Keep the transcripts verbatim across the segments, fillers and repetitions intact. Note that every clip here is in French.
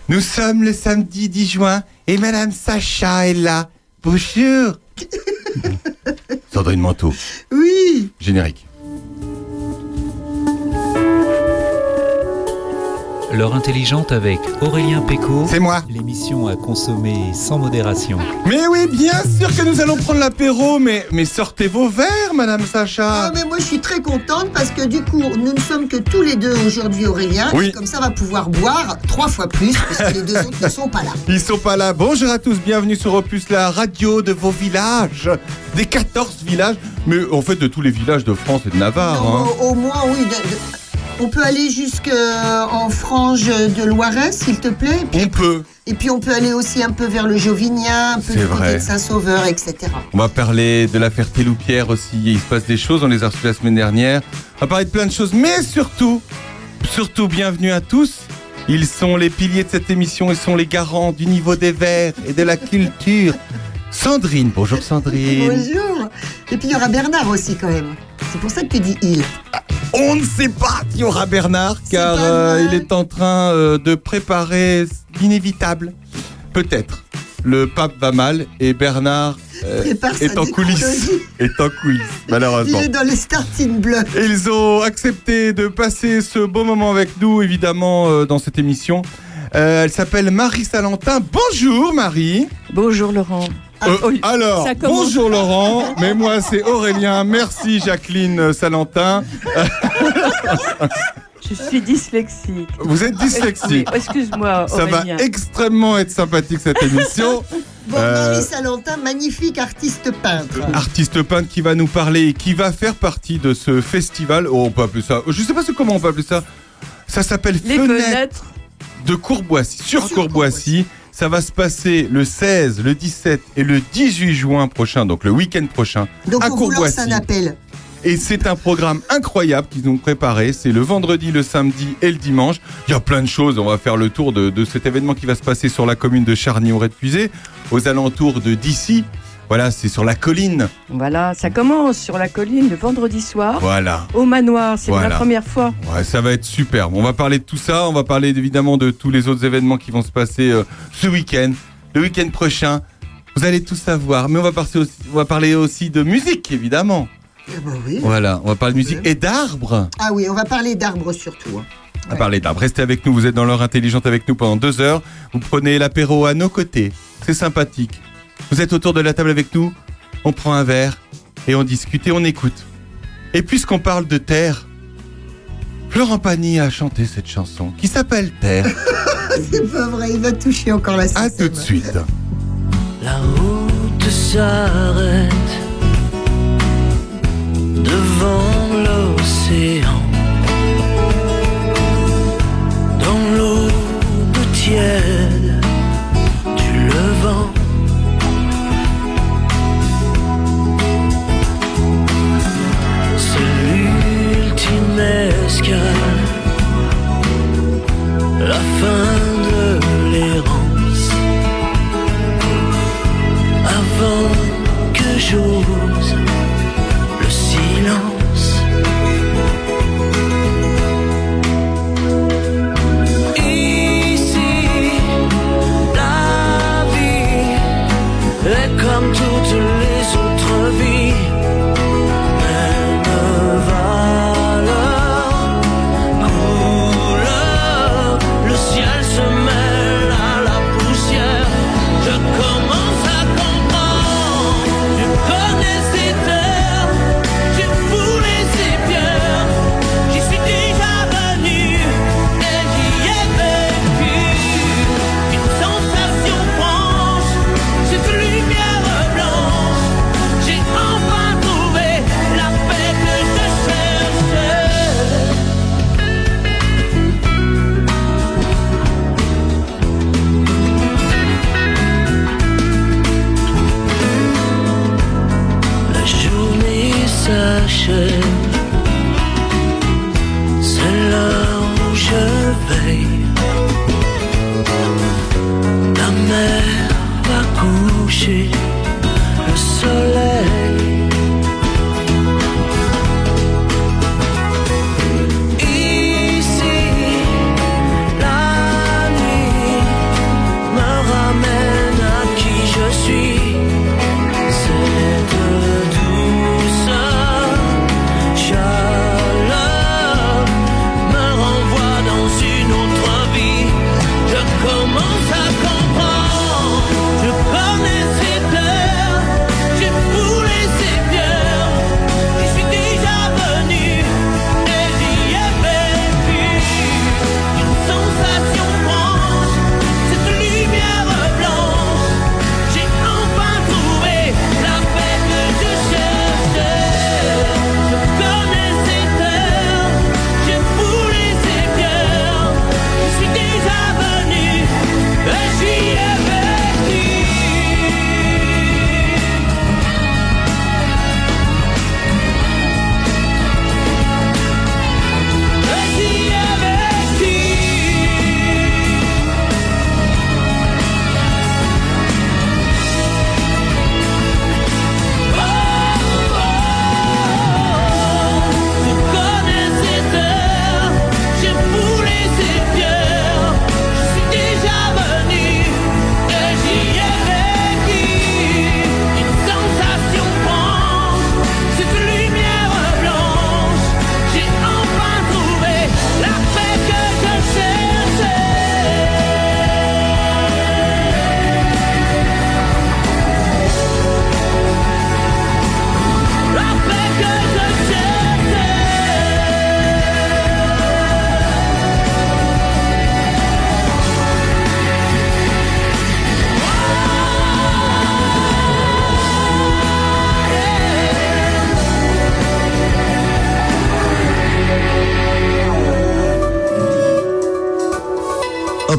Nous sommes le samedi dix juin et Madame Sacha est là. Bonjour. Sandrine Manteau. Oui. Générique. L'heure intelligente avec Aurélien Pécaud. C'est moi. L'émission à consommer sans modération. Mais oui, bien sûr que nous allons prendre l'apéro, mais, mais sortez vos verres, Madame Sacha. Ah, mais moi je suis très contente parce que du coup, nous ne sommes que tous les deux aujourd'hui, Aurélien. Oui. Et comme ça, on va pouvoir boire trois fois plus parce que les deux autres ne sont pas là. Ils sont pas là. Bonjour à tous, bienvenue sur Opus, la radio de vos villages. Des quatorze villages, mais en fait de tous les villages de France et de Navarre. Non, hein. au, au moins, oui. De, de, on peut aller jusqu'en frange de Loiret, s'il te plaît. Et puis, On peut. et puis on peut aller aussi un peu vers le Jovinien, un peu C'est du vrai. côté de Saint-Sauveur, et cetera. On va parler de l'affaire Téloupière aussi. Il se passe des choses, on les a reçues la semaine dernière. On va parler de plein de choses, mais surtout, surtout, bienvenue à tous. Ils sont les piliers de cette émission, ils sont les garants du niveau des verres et de la culture. Sandrine, bonjour Sandrine. Bonjour. Et puis il y aura Bernard aussi quand même. C'est pour ça que tu dis il. On ne sait pas qu'il y aura Bernard, C'est car pas euh, vrai. il est en train euh, de préparer l'inévitable. Peut-être. Le pape va mal et Bernard euh, Prépare sa est en coulisses. décologie. Est en coulisses, Il malheureusement. est dans les starting blocks. Et ils ont accepté de passer ce beau moment avec nous, évidemment, euh, dans cette émission. Euh, elle s'appelle Marie Salentin. Bonjour Marie. Bonjour Laurent. Euh, oh, alors, ça commence. bonjour Laurent, mais moi c'est Aurélien. Merci Jacqueline Salentin. Je suis dyslexique. Vous êtes dyslexique. Oui, excuse-moi Ça va Aurélien. extrêmement être sympathique cette émission. Bon, Euh, Marie Salentin, magnifique artiste peintre. Artiste peintre qui va nous parler et qui va faire partie de ce festival. Oh, on peut appeler ça. Je sais pas comment on peut appeler ça. Ça s'appelle Les Fenêtres fenêtres. de Courboissy. Sur, Sur Courboissy. Ça va se passer le seize, le dix-sept et le dix-huit juin prochain, donc le week-end prochain, Donc à on vous lance Courboissy. un appel. Et c'est un programme incroyable qu'ils ont préparé. C'est le vendredi, le samedi et le dimanche. Il y a plein de choses. On va faire le tour de, de cet événement qui va se passer sur la commune de Charny-au-Ray-de-Puisay, aux alentours de d'ici. Voilà, c'est sur la colline. Voilà, ça commence sur la colline le vendredi soir Voilà. au manoir. C'est Voilà. la première fois. Ouais, ça va être superbe. On va parler de tout ça. On va parler évidemment de tous les autres événements qui vont se passer euh, ce week-end, le week-end prochain. Vous allez tout savoir. Mais on va, parler aussi, on va parler aussi de musique, évidemment. Ah bah oui. Voilà, on va parler de musique et d'arbres. Ah oui, on va parler d'arbres surtout. hein. On va parler d'arbres. Restez avec nous. Vous êtes dans l'heure intelligente avec nous pendant deux heures. Vous prenez l'apéro à nos côtés. C'est sympathique. Vous êtes autour de la table avec nous. On prend un verre et on discute et on écoute. Et puisqu'on parle de terre, Florent Pagny a chanté cette chanson qui s'appelle Terre. C'est pas vrai, il va toucher encore la À système. tout de suite. La route s'arrête devant l'océan. Dans l'aube tiède du levant. C'est l'ultime escale, la fin de l'errance. Avant que j'ose le silence.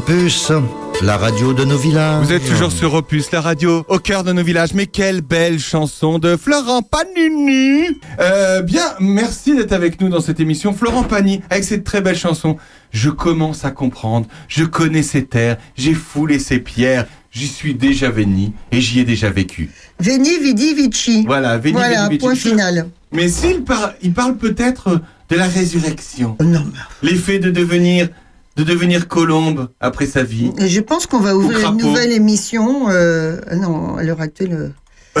Opus, la radio de nos villages. Vous êtes toujours sur Opus, la radio au cœur de nos villages. Mais quelle belle chanson de Florent Pagny. Euh, bien, merci d'être avec nous dans cette émission. Florent Pagny, avec cette très belle chanson. Je commence à comprendre, je connais ces terres, j'ai foulé ces pierres. J'y suis déjà venu et j'y ai déjà vécu. Veni, vidi, vici. Voilà, Veni, Voilà, Vidi, Vici. point final. Mais s'il par... il parle peut-être de la résurrection. Non, L'effet de devenir, de devenir colombe après sa vie. mais je pense qu'on va ouvrir une crapaud. nouvelle émission. Euh, non, à l'heure actuelle. euh,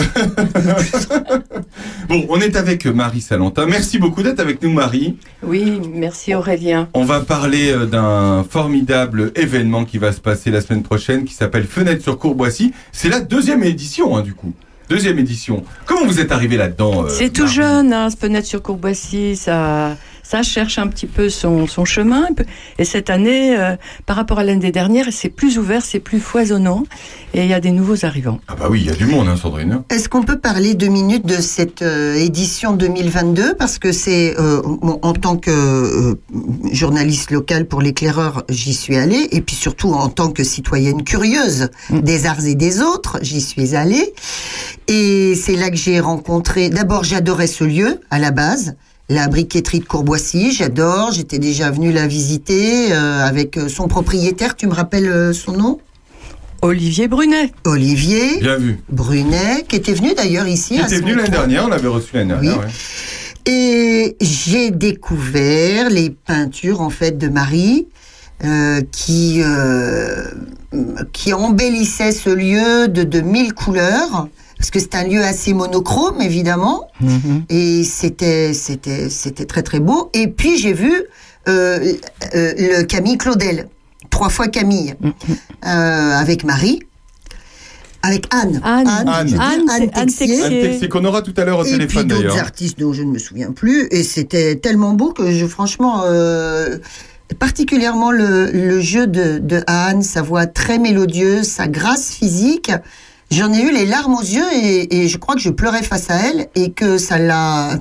Bon, on est avec Marie Salentin. Merci beaucoup d'être avec nous, Marie. Oui, merci Aurélien. On va parler euh, d'un formidable événement qui va se passer la semaine prochaine, qui s'appelle Fenêtre sur Courboissy. C'est la deuxième édition, hein, du coup. Deuxième édition. Comment vous êtes arrivé là-dedans euh, C'est tout Marie jeune, hein, ce Fenêtre sur Courboissy, ça, ça cherche un petit peu son, son chemin. Et cette année, euh, par rapport à l'année dernière, c'est plus ouvert, c'est plus foisonnant. Et il y a des nouveaux arrivants. Ah bah oui, il y a du monde, hein, Sandrine. Est-ce qu'on peut parler deux minutes de cette euh, édition deux mille vingt-deux? Parce que c'est, euh, bon, en tant que euh, journaliste local pour l'éclaireur, j'y suis allée. Et puis surtout, en tant que citoyenne curieuse Mm. des arts et des autres, j'y suis allée. Et c'est là que j'ai rencontré... D'abord, j'adorais ce lieu, à la base. La briqueterie de Courboissy, j'adore. J'étais déjà venue la visiter euh, avec son propriétaire. Tu me rappelles euh, son nom? Olivier Brunet. Olivier Bien vu. Brunet, qui était venu d'ailleurs ici. Il à était ce venu l'année micro. dernière, on l'avait reçu l'année dernière. Oui. Ouais. Et j'ai découvert les peintures en fait de Marie euh, qui euh, qui embellissaient ce lieu de, de mille couleurs. Parce que c'est un lieu assez monochrome, évidemment, Mm-hmm. et c'était c'était c'était très très beau. Et puis j'ai vu euh, euh, le Camille Claudel, trois fois Camille, euh, avec Marie, avec Anne, Anne. Anne. je dis Anne, Anne Anne Texier. Texier. Un texte qu'on aura tout à l'heure au Et téléphone puis d'autres d'ailleurs. artistes dont je ne me souviens plus. Et c'était tellement beau que je, franchement, euh, particulièrement le, le jeu de, de Anne, sa voix très mélodieuse, sa grâce physique. J'en ai eu les larmes aux yeux et, et je crois que je pleurais face à elle et que ça l'a,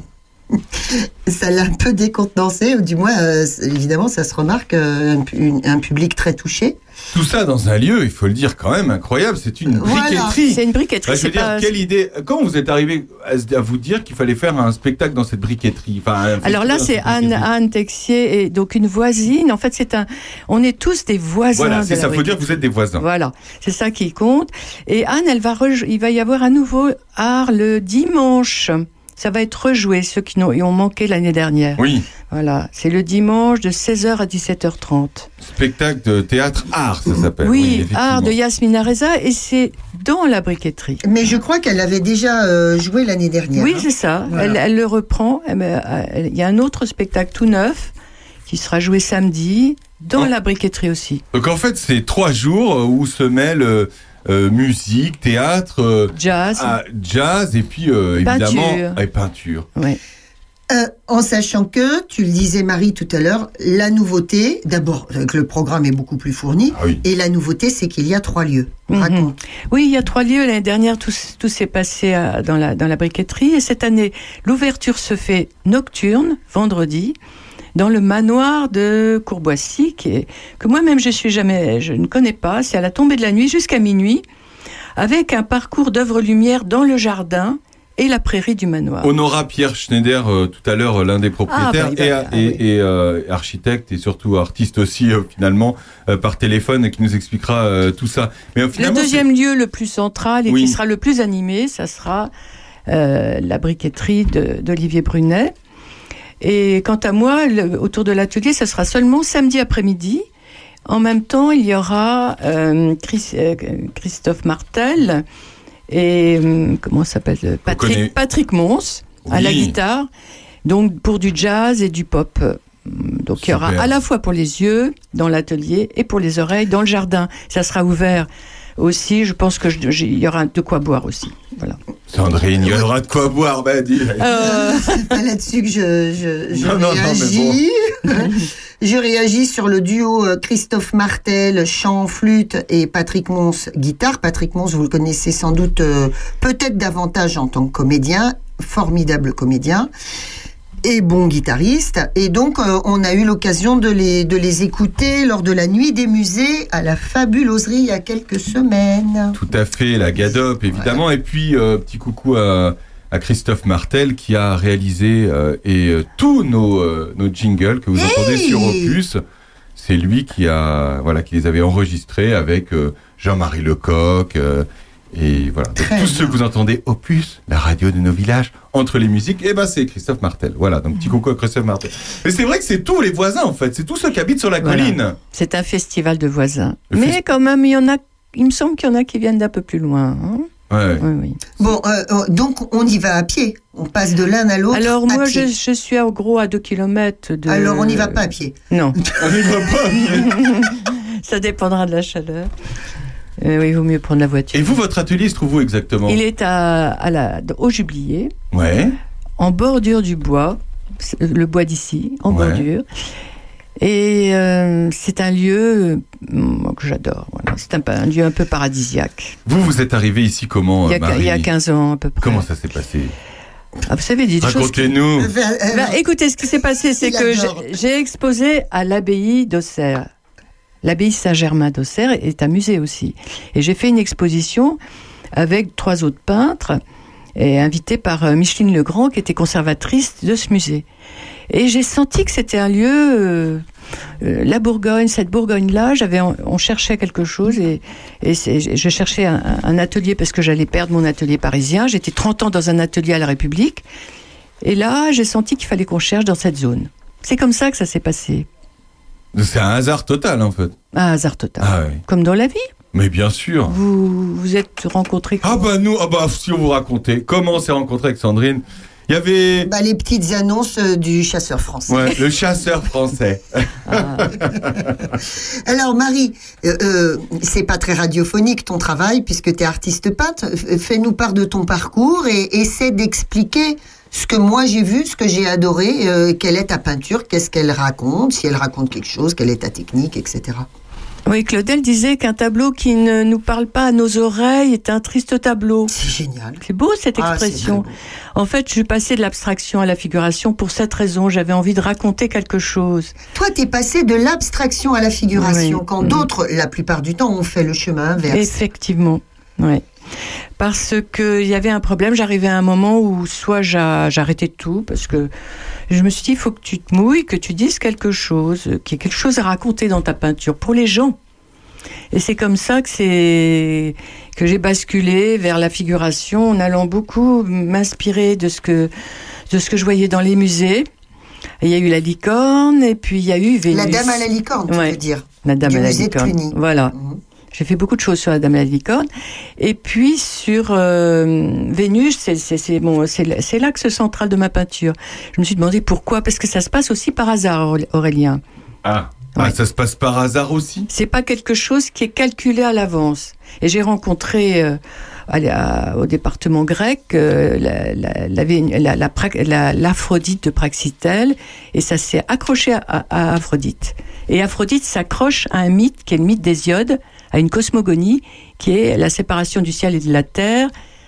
ça l'a un peu décontenancé. Ou du moins, euh, évidemment, ça se remarque, euh, un, pu- un public très touché. Tout ça dans un lieu, il faut le dire quand même, incroyable. C'est une Voilà. briqueterie. C'est une briqueterie. Bah, je veux c'est dire, pas... quelle idée. Comment vous êtes arrivé à, se- à vous dire qu'il fallait faire un spectacle dans cette briqueterie, enfin, un Alors là, festival c'est dans cette Anne, briqueterie. Anne Texier, et donc une voisine. En fait, c'est un. On est tous des voisins. Voilà, de c'est la ça. Faut dire que briqueterie. vous êtes des voisins. Voilà, c'est ça qui compte. Et Anne, elle va rej- il va y avoir un nouveau art le dimanche. Ça va être rejoué, ceux qui n'ont- y ont manqué l'année dernière. Oui, Voilà, c'est le dimanche de seize heures à dix-sept heures trente. spectacle de théâtre art, ça s'appelle. Oui, effectivement. art de Yasmina Reza, et c'est dans la briqueterie. Mais je crois qu'elle avait déjà euh, joué l'année dernière. Oui, hein. c'est ça. Voilà. Elle, elle le reprend. Elle me- elle- Il y a un autre spectacle tout neuf qui sera joué samedi dans Oh. la briqueterie aussi. Donc en fait, c'est trois jours euh, où se mêlent euh, euh, musique, théâtre, euh, Jazz. ah, jazz et puis euh, Peinture. évidemment et peinture. Ouais. Euh, en sachant que, tu le disais Marie tout à l'heure, la nouveauté, d'abord, euh, que le programme est beaucoup plus fourni, Ah oui. et la nouveauté, c'est qu'il y a trois lieux. Mhm. Raconte. Oui, il y a trois lieux. L'année dernière, tout, s- tout s'est passé à- dans, la, dans la briqueterie. Et cette année, l'ouverture se fait nocturne, vendredi, dans le manoir de Courboissy, qui est, que moi-même je suis jamais, je ne connais pas. C'est à la tombée de la nuit jusqu'à minuit, avec un parcours d'œuvres lumière dans le jardin et la prairie du manoir. Honora Pierre Schneider, euh, tout à l'heure, euh, l'un des propriétaires, Ah, bah, il va- et, ah, et- oui. et, euh, architecte et surtout artiste aussi, euh, finalement, euh, par téléphone, qui nous expliquera euh, tout ça. Mais euh, Le finalement, deuxième lieu le plus central et Oui. qui sera le plus animé, ça sera euh, la briqueterie de- d'Olivier Brunet. Et quant à moi, le- autour de l'atelier, ça sera seulement samedi après-midi. En même temps, il y aura euh, Chris- euh, Christophe Martel et euh, comment ça s'appelle connaît. Patrick, Patrick Mons à Oui. la guitare. Donc pour du jazz et du pop. Donc il y aura Super. à la fois pour les yeux dans l'atelier et pour les oreilles dans le jardin. Ça sera ouvert aussi. Je pense que je- j'ai- il y aura de quoi boire aussi. Voilà. Sandrine, il y aura de quoi boire, bah dis. Euh, C'est pas là-dessus que je, je, je Non, non, non, mais réagis. Je réagis sur le duo euh, Christophe Martel, chant, flûte, et Patrick Mons, guitare. Patrick Mons, vous le connaissez sans doute, euh, peut-être davantage en tant que comédien, formidable comédien. et bons guitaristes. Et donc, euh, on a eu l'occasion de les, de les écouter lors de la nuit des musées à la Fabuloserie il y a quelques semaines. Tout à fait, la Gadop, évidemment. Ouais. Et puis, euh, petit coucou à, à Christophe Martel qui a réalisé euh, et euh, tous nos, euh, nos jingles que vous hey entendez sur Opus. C'est lui qui, a, voilà, qui les avait enregistrés avec euh, Jean-Marie Lecoq. Euh, Et voilà, donc, tous ceux que vous entendez Opus, la radio de nos villages, entre les musiques, et ben c'est Christophe Martel. Voilà, donc petit coucou à Christophe Martel. Mais c'est vrai que c'est tous les voisins en fait, c'est tous ceux qui habitent sur la voilà. colline. C'est un festival de voisins. Le Mais fest... quand même, il y en a, il me semble qu'il y en a qui viennent d'un peu plus loin. Hein ouais. Oui, oui. Bon, euh, donc on y va à pied. On passe de l'un à l'autre. Alors moi, je, je suis en gros à deux kilomètres de. Alors on n'y va pas à pied. Non. On n'y va pas à pied. Ça dépendra de la chaleur. Euh, oui, il vaut mieux prendre la voiture. Et vous, votre atelier se trouve où exactement ? Il est à, à la, au Jublier, ouais. en bordure du bois, le bois d'ici, en ouais. bordure. Et euh, c'est un lieu euh, que j'adore. Voilà. C'est un, un lieu un peu paradisiaque. Vous, vous êtes arrivé ici comment, il y, a, Marie ? il y a quinze ans à peu près. Comment ça s'est passé ? Ah, vous savez, des Racontez-nous. Choses qui... bah, écoutez, ce qui s'est passé, c'est il que j'ai, j'ai exposé à l'abbaye d'Auxerre. L'abbaye Saint-Germain d'Auxerre est un musée aussi. Et j'ai fait une exposition avec trois autres peintres, et invitée par Micheline Legrand, qui était conservatrice de ce musée. Et j'ai senti que c'était un lieu, euh, euh, la Bourgogne, cette Bourgogne-là, j'avais, on, on cherchait quelque chose, et, et c'est, je cherchais un, un atelier, parce que j'allais perdre mon atelier parisien. J'étais trente ans dans un atelier à la République. Et là, j'ai senti qu'il fallait qu'on cherche dans cette zone. C'est comme ça que ça s'est passé. C'est un hasard total, en fait. Un hasard total. Ah, oui. Comme dans la vie. Mais bien sûr. Vous vous êtes rencontrés comment ? Ah bah nous, ah bah si on vous racontait comment on s'est rencontrés avec Sandrine. Il y avait... Bah, les petites annonces du chasseur français. Ouais, le chasseur français. Ah. Alors Marie, euh, euh, c'est pas très radiophonique ton travail, puisque tu es artiste peintre. Fais-nous part de ton parcours et essaie d'expliquer ce que moi j'ai vu, ce que j'ai adoré, euh, quelle est ta peinture, qu'est-ce qu'elle raconte, si elle raconte quelque chose, quelle est ta technique, et cetera. Oui, Claudel disait qu'un tableau qui ne nous parle pas à nos oreilles est un triste tableau. C'est génial. C'est beau cette expression. Ah, en fait, je suis passée de l'abstraction à la figuration pour cette raison. J'avais envie de raconter quelque chose. Toi, t'es passée de l'abstraction à la figuration, oui. quand mmh. d'autres, la plupart du temps, ont fait le chemin inverse. Effectivement, oui. Parce qu'il y avait un problème, j'arrivais à un moment où soit j'a, j'arrêtais tout, parce que je me suis dit, il faut que tu te mouilles, que tu dises quelque chose, qu'il y ait quelque chose à raconter dans ta peinture, pour les gens. Et c'est comme ça que, c'est, que j'ai basculé vers la figuration, en allant beaucoup m'inspirer de ce que, de ce que je voyais dans les musées. Et il y a eu la licorne, et puis il y a eu Vénus. La dame à la licorne, tu ouais. veux dire. La dame du à la musée licorne. De Cluny. Voilà. Mmh. J'ai fait beaucoup de choses sur la Dame à la licorne. Et puis sur euh, Vénus, c'est, c'est, c'est, bon, c'est, c'est l'axe central de ma peinture. Je me suis demandé pourquoi, parce que ça se passe aussi par hasard, Aurélien. Ah, ouais. ah ça se passe par hasard aussi ? C'est pas quelque chose qui est calculé à l'avance. Et j'ai rencontré euh, à, à, au département grec euh, la, la, la, la, la, la, l'Aphrodite de Praxitèle, et ça s'est accroché à, à, à Aphrodite. Et Aphrodite s'accroche à un mythe qui est le mythe d'Hésiode, à une cosmogonie qui est la séparation du ciel et de la terre,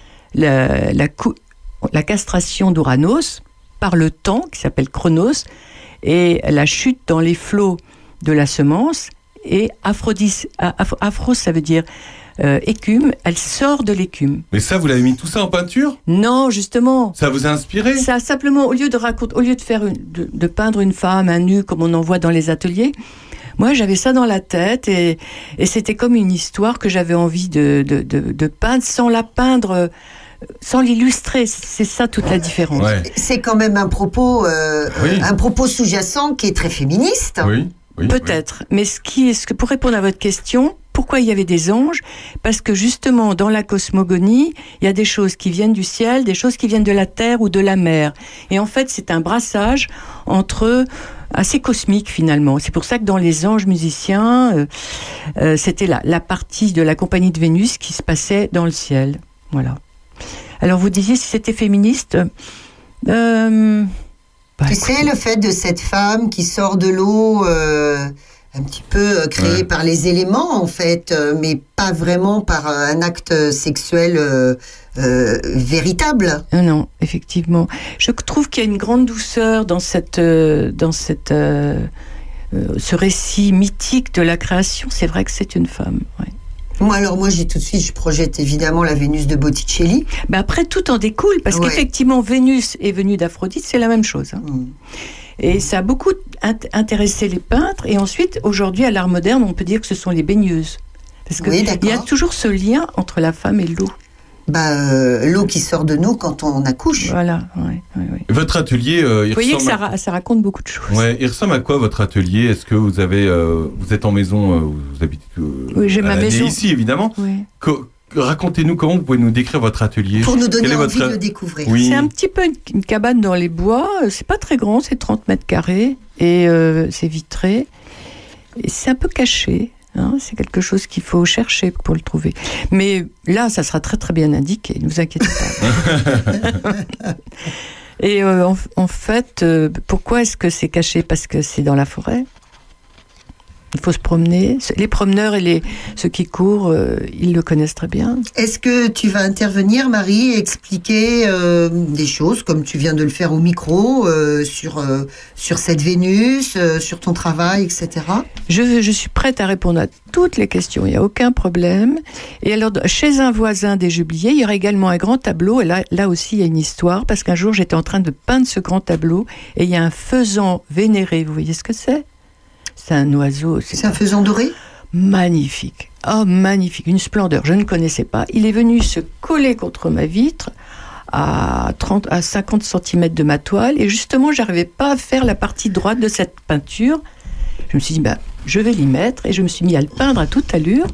la, la, la castration d'Ouranos par le temps, qui s'appelle Chronos, et la chute dans les flots de la semence, et Aphrodite, Aphros, ça veut dire euh, écume, elle sort de l'écume. Mais ça, vous l'avez mis tout ça en peinture ? Non, justement. Ça vous a inspiré ? Ça, simplement, au lieu de raconter, au lieu de faire une, de, de peindre une femme, un nu, comme on en voit dans les ateliers, moi, j'avais ça dans la tête, et, et c'était comme une histoire que j'avais envie de, de, de, de peindre sans la peindre, sans l'illustrer. C'est ça toute la différence. Ouais. C'est quand même un propos, euh, oui. un propos sous-jacent qui est très féministe. Oui. Oui, Peut-être. Oui. Mais ce qui, ce que pour répondre à votre question, pourquoi il y avait des anges ? Parce que justement, dans la cosmogonie, il y a des choses qui viennent du ciel, des choses qui viennent de la terre ou de la mer. Et en fait, c'est un brassage entre assez cosmique finalement. C'est pour ça que dans les anges musiciens, euh, euh, c'était la, la partie de la compagnie de Vénus qui se passait dans le ciel. Voilà. Alors vous disiez si c'était féministe. Euh, bah, tu écoutez. sais, le fait de cette femme qui sort de l'eau euh, un petit peu euh, créé Ouais. par les éléments en fait, euh, mais pas vraiment par euh, un acte sexuel euh, euh, véritable. Non, non, effectivement. Je trouve qu'il y a une grande douceur dans cette, euh, dans cette, euh, euh, ce récit mythique de la création. C'est vrai que c'est une femme. Ouais. Moi alors moi j'ai tout de suite, je projette évidemment la Vénus de Botticelli. Mais après, tout en découle, parce Ouais. qu'effectivement, Vénus est venue d'Aphrodite, c'est la même chose. Hein. Mm. Et ça a beaucoup int- intéressé les peintres. Et ensuite, aujourd'hui, à l'art moderne, on peut dire que ce sont les baigneuses. Parce qu'il Oui, y a d'accord. toujours ce lien entre la femme et l'eau. Bah euh, l'eau qui sort de nous quand on accouche. Voilà, ouais, ouais, ouais. Votre atelier, euh, il Vous voyez que ressemble ça, à... ra- ça raconte beaucoup de choses. Ouais, il ressemble à quoi votre atelier? Est-ce que vous avez, euh, vous êtes en maison, euh, vous habitez euh, Oui, j'ai à ma l'année maison. ici évidemment. Oui. Co- Racontez-nous comment vous pouvez nous décrire votre atelier. Pour nous donner Quel est envie votre- de le découvrir. Oui. C'est un petit peu une, une cabane dans les bois. Euh, C'est pas très grand, c'est trente mètres carrés et euh, c'est vitré. Et c'est un peu caché. Hein, c'est quelque chose qu'il faut chercher pour le trouver. Mais là, ça sera très très bien indiqué, ne vous inquiétez pas. Et euh, en, en fait, euh, pourquoi est-ce que c'est caché? Parce que c'est dans la forêt. Il faut se promener. Les promeneurs et les, ceux qui courent, euh, ils le connaissent très bien. Est-ce que tu vas intervenir, Marie, expliquer euh, des choses, comme tu viens de le faire au micro, euh, sur, euh, sur cette Vénus, euh, sur ton travail, et cetera. Je, je suis prête à répondre à toutes les questions, il n'y a aucun problème. Et alors, chez un voisin des Jubliers, il y aura également un grand tableau. Et là, là aussi, il y a une histoire, parce qu'un jour, j'étais en train de peindre ce grand tableau, et il y a un faisan vénéré. Vous voyez ce que c'est? C'est un oiseau. C'est un faisan doré? Magnifique. Oh, magnifique. Une splendeur. Je ne connaissais pas. Il est venu se coller contre ma vitre à, trente, à cinquante centimètres de ma toile. Et justement, j'arrivais pas à faire la partie droite de cette peinture. Je me suis dit, bah, je vais l'y mettre. Et je me suis mis à le peindre à toute allure.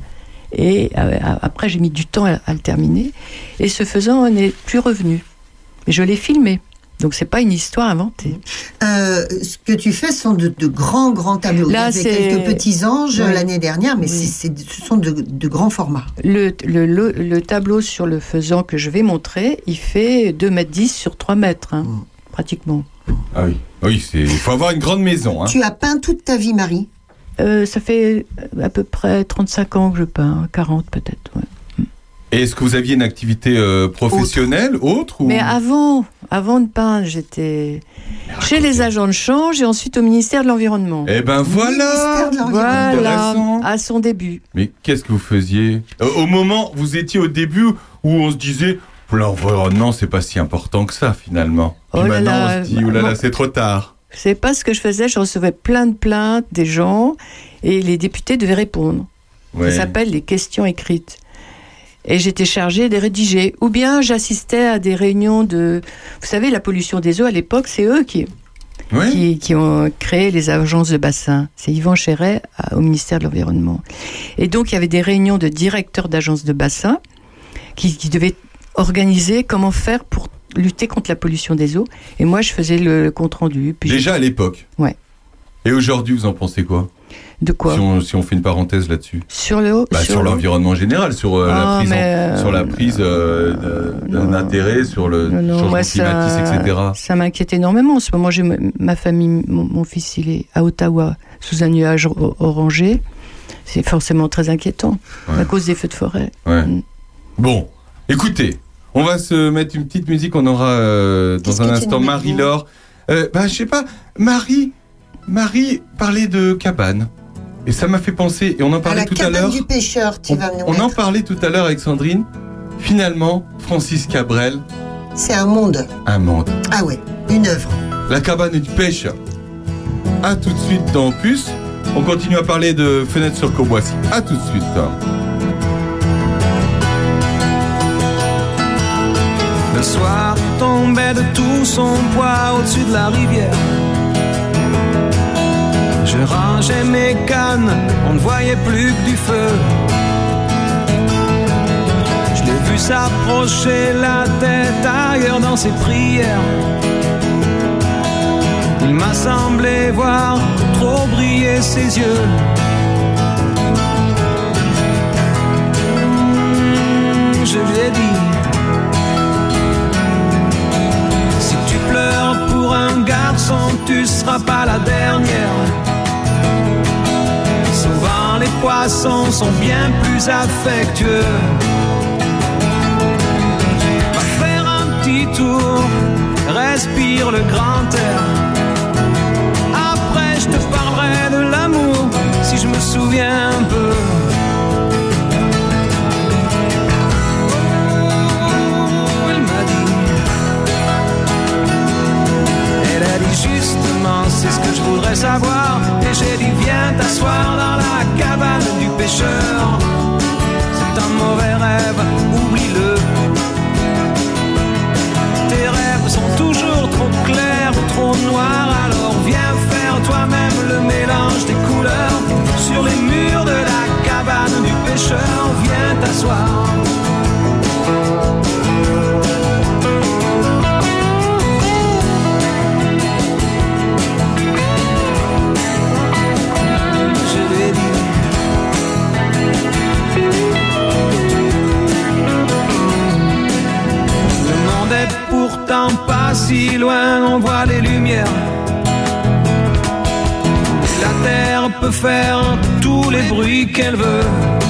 Et euh, après, j'ai mis du temps à, à le terminer. Et ce faisant n'est plus revenu. Mais je l'ai filmé. Donc, c'est pas une histoire inventée. Euh, ce que tu fais sont de, de grands, grands tableaux. Là, Il y avait c'est- quelques petits anges Oui. l'année dernière, mais Oui. c'est, c'est, ce sont de, de grands formats. Le, le, le, le tableau sur le faisan que je vais montrer, il fait deux mètres dix sur trois mètres, hein, Mm. pratiquement. Ah oui, oui, c'est. Il faut avoir une grande maison. Hein. Tu as peint toute ta vie, Marie? Euh, ça fait à peu près trente-cinq ans que je peins, quarante peut-être. Ouais. Et est-ce que vous aviez une activité euh, professionnelle, autre, ou... Mais avant, avant de peindre, j'étais chez les agents de change et ensuite au ministère de l'Environnement. Eh ben voilà. Ministère de l'Environnement. Voilà, Intéressant. à son début. Mais qu'est-ce que vous faisiez Euh, Au moment, vous étiez au début où on se disait, l'environnement, c'est pas si important que ça finalement. Puis Oh là maintenant, là, on se dit, oh là là, moi- c'est trop tard. C'est pas ce que je faisais, je recevais plein de plaintes des gens et les députés devaient répondre. Ouais. Ça s'appelle les questions écrites. Et j'étais chargée de les rédiger. Ou bien j'assistais à des réunions de... Vous savez, la pollution des eaux, à l'époque, c'est eux qui, Ouais. qui, qui ont créé les agences de bassin. C'est Yvan Chéret à- au ministère de l'Environnement. Et donc, il y avait des réunions de directeurs d'agences de bassin qui, qui devaient organiser comment faire pour lutter contre la pollution des eaux. Et moi, je faisais le, le compte-rendu. Puis Déjà à l'époque. Ouais. Et aujourd'hui, vous en pensez quoi, je- De quoi si on, si on fait une parenthèse là-dessus. Sur le Bah, sur l'eau l'environnement général, sur, euh, la, Ah, prise en- mais, euh, sur la prise euh, de- d'un non. intérêt, sur le Non, non, changement moi, climatique, ça, et cetera. ça m'inquiète énormément. En ce moment, j'ai m- ma famille, mon, mon fils, il est à Ottawa, sous un nuage o- orangé. C'est forcément très inquiétant, Ouais. à cause des feux de forêt. Ouais. Mm. Bon, écoutez, on va se mettre une petite musique, on aura euh, dans Qu'est-ce un que tu instant nous mets, Marie-Laure. Euh, bah, je sais pas, Marie, Marie parlait de cabane. Et ça m'a fait penser, et on en À parlait la tout à cabane l'heure. du pêcheur, tu On, vas nous on en mettre. parlait tout à l'heure avec Sandrine. Finalement, Francis Cabrel, C'est un monde. un monde. Ah ouais, une œuvre. La cabane du pêche. A tout de suite dans Puce. On continue à parler de Fenêtre sur Courboissy. A tout de suite. Le soir tombait de tout son poids au-dessus de la rivière. Je rangeais mes cannes, on ne voyait plus que du feu. Je l'ai vu s'approcher la tête ailleurs dans ses prières. Il m'a semblé voir trop briller ses yeux. Mmh, je lui ai dit: si tu pleures pour un garçon, tu seras pas la dernière. poissons sont bien plus affectueux. Va faire un petit tour, respire le grand air. Après je te parlerai de l'amour, si je me souviens un peu. Oh, elle m'a dit, elle a dit justement, c'est ce que je voudrais savoir. Et j'ai dit viens t'asseoir dans la cabane du pêcheur. C'est un mauvais rêve, oublie-le. Tes rêves sont toujours trop clairs ou trop noirs. Alors viens faire toi-même le mélange des couleurs. Sur les murs de la cabane du pêcheur, viens t'asseoir. Pourtant pas si loin, on voit les lumières. La terre peut faire tous les bruits qu'elle veut.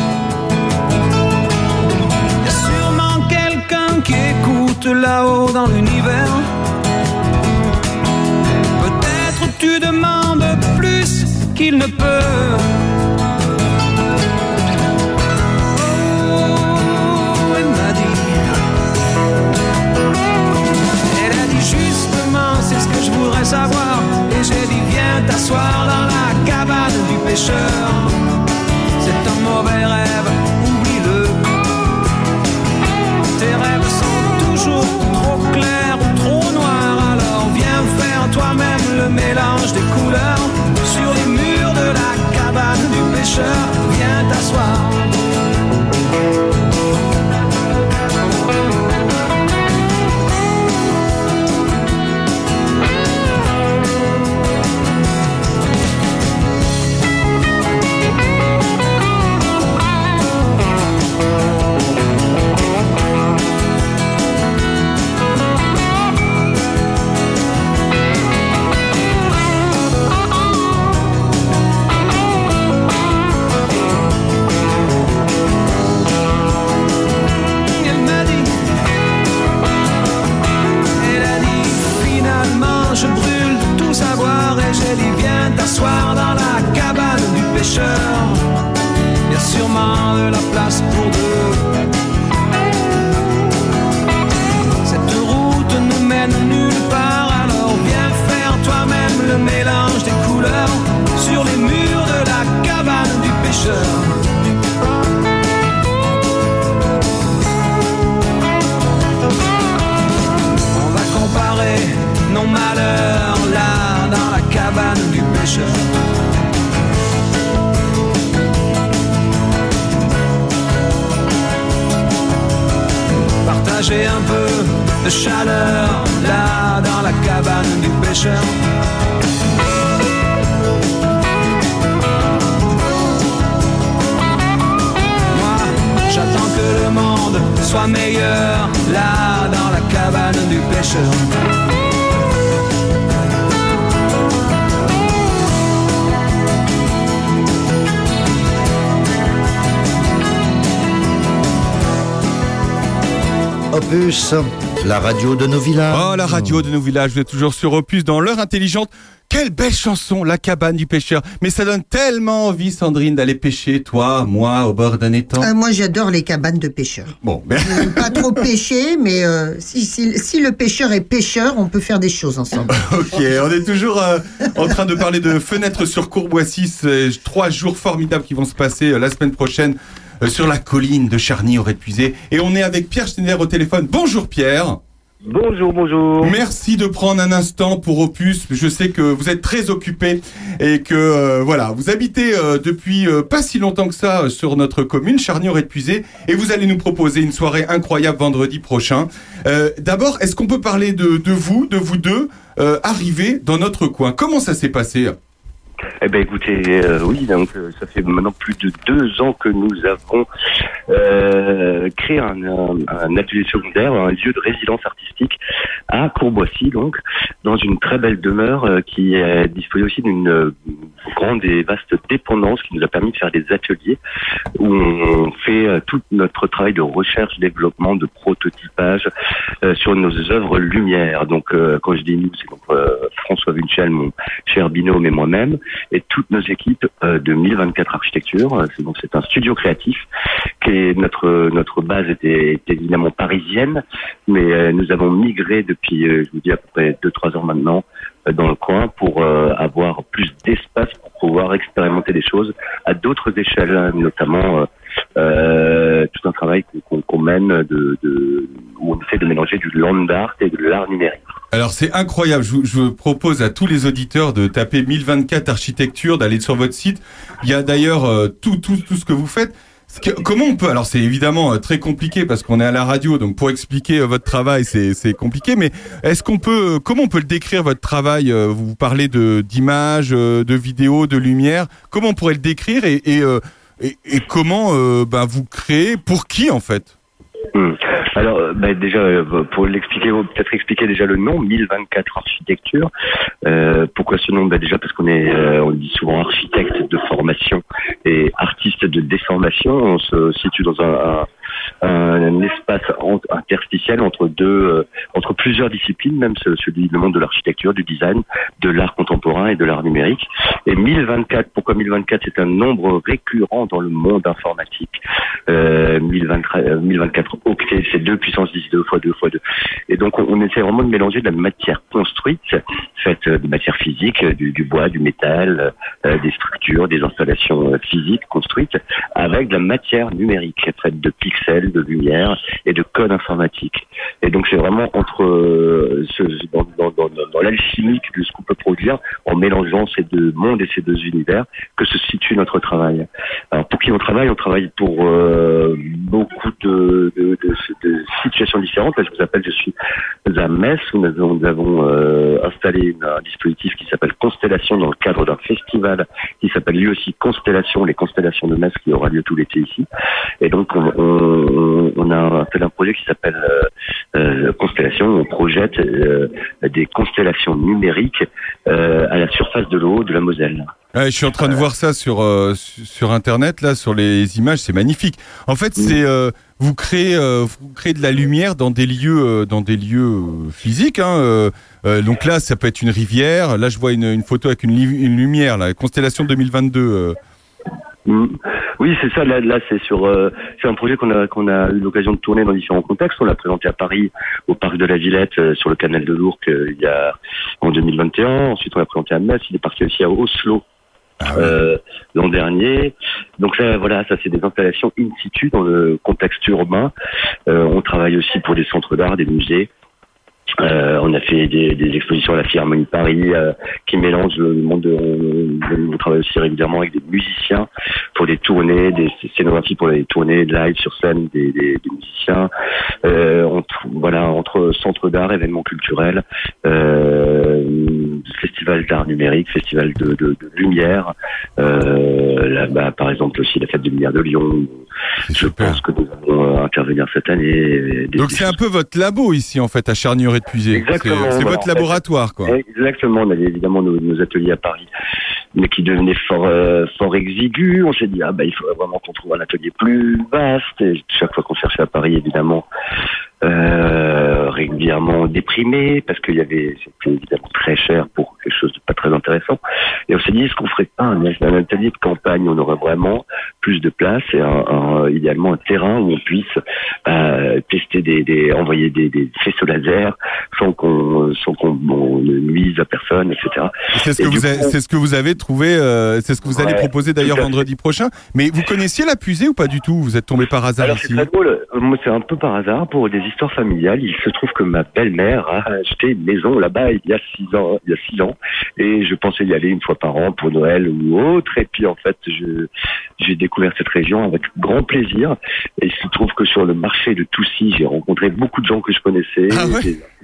Y a sûrement quelqu'un qui écoute là-haut dans l'univers. Peut-être tu demandes plus qu'il ne peut. Savoir. Et j'ai dit viens t'asseoir dans la cabane du pêcheur. C'est un mauvais rêve, oublie-le. Tes rêves sont toujours trop clairs ou trop noirs. Alors viens faire toi-même le mélange des couleurs. Sur les murs de la cabane du pêcheur, viens t'asseoir. Dans la cabane du pêcheur, y a sûrement de la place pour deux. Cette route ne mène nulle part, alors viens faire toi-même le mélange des couleurs sur les murs de la cabane du pêcheur. On va comparer nos malheurs là dans la cabane du pêcheur. Partager un peu de chaleur là dans la cabane du pêcheur. Moi, j'attends que le monde soit meilleur là dans la cabane du pêcheur. Opus, la radio de nos villages. Oh, la radio de nos villages, vous êtes toujours sur Opus dans l'heure intelligente. Quelle belle chanson, La cabane du pêcheur. Mais ça donne tellement envie, Sandrine, d'aller pêcher, toi, moi, au bord d'un étang. Euh, moi, j'adore les cabanes de pêcheurs. Bon, mais... Je n'aime pas trop pêcher, mais euh, si, si, si le pêcheur est pêcheur, on peut faire des choses ensemble. Ok, on est toujours euh, en train de parler de Fenêtres sur Courboissis. Euh, trois jours formidables qui vont se passer euh, la semaine prochaine euh, sur la colline de Charny, au Répuisé. Et on est avec Pierre Schneider au téléphone. Bonjour Pierre. Bonjour, bonjour. Merci de prendre un instant pour Opus. Je sais que vous êtes très occupé et que euh, voilà, vous habitez euh, depuis euh, pas si longtemps que ça euh, sur notre commune, Charny-au-Répuisé, et vous allez nous proposer une soirée incroyable vendredi prochain. Euh, d'abord, est-ce qu'on peut parler de, de vous, de vous deux, euh, arrivés dans notre coin? Comment ça s'est passé? Eh ben écoutez, euh, oui, donc euh, ça fait maintenant plus de deux ans que nous avons euh, créé un, un, un atelier secondaire, un lieu de résidence artistique à Courboissy, donc dans une très belle demeure euh, qui est disposée aussi d'une euh, grande et vaste dépendance qui nous a permis de faire des ateliers où on fait euh, tout notre travail de recherche, développement, de prototypage euh, sur nos œuvres lumière. Donc euh, quand je dis nous, c'est donc euh, François Wünschel, mon cher binôme et moi-même, et toutes nos équipes euh, de mille vingt-quatre Architecture. C'est donc c'est un studio créatif qui est notre notre base était, était évidemment parisienne, mais euh, nous avons migré depuis euh, je vous dis à peu près deux trois ans maintenant euh, dans le coin pour euh, avoir plus d'espace pour pouvoir expérimenter des choses à d'autres échelles, notamment euh, euh, tout un travail qu'on, qu'on mène de, de où on essaie de mélanger du land art et de l'art numérique. Alors c'est incroyable, je vous, je vous propose à tous les auditeurs de taper mille vingt-quatre Architecture, d'aller sur votre site. Il y a d'ailleurs euh, tout, tout, tout ce que vous faites. Ce que, comment on peut, alors c'est évidemment euh, très compliqué parce qu'on est à la radio, donc pour expliquer euh, votre travail c'est, c'est compliqué, mais est-ce qu'on peut, euh, comment on peut le décrire votre travail? euh, Vous parlez de, d'images, euh, de vidéos, de lumière. Comment on pourrait le décrire et, et, euh, et, et comment euh, ben, vous créez, pour qui en fait? Hum. Alors, bah, déjà, pour l'expliquer, peut-être expliquer déjà le nom, mille vingt-quatre Architecture. Euh, pourquoi ce nom? Bah, déjà parce qu'on est, euh, on dit souvent architecte de formation et artiste de déformation. On se situe dans un, un, un espace interstitiel entre deux, euh, entre plusieurs disciplines, même celui, le monde de l'architecture, du design, de l'art contemporain et de l'art numérique. Et mille vingt-quatre, pourquoi mille vingt-quatre? C'est un nombre récurrent dans le monde informatique. Euh, mille vingt-quatre octets, c'est deux puissance dix, deux fois deux fois deux. Et donc, on, on essaie vraiment de mélanger de la matière construite, faite de matière physique, du, du bois, du métal, euh, des structures, des installations physiques construites, avec de la matière numérique, faite de pixels, de lumière et de code informatique. Et donc, c'est vraiment entre euh, ce, dans, dans, dans, dans l'alchimie de ce qu'on peut produire, en mélangeant ces deux mondes et ces deux univers, que se situe notre travail. Alors, pour qui on travaille? On travaille pour euh, beaucoup de, de, de, de situations différentes. Là, je vous appelle, je suis à Metz, où nous avons, nous avons euh, installé une, un dispositif qui s'appelle Constellation dans le cadre d'un festival qui s'appelle lui aussi Constellation, les Constellations de Metz, qui aura lieu tout l'été ici. Et donc, on, on, on a fait un projet qui s'appelle euh, euh, Constellation. On projette euh, des constellations numériques euh, à la surface de l'eau de la Moselle. Ouais, je suis en train de voir ça sur euh, sur internet là, sur les images, c'est magnifique. En fait, c'est euh, vous créez euh, vous créez de la lumière dans des lieux euh, dans des lieux euh, physiques. Hein, euh, euh, donc là, ça peut être une rivière. Là, je vois une, une photo avec une, une lumière, la Constellation deux mille vingt-deux. Euh. Mmh. Oui, c'est ça. Là, là, c'est sur, euh, c'est un projet qu'on a qu'on a eu l'occasion de tourner dans différents contextes. On l'a présenté à Paris, au parc de la Villette, euh, sur le canal de l'Ourcq, euh, il y a en deux mille vingt et un. Ensuite, on l'a présenté à Metz. Il est parti aussi à Oslo. Ah oui. euh, l'an dernier. Donc ça, voilà, ça c'est des installations in situ dans le contexte urbain. Euh, on travaille aussi pour des centres d'art, des musées. Euh, on a fait des, des expositions à la Philharmonie de Paris euh, qui mélangent le monde de, on, on travaille aussi régulièrement avec des musiciens pour des tournées, des scénographies pour les tournées live sur scène des, des, des musiciens. Euh, on, voilà, entre centres d'art, événements culturels, euh, festival d'art numérique, festival de, de, de lumière. Euh, là, bah, par exemple aussi la fête de lumière de Lyon. C'est Je super. pense que nous allons euh, intervenir cette année. Des, Donc des c'est choses. un peu votre labo ici en fait à Charnier et de Puisé. Exactement, C'est, c'est voilà, votre en fait. laboratoire quoi. Exactement, on avait évidemment nos, nos ateliers à Paris, mais qui devenaient fort euh, fort exigus. On s'est dit ah bah il faudrait vraiment qu'on trouve un atelier plus vaste. Et chaque fois qu'on cherchait à Paris, évidemment, euh, régulièrement déprimé parce qu'il y avait c'était évidemment très cher pour quelque chose de pas très intéressant. Et on s'est dit est-ce qu'on ferait pas un, un atelier de campagne? On aurait vraiment plus de place et un, un, idéalement un terrain où on puisse euh, tester des, des envoyer des, des faisceaux laser sans qu'on sans qu'on bon, ne nuise à personne, et cetera. C'est ce, que Et vous du avez, coup, c'est ce que vous avez trouvé, euh, c'est ce que vous allez Ouais, proposer d'ailleurs tout à fait. vendredi prochain. Mais vous connaissiez la Puisée ou pas du tout? Vous êtes tombé par hasard Alors ici? c'est très drôle, moi c'est un peu par hasard pour des histoires familiales. Il se trouve que ma belle-mère a acheté une maison là-bas il y a six ans, il y a six ans, et je pensais y aller une fois par an pour Noël ou autre. Et puis en fait, je, j'ai découvert cette région avec grand plaisir. Et il se trouve que sur le marché de Toussy, j'ai rencontré beaucoup de gens que je connaissais, Ah ouais? des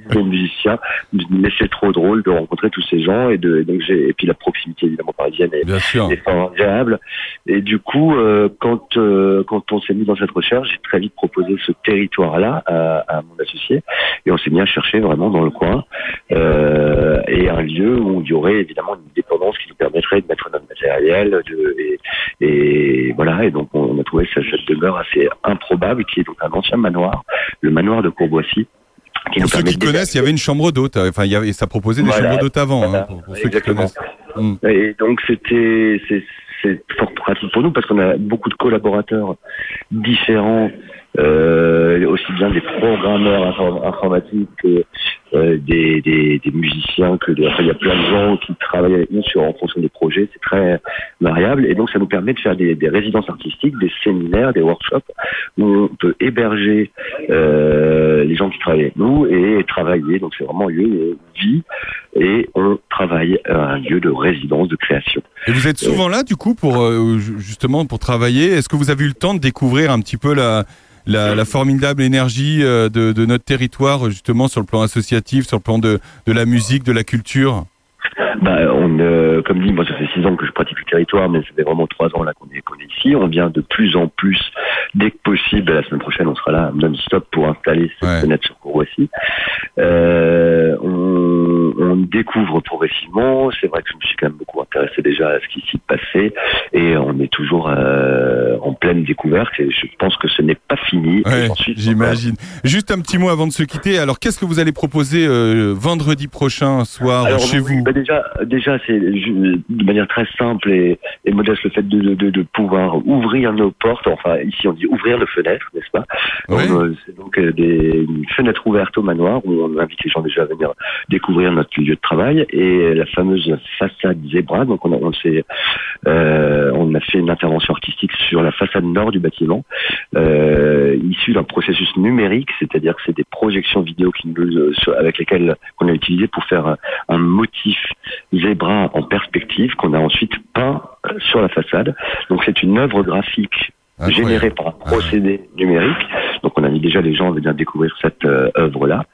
des musiciens, mais c'est trop drôle de rencontrer tous ces gens et de et donc j'ai et puis la proximité évidemment parisienne est, Bien sûr. est agréable. Et du coup, euh, quand euh, quand on s'est mis dans cette recherche, j'ai très vite proposé ce territoire-là à, à mon associé et on s'est mis à chercher vraiment dans le coin euh, et un lieu où il y aurait évidemment une dépendance qui nous permettrait de mettre notre matériel de, et, et voilà. Et donc on a trouvé cette, cette demeure assez improbable qui est donc un ancien manoir, le manoir de Courboissy. Qui Pour ceux qui connaissent, il y avait une chambre d'hôte. Enfin, il y avait, ça proposait des voilà, chambres d'hôte avant. voilà, hein, pour, pour ceux qui connaissent. Mm. Et donc c'était, c'est, c'est fort pratique pour nous parce qu'on a beaucoup de collaborateurs différents, euh, aussi bien des programmeurs inform- informatiques que euh, des, des, des musiciens, que des, enfin, il y a plein de gens qui travaillent avec nous sur en fonction des projets. C'est très variable et donc ça nous permet de faire des, des résidences artistiques, des séminaires, des workshops où on peut héberger euh, les gens qui travaillent avec nous et travailler. Donc c'est vraiment un lieu de vie et on travaille à un lieu de résidence, de création. Et vous êtes souvent là, du coup, pour euh, justement pour travailler. Est-ce que vous avez eu le temps de découvrir un petit peu la la, la formidable énergie euh, de, de notre territoire, justement sur le plan associatif, sur le plan de de la musique, de la culture? Bah, on, euh, comme dit, moi, ça fait six ans que je pratique le territoire, mais ça fait vraiment trois ans là qu'on est, qu'on est ici. On vient de plus en plus, dès que possible. La semaine prochaine, on sera là non-stop pour installer cette ouais. fenêtre sur Courboissy. Euh, on, on découvre progressivement. C'est vrai que je me suis quand même beaucoup intéressé déjà à ce qui s'y passait, et on est toujours euh, en pleine découverte. Et je pense que ce n'est pas fini. Ouais, ensuite, j'imagine. On... Juste un petit mot avant de se quitter. Alors, qu'est-ce que vous allez proposer euh, vendredi prochain soir Alors, chez oui, vous? bah déjà, déjà, c'est de manière très simple et, et modeste le fait de, de, de pouvoir ouvrir nos portes. Enfin, ici, on dit ouvrir nos fenêtres, n'est-ce pas? Oui. On, euh, c'est donc euh, des une fenêtre ouverte au manoir où on invite les gens déjà à venir découvrir notre lieu de travail et la fameuse façade zébra. Donc, on a, on s'est, euh, on a fait une intervention artistique sur la façade nord du bâtiment, euh, issue d'un processus numérique, c'est-à-dire que c'est des projections vidéo qui nous, euh, avec lesquelles qu'on a utilisé pour faire un, un motif zébra en perspective qu'on a ensuite peint sur la façade. Donc c'est une œuvre graphique Incroyable. Générée par un procédé ah. numérique. Donc on a mis déjà les gens à venir découvrir cette euh, œuvre-là.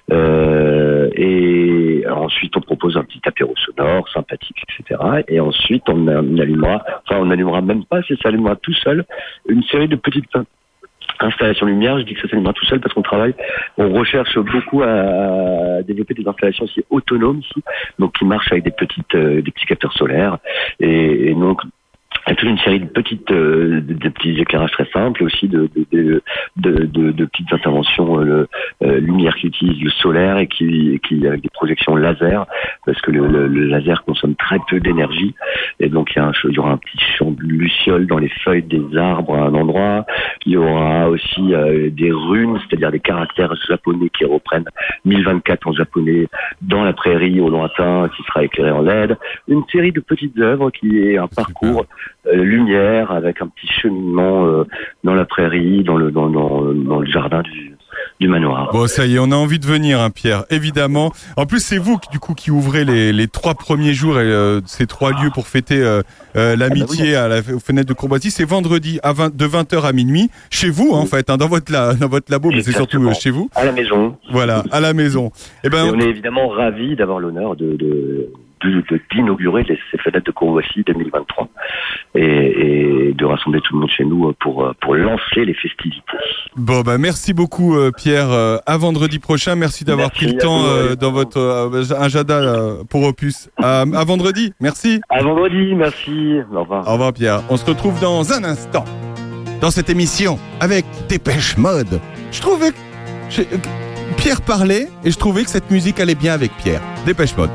Euh, et ensuite on propose un petit apéro sonore, sympathique, et cetera. Et ensuite on, on allumera, enfin on allumera même pas, c'est ça allumera tout seul, une série de petites installation lumière. Je dis que ça s'allumera tout seul parce qu'on travaille, on recherche beaucoup à développer des installations aussi autonomes ici, donc qui marchent avec des petites, euh, des petits capteurs solaires et, et donc il y a toute une série de petites, euh, de, de petits éclairages très simples et aussi de, de, de, de, de, de petites interventions euh, euh, lumière qui utilisent le solaire et qui, qui avec des projections laser parce que le, le, le laser consomme très peu d'énergie et donc il y, a un, il y aura un petit champ de lucioles dans les feuilles des arbres à un endroit. Il y aura aussi euh, des runes, c'est-à-dire des caractères japonais qui reprennent mille vingt-quatre en japonais dans la prairie au lointain qui sera éclairé en L E D. Une série de petites œuvres qui est un parcours Euh, lumière avec un petit cheminement euh, dans la prairie, dans le dans, dans, dans le jardin du, du manoir. Bon, ça y est, on a envie de venir, hein, Pierre, évidemment. En plus, c'est vous du coup qui ouvrez les, les trois premiers jours et euh, ces trois lieux pour fêter euh, euh, l'amitié ah bah oui. à la aux fenêtres de Courboissy. C'est vendredi à vingt, de vingt heures à minuit, chez vous, hein, en fait, hein, dans votre la, dans votre labo, mais c'est surtout euh, chez vous. À la maison. Voilà, à la maison. Et ben, et on est évidemment ravis d'avoir l'honneur de, de De, de, d'inaugurer les, ces fenêtres de Courboissy deux mille vingt-trois et, et de rassembler tout le monde chez nous pour, pour lancer les festivités. Bon, bah merci beaucoup euh, Pierre. Euh, à vendredi prochain. Merci d'avoir merci pris le temps euh, dans votre euh, agenda euh, pour Opus. À, à vendredi. Merci. À vendredi. Merci. Au revoir. Au revoir Pierre. On se retrouve dans un instant dans cette émission avec Dépêche Mode. Je trouvais que je, Pierre parlait et je trouvais que cette musique allait bien avec Pierre. Dépêche Mode.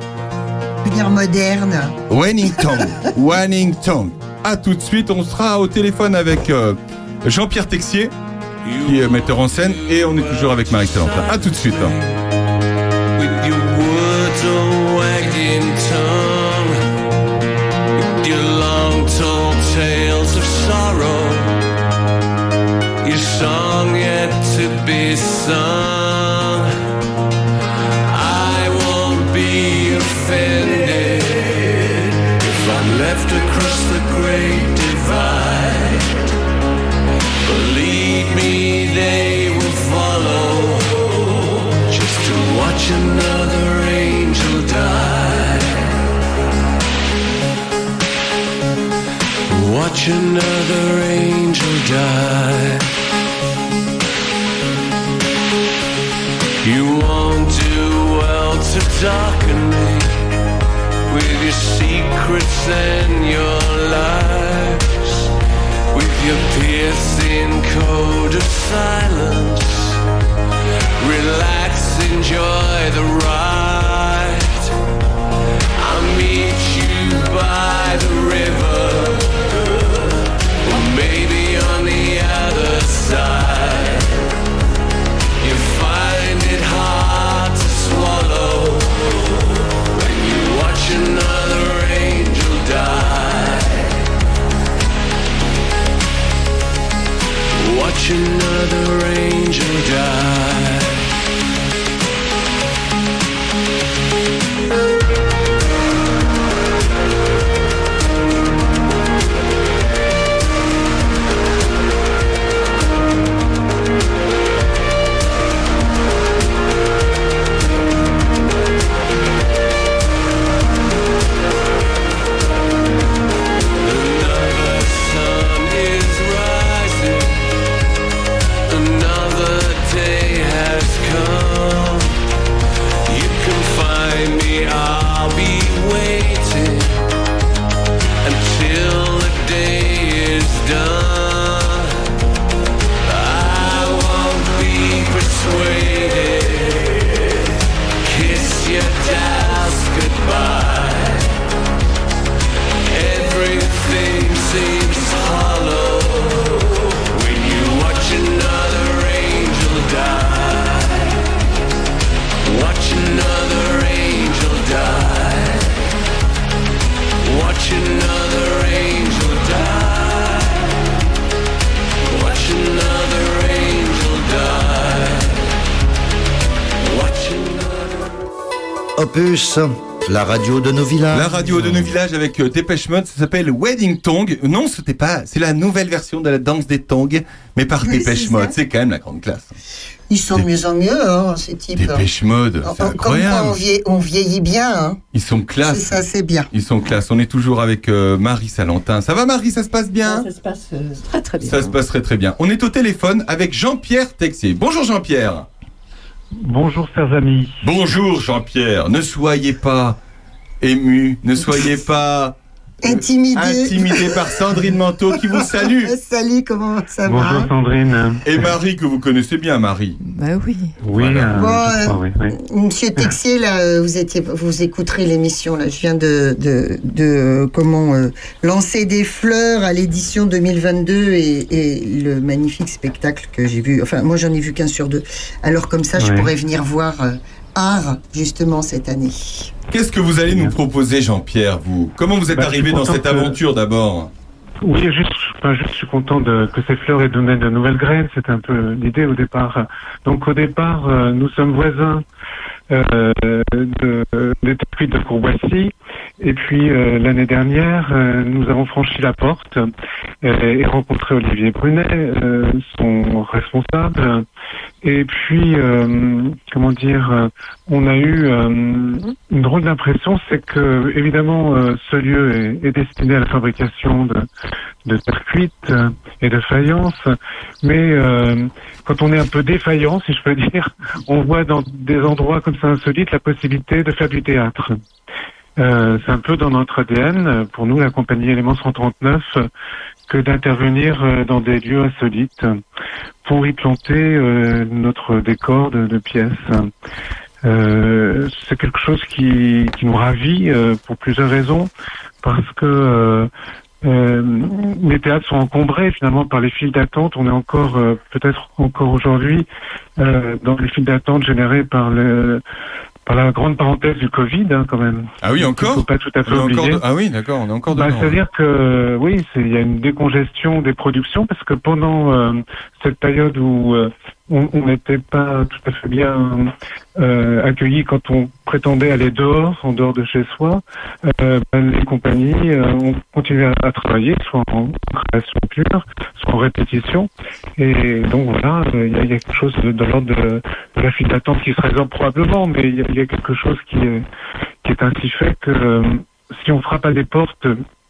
Moderne. Wellington, Wellington. À tout de suite, on sera au téléphone avec euh, Jean-Pierre Texier, qui est metteur en scène, et on est toujours avec Marie Salentin. À tout de suite. With your words a wagging tongue, with your long told tales of sorrow, your song yet to be sung. I won't be offended if I'm left across the great divide. Believe me, they will follow just to watch watch another angel die. You won't do well to darken me with your secrets and your lies, with your piercing code of silence. Relax, enjoy the ride. I'll meet you by the river, or maybe on the other side. You find it hard to swallow when you watch another angel die. Watch another angel die. Opus, la radio de nos villages. La radio de nos villages avec euh, Dépêche Mode, ça s'appelle Wedding Tongue. Non, c'était pas, c'est la nouvelle version de la danse des tongs, mais par Oui, Dépêche c'est Mode. ça. C'est quand même la grande classe. Ils sont de mieux en mieux, hein, ces types. Dépêche Mode, Oh, c'est oh, comme quoi incroyable. on, vieillit, on vieillit bien. Hein. Ils sont classe. C'est ça, c'est bien. Ils sont classe. On est toujours avec euh, Marie Salentin. Ça va Marie, ça se passe bien? Ça se passe euh, très très bien. Ça se passe très très bien. On est au téléphone avec Jean-Pierre Texier. Bonjour Jean-Pierre. Bonjour chers amis. Bonjour Jean-Pierre. Ne soyez pas ému, ne soyez pas euh, Intimidé. intimidé par Sandrine Manteau qui vous salue. Salut, comment ça Bonjour va? Sandrine. Et Marie que vous connaissez bien, Marie. Bah oui. Oui, Voilà. euh, Bon, je euh, crois, oui, oui. Monsieur Texier, là, euh, vous étiez, vous écouterez l'émission. Là, je viens de, de, de euh, comment euh, lancer des fleurs à l'édition deux mille vingt-deux et, et le magnifique spectacle que j'ai vu. Enfin, moi, j'en ai vu qu'un sur deux. Alors comme ça, je Ouais. pourrais venir voir euh, Art justement cette année. Qu'est-ce que vous allez nous proposer, Jean-Pierre, vous? Comment vous êtes Bah, je arrivé suis dans content cette que- aventure d'abord? Oui, juste, enfin, juste, je suis content de, que ces fleurs aient donné de nouvelles graines. C'était un peu l'idée au départ. Donc au départ, euh, nous sommes voisins euh, de, des Tercuites de Courboissy. Et puis euh, l'année dernière, euh, nous avons franchi la porte euh, et rencontré Olivier Brunet, euh, son responsable. Et puis, euh, comment dire, euh, on a eu euh, une drôle d'impression, c'est que évidemment euh, ce lieu est, est destiné à la fabrication de, de terre cuite euh, et de faïence, mais euh, quand on est un peu défaillant, si je peux dire, on voit dans des endroits comme ça insolites la possibilité de faire du théâtre. Euh, c'est un peu dans notre A D N, pour nous, la compagnie Élément cent trente-neuf, que d'intervenir euh, dans des lieux insolites pour y planter euh, notre décor de, de pièces. Euh, c'est quelque chose qui, qui nous ravit euh, pour plusieurs raisons, parce que euh, euh, les théâtres sont encombrés finalement par les files d'attente. On est encore, euh, peut-être encore aujourd'hui, euh, dans les files d'attente générées par le par la grande parenthèse du Covid, hein, quand même. Ah oui, encore? Il faut pas tout à fait On est oublier. encore de- Ah oui, d'accord, on est encore Bah, dedans. c'est-à-dire que oui, c'est- il y a une décongestion des productions parce que pendant euh, cette période où euh, on on n'était pas tout à fait bien euh, accueillis quand on prétendait aller dehors, en dehors de chez soi, euh, bah, les compagnies euh, ont continué à, à travailler, soit en création pure, soit en répétition. Et donc voilà, euh, il y, a- il y a quelque chose de, de l'ordre de, de la file d'attente qui se résorbe probablement, mais il y, a- il y a quelque chose qui est, qui est ainsi fait que euh, si on frappe à des portes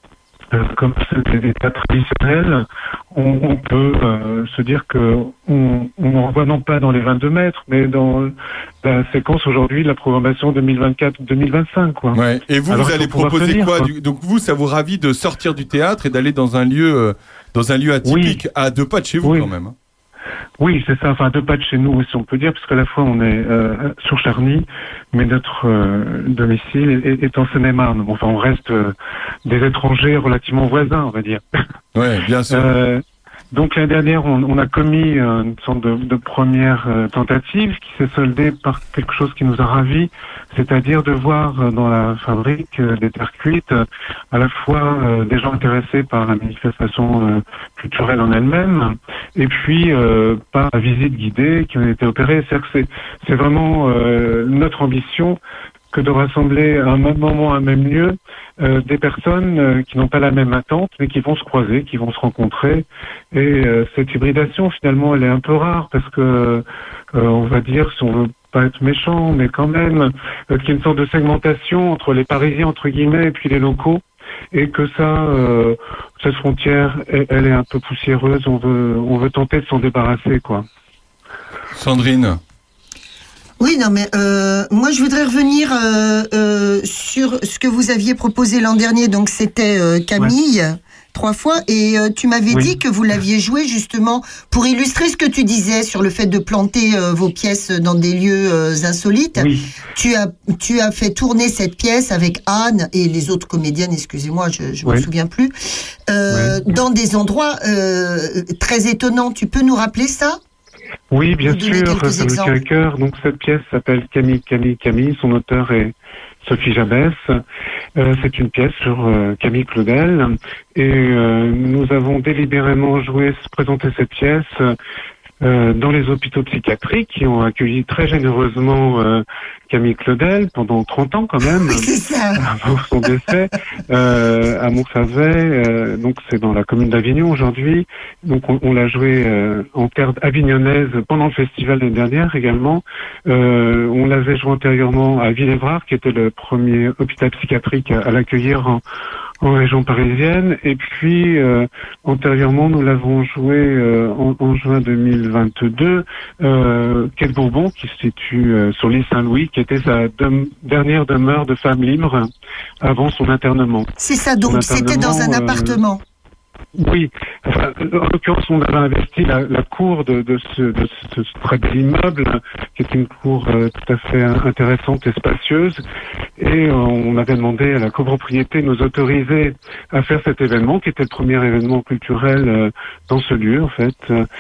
euh, comme c'est des théâtres traditionnels, on, on peut euh, se dire que on, on en voit non pas dans les vingt-deux mètres, mais dans la séquence aujourd'hui de la programmation deux mille vingt-quatre deux mille vingt-cinq, quoi. Ouais. Et vous, Alors, vous allez proposer tenir, quoi, quoi. du... Donc vous, ça vous ravit de sortir du théâtre et d'aller dans un lieu, euh, dans un lieu atypique, Oui. à deux pas de chez vous Oui. quand même. hein. Oui, c'est ça, enfin deux pas de chez nous, si on peut dire, parce qu'à la fois on est euh, sur Charny, mais notre euh, domicile est, est en Seine-et-Marne. Bon, enfin, on reste euh, des étrangers relativement voisins, on va dire. Ouais, bien sûr. Euh, donc l'année dernière, on, on a commis euh, une sorte de, de première euh, tentative qui s'est soldée par quelque chose qui nous a ravis, c'est-à-dire de voir euh, dans la fabrique euh, des terres cuites euh, à la fois euh, des gens intéressés par la manifestation euh, culturelle en elle-même, et puis euh, par la visite guidée qui a été opérée. C'est-à-dire que c'est, c'est vraiment euh, notre ambition que de rassembler à un même moment, à un même lieu, euh, des personnes euh, qui n'ont pas la même attente, mais qui vont se croiser, qui vont se rencontrer. Et euh, cette hybridation, finalement, elle est un peu rare, parce que, euh, on va dire, si on veut pas être méchant, mais quand même, euh, qu'il y a une sorte de segmentation entre les Parisiens, entre guillemets, et puis les locaux, et que ça, euh, cette frontière, elle, elle est un peu poussiéreuse, on veut, on veut tenter de s'en débarrasser, quoi. Sandrine. Oui, non, mais euh, moi je voudrais revenir euh, euh, sur ce que vous aviez proposé l'an dernier. Donc c'était euh, Camille, ouais. trois fois, et euh, tu m'avais oui. dit que vous l'aviez joué justement pour illustrer ce que tu disais sur le fait de planter euh, vos pièces dans des lieux euh, insolites. Oui. Tu as tu as fait tourner cette pièce avec Anne et les autres comédiennes. Excusez-moi, je je ouais. me souviens plus. Euh, ouais. Dans des endroits euh, très étonnants. Tu peux nous rappeler ça? Oui, bien sûr, ça me tient à cœur. Donc cette pièce s'appelle Camille, Camille, Camille. Son auteur est Sophie Jabès. Euh, c'est une pièce sur euh, Camille Claudel. Et euh, nous avons délibérément joué, présenté cette pièce euh, dans les hôpitaux psychiatriques qui ont accueilli très généreusement euh, Camille Claudel pendant trente ans quand même, avant son décès, euh, à Montfavet. Euh, donc c'est dans la commune d'Avignon aujourd'hui. Donc on, on l'a joué euh, en terre avignonnaise pendant le festival l'année dernière également. Euh, on l'avait joué antérieurement à Villévrard, qui était le premier hôpital psychiatrique à, à l'accueillir en, en région parisienne. Et puis euh, antérieurement, nous l'avons joué euh, en, en juin deux mille vingt-deux, euh, Quai de Bourbon, qui se situe euh, sur l'île Saint-Louis, qui était sa de- dernière demeure de femme libre avant son internement. C'est ça, donc c'était dans un euh, appartement. Oui, enfin, en l'occurrence, on avait investi la, la cour de, de, ce, de ce, ce très bel immeuble, qui est une cour euh, tout à fait intéressante et spacieuse, et euh, on avait demandé à la copropriété de nous autoriser à faire cet événement, qui était le premier événement culturel euh, dans ce lieu, en fait,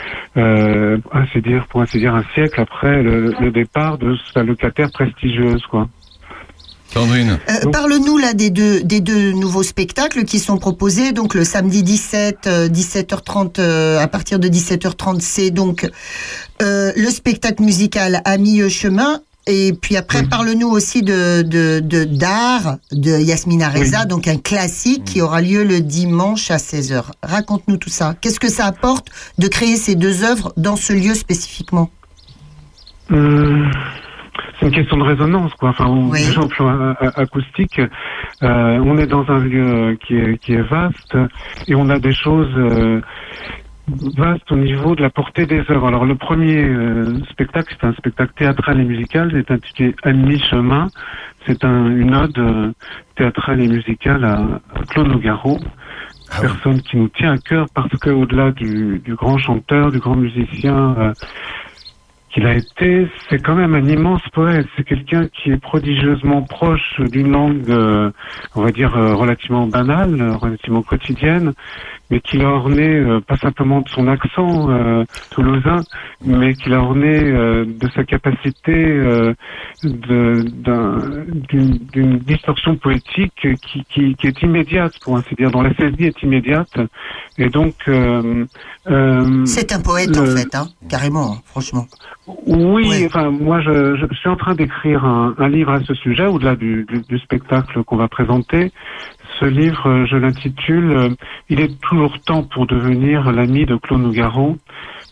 euh, ainsi dire, pour ainsi dire un siècle après le, le départ de sa locataire prestigieuse, quoi. Sandrine. Euh, parle-nous là des deux, des deux nouveaux spectacles qui sont proposés. Donc le samedi dix-sept, euh, dix-sept heures trente, euh, à partir de dix-sept heures trente, c'est donc euh, le spectacle musical à mi-chemin. Et puis après, oui. parle-nous aussi de, de, de d'art de Yasmina Reza, oui. donc un classique qui aura lieu le dimanche à seize heures. Raconte-nous tout ça. Qu'est-ce que ça apporte de créer ces deux œuvres dans ce lieu spécifiquement? Hum... C'est une question de résonance, quoi. Enfin, on, oui. déjà au plan acoustique, euh, on est dans un lieu qui est, qui est vaste et on a des choses euh, vastes au niveau de la portée des œuvres. Alors, le premier euh, spectacle, c'est un spectacle théâtral et musical, c'est intitulé À mi-chemin. C'est un, une ode euh, théâtrale et musicale à, à Claude Nougaro. Ah oui. Personne qui nous tient à cœur parce que au-delà du, du grand chanteur, du grand musicien, euh, qu'il a été, c'est quand même un immense poète. C'est quelqu'un qui est prodigieusement proche d'une langue, euh, on va dire, euh, relativement banale, euh, relativement quotidienne, mais qui l'a orné euh, pas simplement de son accent euh, toulousain, mais qui l'a orné euh, de sa capacité euh, de, d'un, d'une, d'une distorsion poétique qui, qui, qui est immédiate, pour ainsi dire, dont la saisie est immédiate. Et donc... Euh, euh, c'est un poète, le... en fait, hein, carrément, hein, franchement. Oui, ouais. enfin, moi, je, je suis en train d'écrire un, un livre à ce sujet, au-delà du, du, du spectacle qu'on va présenter. Ce livre, je l'intitule « Il est toujours temps pour devenir l'ami de Claude Nougaro ».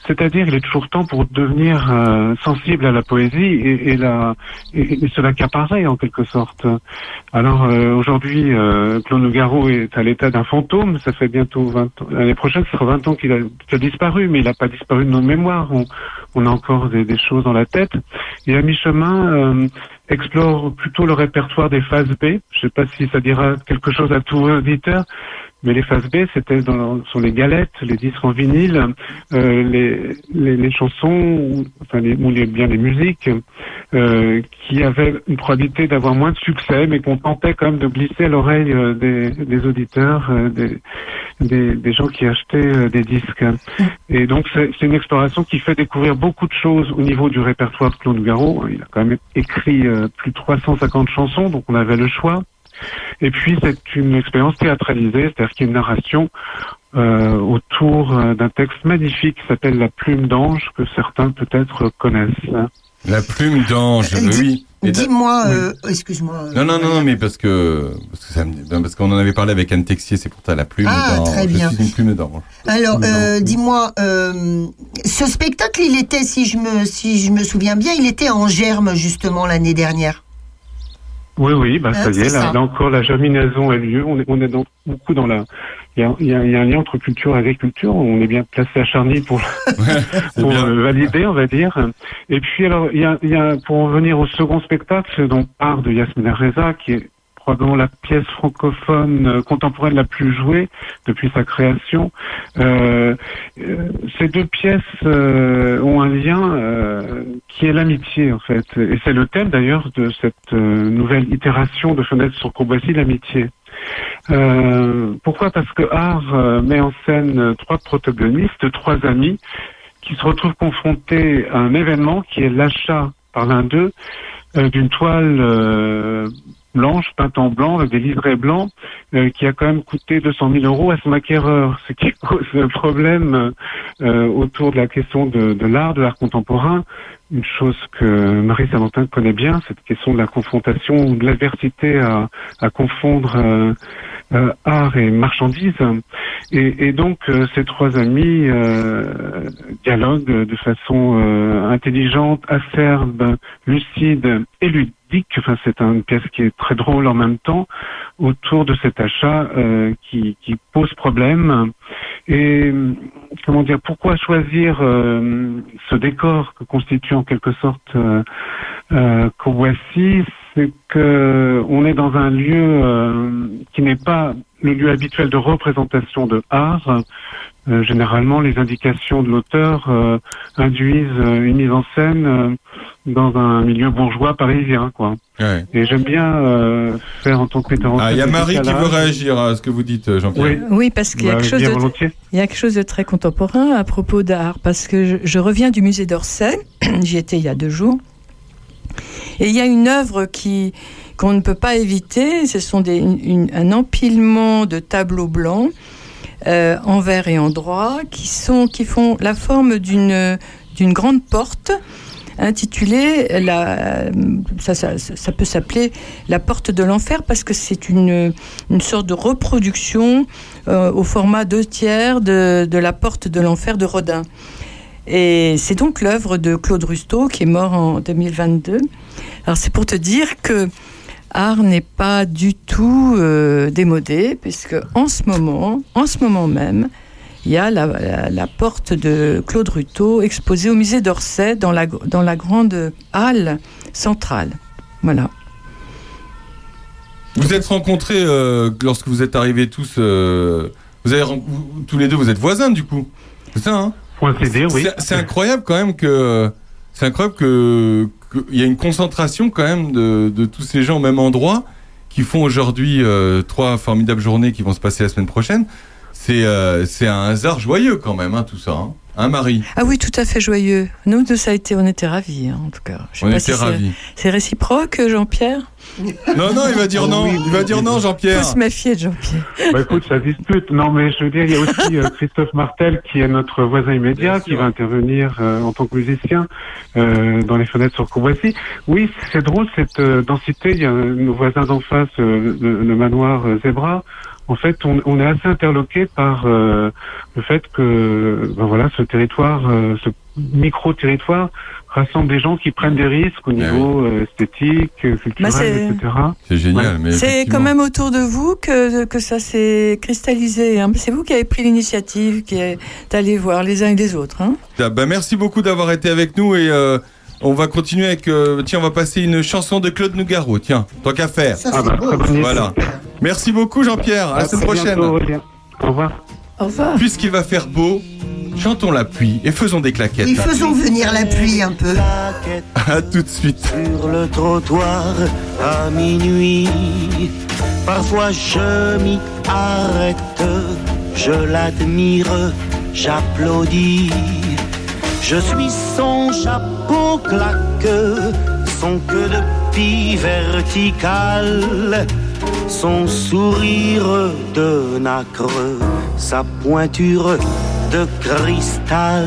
c'est-à-dire il est toujours temps pour devenir euh, sensible à la poésie et, et, la, et, et se l'accaparer en quelque sorte. Alors euh, aujourd'hui, euh, Claude Nougaro est à l'état d'un fantôme, ça fait bientôt vingt ans. L'année prochaine, ce sera vingt ans qu'il a, qu'il a disparu, mais il n'a pas disparu de nos mémoires. On, on a encore des, des choses dans la tête. Et à mi-chemin, euh, explore plutôt le répertoire des phases B. Je ne sais pas si ça dira quelque chose à tous vos auditeurs, mais les phases B, c'était dans, sont les galettes, les disques en vinyle, euh, les, les, les chansons, ou, enfin les, ou les, bien les musiques, euh, qui avaient une probabilité d'avoir moins de succès, mais qu'on tentait quand même de glisser à l'oreille euh, des, des auditeurs, euh, des, des, des gens qui achetaient euh, des disques. Et donc c'est, c'est une exploration qui fait découvrir beaucoup de choses au niveau du répertoire de Claude Nougaro. Il a quand même écrit euh, plus de trois cent cinquante chansons, donc on avait le choix. Et puis c'est une expérience théâtralisée, c'est-à-dire qu'il y a une narration euh, autour euh, d'un texte magnifique qui s'appelle La Plume d'Ange, que certains peut-être connaissent. La Plume d'Ange, Euh, dis- oui. Et da- Dis-moi, oui. euh, excuse-moi. euh, Non, non, non, non, mais parce que, parce que ça me- parce qu'on en avait parlé avec Anne Texier, c'est pour ça la plume Ah, d'ange. très bien. Je suis une plume d'ange. Alors, Plume euh, d'ange. dis-moi, euh, ce spectacle, il était, si je me, si je me souviens bien, il était en germe justement l'année dernière. Oui, oui, bah Hein, ça y c'est est, là, ça. là encore la germination a lieu. On est, on est dans, beaucoup dans la. Il y a, il y, a, il y a un lien entre culture et agriculture. On est bien placé à Charny pour, pour bien. le valider, on va dire. Et puis alors, il y a, il y a pour en venir au second spectacle, donc Art de Yasmina Reza, qui est probablement la pièce francophone euh, contemporaine la plus jouée depuis sa création. Euh, euh, ces deux pièces euh, ont un lien euh, qui est l'amitié en fait, et c'est le thème d'ailleurs de cette euh, nouvelle itération de Fenêtre sur Courboissy, l'amitié. Euh, pourquoi ? Parce que Art euh, met en scène euh, trois protagonistes, trois amis, qui se retrouvent confrontés à un événement qui est l'achat par l'un d'eux euh, d'une toile euh, blanche, peinte en blanc, avec des livrets blancs, euh, qui a quand même coûté deux cent mille euros à son acquéreur, ce qui pose un problème euh, autour de la question de, de l'art, de l'art contemporain. Une chose que Marie Salentin connaît bien, cette question de la confrontation ou de l'adversité à, à confondre euh, euh, art et marchandise. Et, et donc, euh, ces trois amis euh, dialoguent de façon euh, intelligente, acerbe, lucide et ludique. Enfin, c'est une pièce qui est très drôle en même temps autour de cet achat euh, qui, qui pose problème. Et comment dire, pourquoi choisir euh, ce décor que constitue en quelque sorte euh, euh, Courboissy ? C'est que on est dans un lieu euh, qui n'est pas le lieu habituel de représentation de art. Euh, généralement, les indications de l'auteur euh, induisent euh, une mise en scène euh, dans un milieu bourgeois parisien, quoi. Ouais. Et j'aime bien euh, faire en tant que metteur en scène. Ah, il y a des Marie qui décalages. veut réagir à ce que vous dites, Jean-Pierre. Oui. Oui, parce qu'il y a Bah, quelque chose bien de, volontiers. il y a quelque chose de très contemporain à propos d'art, parce que je, je reviens du musée d'Orsay, j'y étais il y a deux jours, et il y a une œuvre qui qu'on ne peut pas éviter, ce sont des, une, un empilement de tableaux blancs, euh, en vert et en droit, qui, sont, qui font la forme d'une, d'une grande porte, intitulée, la, ça, ça, ça peut s'appeler la porte de l'enfer, parce que c'est une, une sorte de reproduction euh, au format deux tiers de, de la porte de l'enfer de Rodin. Et c'est donc l'œuvre de Claude Rustaud, qui est mort en deux mille vingt-deux. Alors c'est pour te dire que art n'est pas du tout euh, démodé, puisque en ce moment, en ce moment même, il y a la, la, la porte de Claude Rustaud exposée au musée d'Orsay dans la, dans la grande halle centrale. Voilà. Vous êtes rencontrés euh, lorsque vous êtes arrivés tous. Euh, vous avez ren- vous- tous les deux, vous êtes voisins du coup. C'est ça, hein ? Pour ainsi dire, oui. C'est, c'est incroyable quand même que. C'est incroyable que qu'il y a une concentration quand même de, de tous ces gens au même endroit qui font aujourd'hui euh, trois formidables journées qui vont se passer la semaine prochaine. C'est, euh, c'est un hasard joyeux quand même, hein, tout ça. Hein, hein Marie ? Ah oui, tout à fait joyeux. Nous, nous ça a été, on était ravis, hein, en tout cas. Je sais On pas était si c'est- ravis. C'est réciproque, Jean-Pierre ? Non, non, il va dire non. Il va dire non, Jean-Pierre. Faut se méfier de Jean-Pierre. Bah écoute, ça dispute. Non, mais je veux dire, il y a aussi euh, Christophe Martel, qui est notre voisin immédiat, qui va intervenir euh, en tant que musicien euh, dans les fenêtres sur Courboissy. Oui, c'est drôle, cette euh, densité. Il y a nos voisins d'en face, euh, le, le manoir euh, Zebra, en fait, on, on est assez interloqué par euh, le fait que, ben voilà, ce territoire, euh, ce micro-territoire rassemble des gens qui prennent des risques au niveau oui. euh, esthétique, culturel, Bah, c'est- et cetera. C'est génial. Ouais. Mais C'est effectivement. quand même autour de vous que, que ça s'est cristallisé. Hein. C'est vous qui avez pris l'initiative, qui est allé voir les uns et les autres. Hein. Ah, bah, merci beaucoup d'avoir été avec nous et euh, on va continuer avec. Euh, tiens, on va passer une chanson de Claude Nougaro. Tiens, tant qu'à faire. Ça, Ah c'est bah, beau. très bonne idée. Voilà. Merci beaucoup, Jean-Pierre. À la À semaine très prochaine. bientôt, Aurélien. Au revoir. Au revoir. Puisqu'il va faire beau, chantons la pluie et faisons des claquettes. Et faisons venir la pluie un peu. À tout de suite. Sur le trottoir à minuit, parfois je m'y arrête, je l'admire, j'applaudis. Je suis son chapeau claque, son queue de pie verticale, son sourire de nacre, sa pointure de cristal.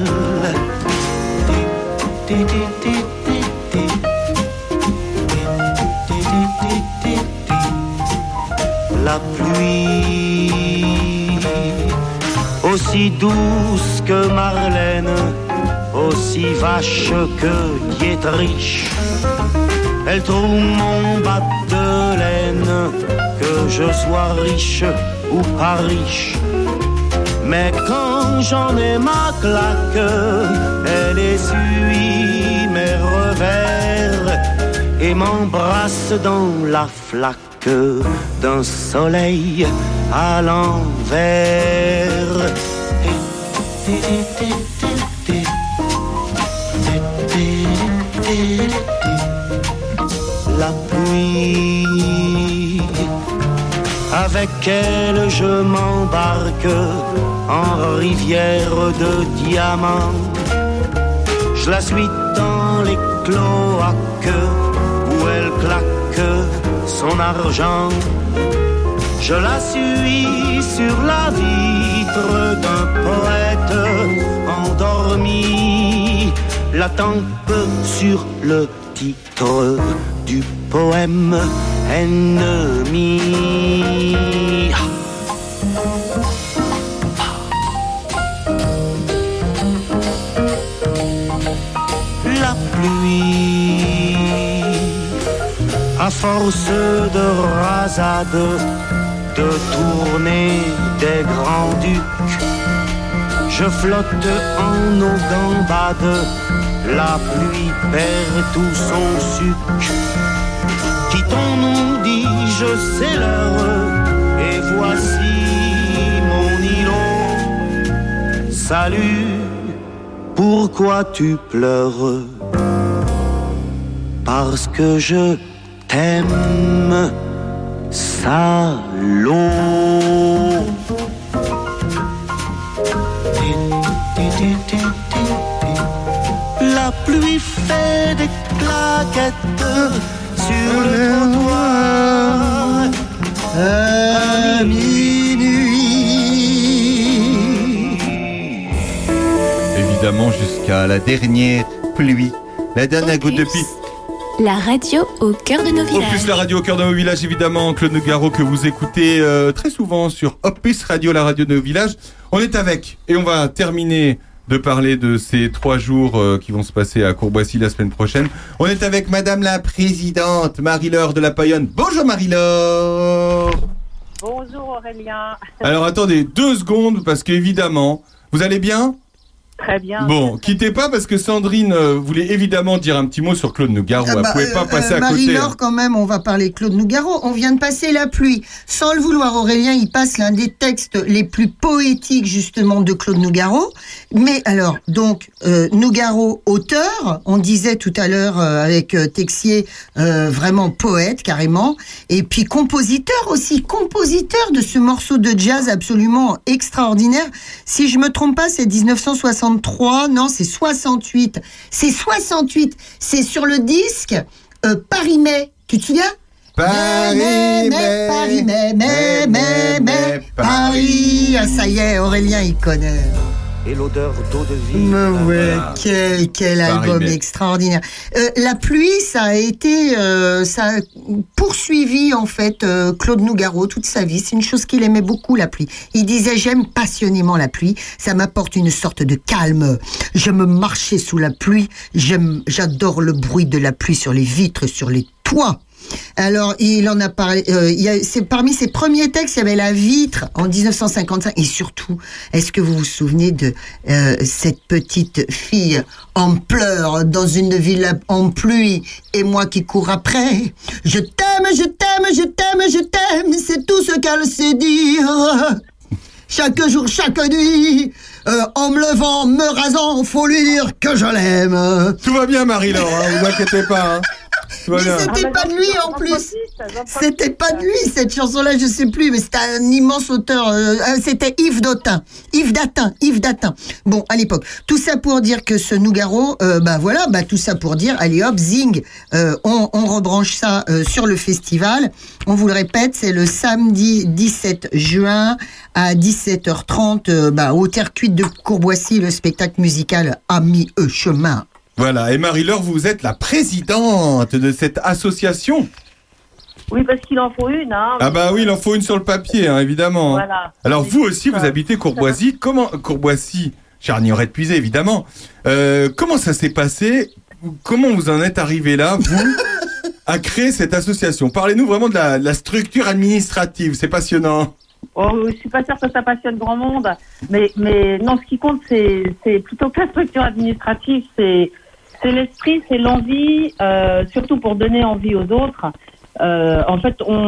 La pluie, aussi douce que Marlène, aussi vache que Dietrich, elle trouve mon bas de laine, que je sois riche ou pas riche. Mais quand j'en ai ma claque, elle essuie mes revers et m'embrasse dans la flaque d'un soleil à l'envers. La pluie, avec elle je m'embarque en rivière de diamants. Je la suis dans les cloaques où elle claque son argent. Je la suis sur la vitre d'un poète endormi, la tempe sur le titre du poème ennemi. La pluie, à force de rasade, de tourner des grands-ducs, je flotte en eau gambade, la pluie perd tout son suc. Quittons-nous, dis-je, c'est l'heure, et voici mon îlot. Salut, pourquoi tu pleures? Parce que je t'aime, salaud. La pluie fait des claquettes sur le trottoir À minuit. Évidemment, jusqu'à la dernière pluie, la dernière goutte de pluie. La radio au cœur de nos Opus, villages. la radio au cœur de nos villages, évidemment. Claude Nougaro que vous écoutez euh, très souvent sur Opus Radio, la radio de nos villages. On est avec, et on va terminer de parler de ces trois jours euh, qui vont se passer à Courboissy la semaine prochaine. On est avec Madame la Présidente, Marie-Laure de la Payonne. Bonjour Marie-Laure. Bonjour Aurélien. Alors attendez deux secondes, parce qu'évidemment, vous allez bien ? Très bien. Bon, quittez pas parce que Sandrine euh, voulait évidemment dire un petit mot sur Claude Nougaro. Ah Elle bah, pouvait pas euh, passer euh, à côté. Marie-Laure, quand même, on va parler Claude Nougaro. On vient de passer la pluie. Sans le vouloir, Aurélien, il passe l'un des textes les plus poétiques, justement, de Claude Nougaro. Mais alors, donc, euh, Nougaro, auteur, on disait tout à l'heure euh, avec euh, Texier, euh, vraiment poète, carrément. Et puis compositeur aussi, compositeur de ce morceau de jazz absolument extraordinaire. Si je me trompe pas, c'est dix-neuf cent soixante-trois, non, c'est soixante-huit. C'est soixante-huit. C'est sur le disque euh, Paris-Mai. Tu te souviens? Paris, mais, mais, Paris, mais, mais, mais, mais, Paris. Ah, ça y est, Aurélien, il connaît. et l'odeur d'eau de vie. Mais ouais, Voilà. quel, quel album Paris, mais- extraordinaire. Euh, la pluie, ça a été, euh, ça a poursuivi en fait euh, Claude Nougaro toute sa vie. C'est une chose qu'il aimait beaucoup, la pluie. Il disait j'aime passionnément la pluie. Ça m'apporte une sorte de calme. Je me marchais sous la pluie. J'aime, j'adore le bruit de la pluie sur les vitres, sur les toits. Alors, il en a parlé. Euh, il y a, c'est parmi ses premiers textes, il y avait La Vitre en dix-neuf cent cinquante-cinq. Et surtout, est-ce que vous vous souvenez de euh, cette petite fille en pleurs dans une ville en pluie et moi qui cours après. Je t'aime, je t'aime, je t'aime, je t'aime. C'est tout ce qu'elle sait dire. Chaque jour, chaque nuit, euh, en me levant, me rasant, faut lui dire que je l'aime. Tout va bien, Marie-Laure, hein, vous inquiétez pas. Hein. Tout va Mais bien. c'était Ah, pas bah, de lui j'en en plus. profite, j'en C'était profite. pas de lui cette chanson-là, je sais plus, mais c'était un immense auteur. euh, euh, c'était Yves Datin, Yves Datin, Yves Datin. Bon, à l'époque, tout ça pour dire que ce Nougaro, euh, bah voilà, bah tout ça pour dire, allez hop, zing, euh, on, on rebranche ça euh, sur le festival. On vous le répète, c'est le samedi dix-sept juin à dix-sept heures trente, euh, bah au Terre Cuite de Courboissy, le spectacle musical a mis eux chemin. Voilà, et Marie-Laure, vous êtes la présidente de cette association. Oui, parce qu'il en faut une. Hein, Ah bah oui, il en faut une sur le papier, hein, évidemment. Voilà. Alors vous aussi, vous habitez Courboissy. Comment Courboissy, Charny-Auret-Puisé, évidemment. Euh, comment ça s'est passé? Comment vous en êtes arrivé là, vous, à créer cette association? Parlez-nous vraiment de la, de la structure administrative, c'est passionnant. Oh, je suis pas sûre que ça passionne grand monde, mais, mais non, ce qui compte, c'est, c'est plutôt que la structure administrative, c'est, c'est l'esprit, c'est l'envie, euh, surtout pour donner envie aux autres. Euh, en fait, on,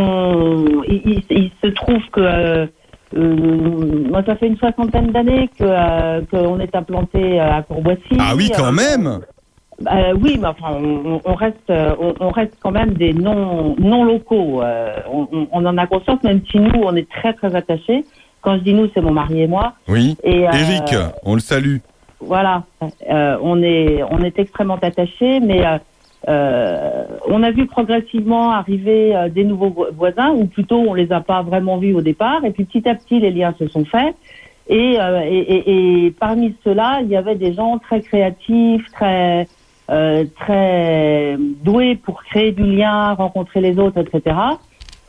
on, il, il, il se trouve que euh, euh, moi, ça fait une soixantaine d'années que euh, qu'on est implanté à Courboissy. Ah oui, quand Euh, même. Euh, oui, mais enfin, on, on reste, on, on reste quand même des non non locaux. Euh, on, on, on en a conscience, même si nous, on est très très attachés. Quand je dis nous, c'est mon mari et moi. Oui. Et, euh, Eric, on le salue. Voilà, euh, on est on est extrêmement attachés, mais euh, euh, on a vu progressivement arriver euh, des nouveaux vo- voisins, ou plutôt on les a pas vraiment vus au départ, et puis petit à petit les liens se sont faits. Et, euh, et, et, et parmi ceux-là, il y avait des gens très créatifs, très Euh, très doué pour créer du lien, rencontrer les autres, et cetera.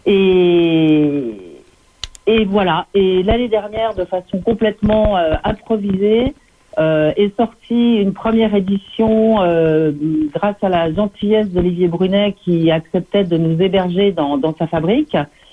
Et, et voilà. Et l'année dernière, de façon complètement euh, improvisée, euh, est sortie une première édition euh, grâce à la gentillesse d'Olivier Brunet qui acceptait de nous héberger dans, dans sa fabrique.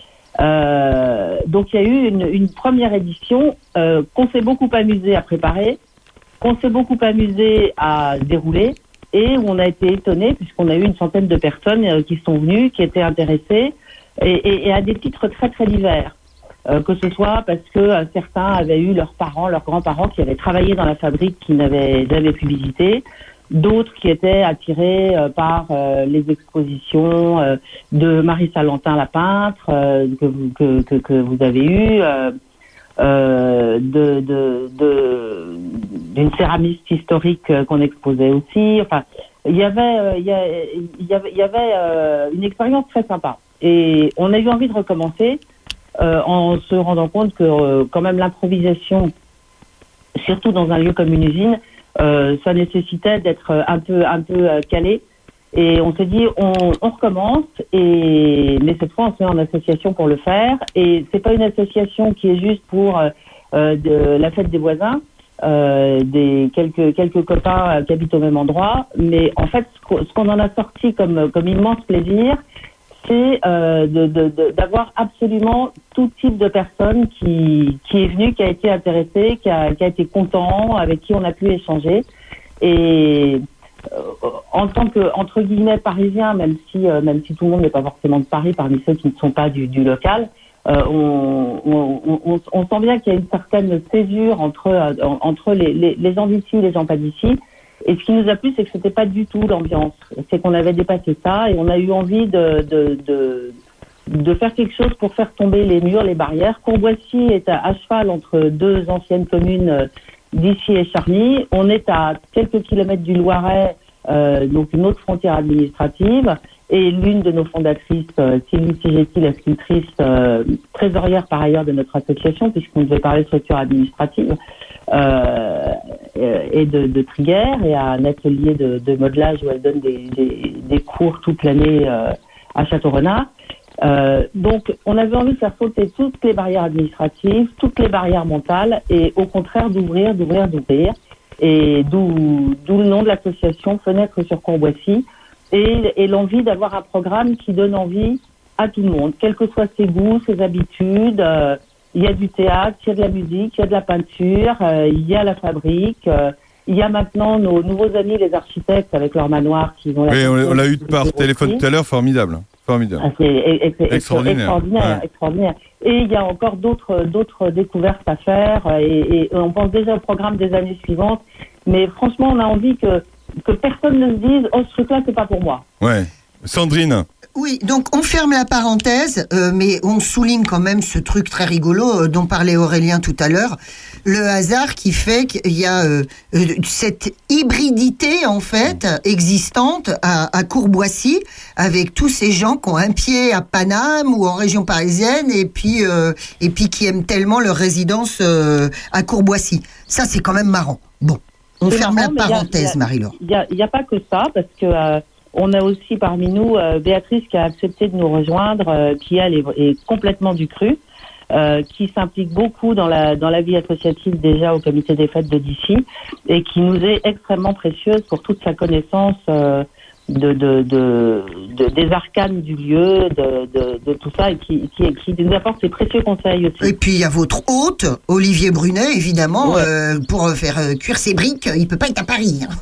Euh, donc il y a eu une, une première édition euh, qu'on s'est beaucoup amusé à préparer, qu'on s'est beaucoup amusé à dérouler, et où on a été étonnés puisqu'on a eu une centaine de personnes euh, qui sont venues, qui étaient intéressées, et, et, et à des titres très très divers. Euh, que ce soit parce que euh, certains avaient eu leurs parents, leurs grands-parents qui avaient travaillé dans la fabrique, qui n'avaient jamais pu visiter, d'autres qui étaient attirés euh, par euh, les expositions euh, de Marie Salentin, la peintre, euh, que, vous, que, que, que vous avez eu, euh, euh, de, de, de, d'une céramiste historique euh, qu'on exposait aussi. Enfin, il y avait, euh, il y, a, il y avait, il y avait euh, une expérience très sympa. Et on a eu envie de recommencer euh, en se rendant compte que euh, quand même l'improvisation, surtout dans un lieu comme une usine, euh, ça nécessitait d'être un peu, un peu euh, calé. Et on s'est dit, on, on recommence, et mais cette fois on se met en association pour le faire. Et c'est pas une association qui est juste pour euh, de la fête des voisins, euh, des quelques quelques copains euh, qui habitent au même endroit. Mais en fait, ce qu'on, ce qu'on en a sorti comme comme immense plaisir, c'est euh, de, de, de, d'avoir absolument tout type de personnes qui qui est venu, qui a été intéressé, qui a qui a été content, avec qui on a pu échanger. Et Euh, en tant que entre guillemets parisien, même si euh, même si tout le monde n'est pas forcément de Paris, parmi ceux qui ne sont pas du, du local, euh, on, on, on, on sent bien qu'il y a une certaine césure entre euh, entre les, les, les gens d'ici et les gens pas d'ici. Et ce qui nous a plu, c'est que c'était pas du tout l'ambiance, c'est qu'on avait dépassé ça et on a eu envie de de, de de faire quelque chose pour faire tomber les murs, les barrières. Courboissy est à, à cheval entre deux anciennes communes euh, d'ici et Charny. On est à quelques kilomètres du Loiret, euh, donc une autre frontière administrative. et l'une de nos fondatrices, euh, Sylvie Sigetti, la sculptrice, euh, trésorière par ailleurs de notre association, puisqu'on devait parler de structure administrative, euh, et de, de Trigger, et à un atelier de, de modelage où elle donne des, des, des cours toute l'année euh, à Château-Renard. Euh, donc, on avait envie de faire sauter toutes les barrières administratives, toutes les barrières mentales, et au contraire d'ouvrir, d'ouvrir, d'ouvrir. Et d'où, d'où le nom de l'association Fenêtre sur Courboissy, et, et l'envie d'avoir un programme qui donne envie à tout le monde, quels que soient ses goûts, ses habitudes. Euh, il y a du théâtre, il y a de la musique, il y a de la peinture, euh, il y a la fabrique. Euh, il y a maintenant nos nouveaux amis les architectes avec leur manoir qui vont... Oui, on, on l'a eu par téléphone tout à l'heure, formidable. Formidable. Ah, c'est ex- ex- extraordinaire. Extraordinaire, ouais. extraordinaire. Et il y a encore d'autres, d'autres découvertes à faire, et, et on pense déjà au programme des années suivantes. Mais franchement, on a envie que, que personne ne se dise « Oh, ce truc-là, c'est pas pour moi ». Ouais. Sandrine. Oui, donc on ferme la parenthèse, euh, mais on souligne quand même ce truc très rigolo euh, dont parlait Aurélien tout à l'heure, le hasard qui fait qu'il y a euh, euh, cette hybridité en fait existante à, à Courboissy, avec tous ces gens qui ont un pied à Paname ou en région parisienne et puis euh, et puis qui aiment tellement leur résidence euh, à Courboissy. Ça c'est quand même marrant. Bon, on C'est ferme marrant, la mais parenthèse, y a- y a- Marie-Laure. Il n'y a, il y a pas que ça, parce que euh, on a aussi parmi nous euh, Béatrice qui a accepté de nous rejoindre, euh, qui elle est, est complètement du cru, euh, qui s'implique beaucoup dans la dans la vie associative déjà au comité des fêtes de Dissy, et qui nous est extrêmement précieuse pour toute sa connaissance euh, de, de, de, de des arcanes du lieu, de, de, de tout ça, et qui, qui, qui nous apporte ses précieux conseils aussi. Et puis il y a votre hôte, Olivier Brunet, évidemment, Ouais. euh, pour faire euh, cuire ses briques, il peut pas être à Paris. Hein.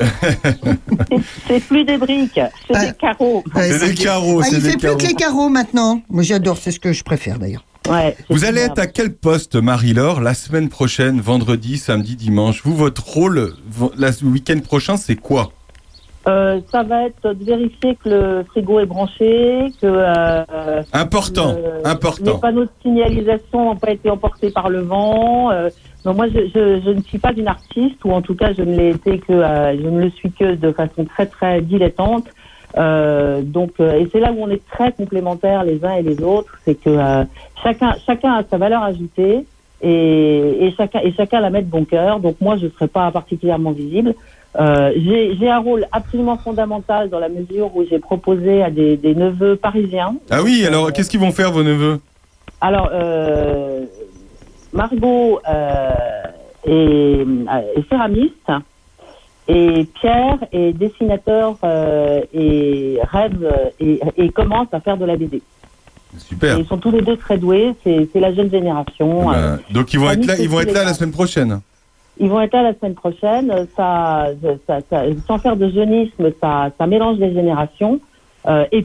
C'est plus des briques, c'est Ouais. des carreaux. Ouais, C'est des carreaux, Ah, c'est il des fait plus carreaux. que les carreaux maintenant. Moi j'adore, c'est ce que je préfère d'ailleurs. Ouais, c'est Vous allez superbe. être à quel poste, Marie-Laure, la semaine prochaine, vendredi, samedi, dimanche? Vous, votre rôle, vo- la- le week-end prochain, c'est quoi? Euh, ça va être de vérifier que le frigo est branché, que euh, Important, le- important. les panneaux de signalisation n'ont pas été emportés par le vent. Euh, non, moi, je, je, je ne suis pas une artiste, ou en tout cas, je ne l'ai été que, euh, je ne le suis que de façon très très dilettante. Euh, donc, euh, et c'est là où on est très complémentaires les uns et les autres, c'est que euh, chacun chacun a sa valeur ajoutée, et, et chacun et chacun la met de bon cœur. Donc moi, je ne serai pas particulièrement visible. Euh, j'ai, j'ai un rôle absolument fondamental dans la mesure où j'ai proposé à des, des neveux parisiens. Ah oui, alors Euh, qu'est-ce qu'ils vont faire, vos neveux? Alors, euh, Margot euh, est, est céramiste, et Pierre est dessinateur euh, et rêve et, et commence à faire de la B D. Super. Et ils sont tous les deux très doués, c'est, c'est la jeune génération. Bah, Euh, donc ils vont ça être là, mixe ils vont tous être les là la gars. semaine prochaine. Ils vont être là la semaine prochaine. Ça, ça, ça, sans faire de jeunisme, ça, ça mélange les générations. Euh, et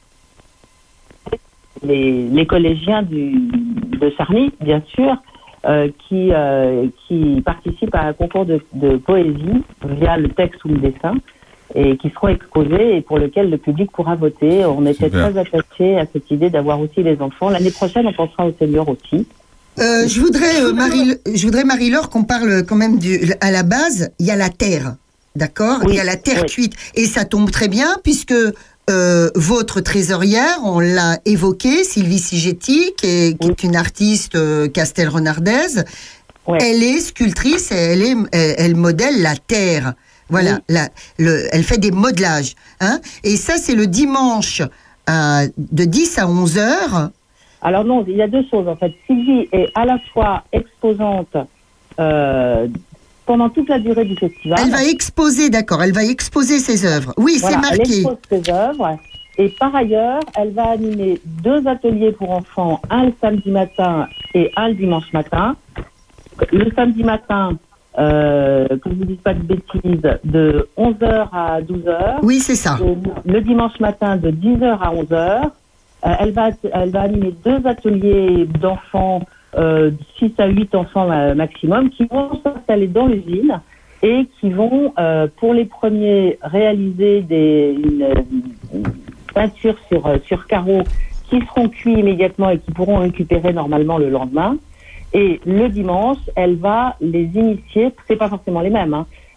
les, les collégiens du, de Charny, bien sûr, euh, qui, euh, qui participent à un concours de, de poésie via le texte ou le dessin, et qui seront exposés et pour lequel le public pourra voter. On était Super. très attachés à cette idée d'avoir aussi les enfants. L'année prochaine, on pensera aux seniors aussi. Euh, je voudrais, euh, Marie, je voudrais Marie-Laure qu'on parle quand même du, à la base. Il y a la terre, d'accord. Oui, Il y a la terre oui. cuite, et ça tombe très bien puisque euh, votre trésorière, on l'a évoqué, Sylvie Sigetti, qui est, qui est une artiste euh, castelrenardaise. Ouais. Elle est sculptrice et elle est, elle, elle modèle la terre. Voilà, Oui. la, le, elle fait des modelages, hein. Et ça, c'est le dimanche à, de dix à onze heures. Alors non, il y a deux choses en fait. Sylvie est à la fois exposante euh, pendant toute la durée du festival. Elle va exposer, d'accord, elle va exposer ses œuvres. Oui, Voilà, c'est elle marqué. expose ses œuvres. Et par ailleurs, elle va animer deux ateliers pour enfants, un le samedi matin et un le dimanche matin. Le samedi matin, euh, que je ne vous dise pas de bêtises, de onze heures à douze heures. Oui, c'est ça. Et le dimanche matin, de dix heures à onze heures. Euh, elle, va, elle va animer deux ateliers d'enfants, euh, six à huit enfants euh, maximum, qui vont s'installer dans l'usine et qui vont, euh, pour les premiers, réaliser des, une, une peinture sur, euh, sur carreaux qui seront cuits immédiatement et qui pourront récupérer normalement le lendemain. Et le dimanche, elle va les initier, c'est pas forcément les mêmes, hein,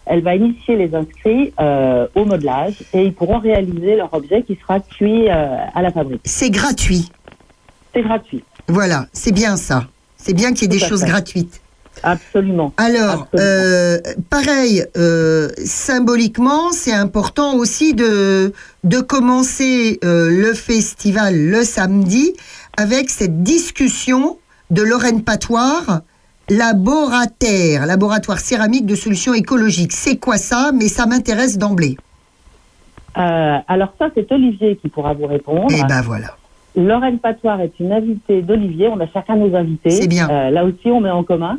elle va initier les inscrits euh, au modelage et ils pourront réaliser leur objet qui sera cuit euh, à la fabrique. C'est gratuit. C'est gratuit. Voilà, c'est bien ça. C'est bien qu'il y ait Tout des à choses fait. gratuites. Absolument. Alors, Absolument. Euh, pareil, euh, symboliquement, c'est important aussi de, de commencer euh, le festival le samedi avec cette discussion de Lorraine Patoire, laboratoire, laboratoire céramique de solutions écologiques. C'est quoi ça? Mais ça m'intéresse d'emblée. Euh, alors ça, c'est Olivier qui pourra vous répondre. Et ben voilà. Lorraine Patoire est une invitée d'Olivier. On a chacun nos invités. C'est bien. Euh, là aussi, on met en commun.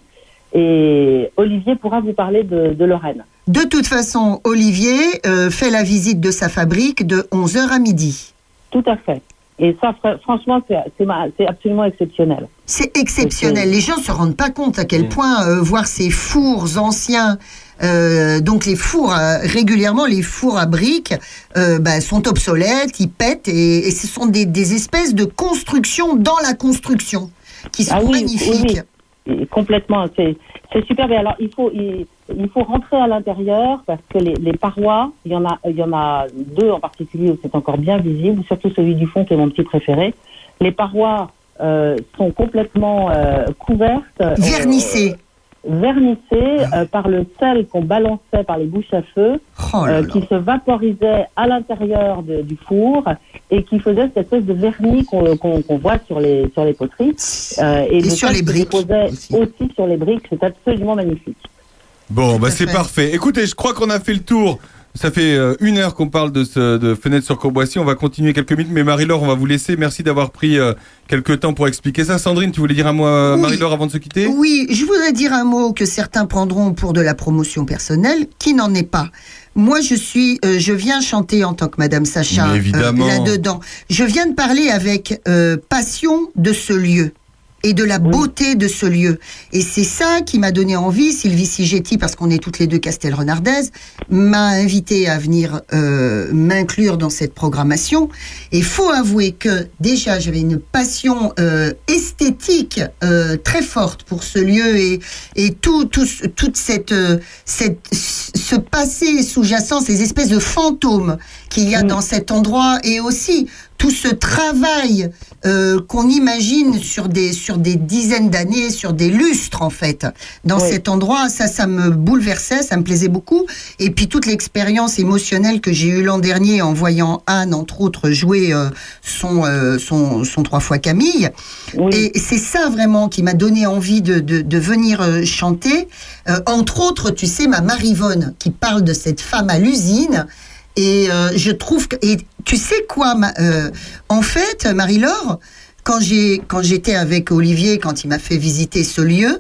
Et Olivier pourra vous parler de, de Lorraine. De toute façon, Olivier euh, fait la visite de sa fabrique de onze heures à midi. Tout à fait. Et ça, fr- franchement, c'est, c'est, ma- c'est absolument exceptionnel. C'est exceptionnel. Ok. Les gens se rendent pas compte à quel point euh, voir ces fours anciens, euh, donc les fours euh, régulièrement, les fours à briques euh, bah, sont obsolètes, ils pètent et, et ce sont des, des espèces de constructions dans la construction qui sont Ah oui, magnifiques. oui, oui. Et complètement, c'est, c'est super. Et alors, il faut, il, il faut rentrer à l'intérieur parce que les, les parois, il y en a, il y en a deux en particulier où c'est encore bien visible, surtout celui du fond qui est mon petit préféré. Les parois euh, sont complètement euh, couvertes, euh, Vernissées. vernissées euh, par le sel qu'on balançait par les bouches à feu, Oh là euh, là. qui se vaporisait à l'intérieur de- du four et qui faisait cette espèce de vernis qu'on, qu'on, qu'on voit sur les sur les poteries euh, et, Et le sur sel les se briques déposait aussi. aussi sur les briques. C'est absolument magnifique. Bon, bah à c'est fait. parfait. Écoutez, je crois qu'on a fait le tour. Ça fait euh, une heure qu'on parle de, ce, de Fenêtre sur Courboissy. On va continuer quelques minutes, mais Marie-Laure, on va vous laisser. Merci d'avoir pris euh, quelques temps pour expliquer ça. Sandrine, tu voulais dire un mot à Oui. Marie-Laure avant de se quitter? Oui, je voudrais dire un mot que certains prendront pour de la promotion personnelle, qui n'en est pas. Moi, je suis, euh, je viens chanter en tant que Madame Sacha Mais évidemment. euh, là-dedans. Je viens de parler avec euh, passion de ce lieu et de la beauté de ce lieu. Et c'est ça qui m'a donné envie. Sylvie Sigetti, parce qu'on est toutes les deux castelrenardaises, m'a invité à venir euh, m'inclure dans cette programmation. Et faut avouer que déjà j'avais une passion euh, esthétique euh, très forte pour ce lieu et, et tout, tout, ce- toute cette, euh, cette, ce passé sous-jacent, ces espèces de fantômes qu'il y a dans cet endroit et aussi tout ce travail euh, qu'on imagine sur des sur des dizaines d'années, sur des lustres en fait, dans Oui. cet endroit, ça ça me bouleversait, ça me plaisait beaucoup. Et puis toute l'expérience émotionnelle que j'ai eue l'an dernier en voyant Anne entre autres jouer euh, son, euh, son son trois fois Camille. Oui. Et c'est ça vraiment qui m'a donné envie de de, de venir euh, chanter. Euh, entre autres, tu sais, ma Marivonne qui parle de cette femme à l'usine. Et euh, je trouve que et tu sais quoi, ma- euh, en fait, Marie-Laure, quand j'ai quand j'étais avec Olivier, quand il m'a fait visiter ce lieu,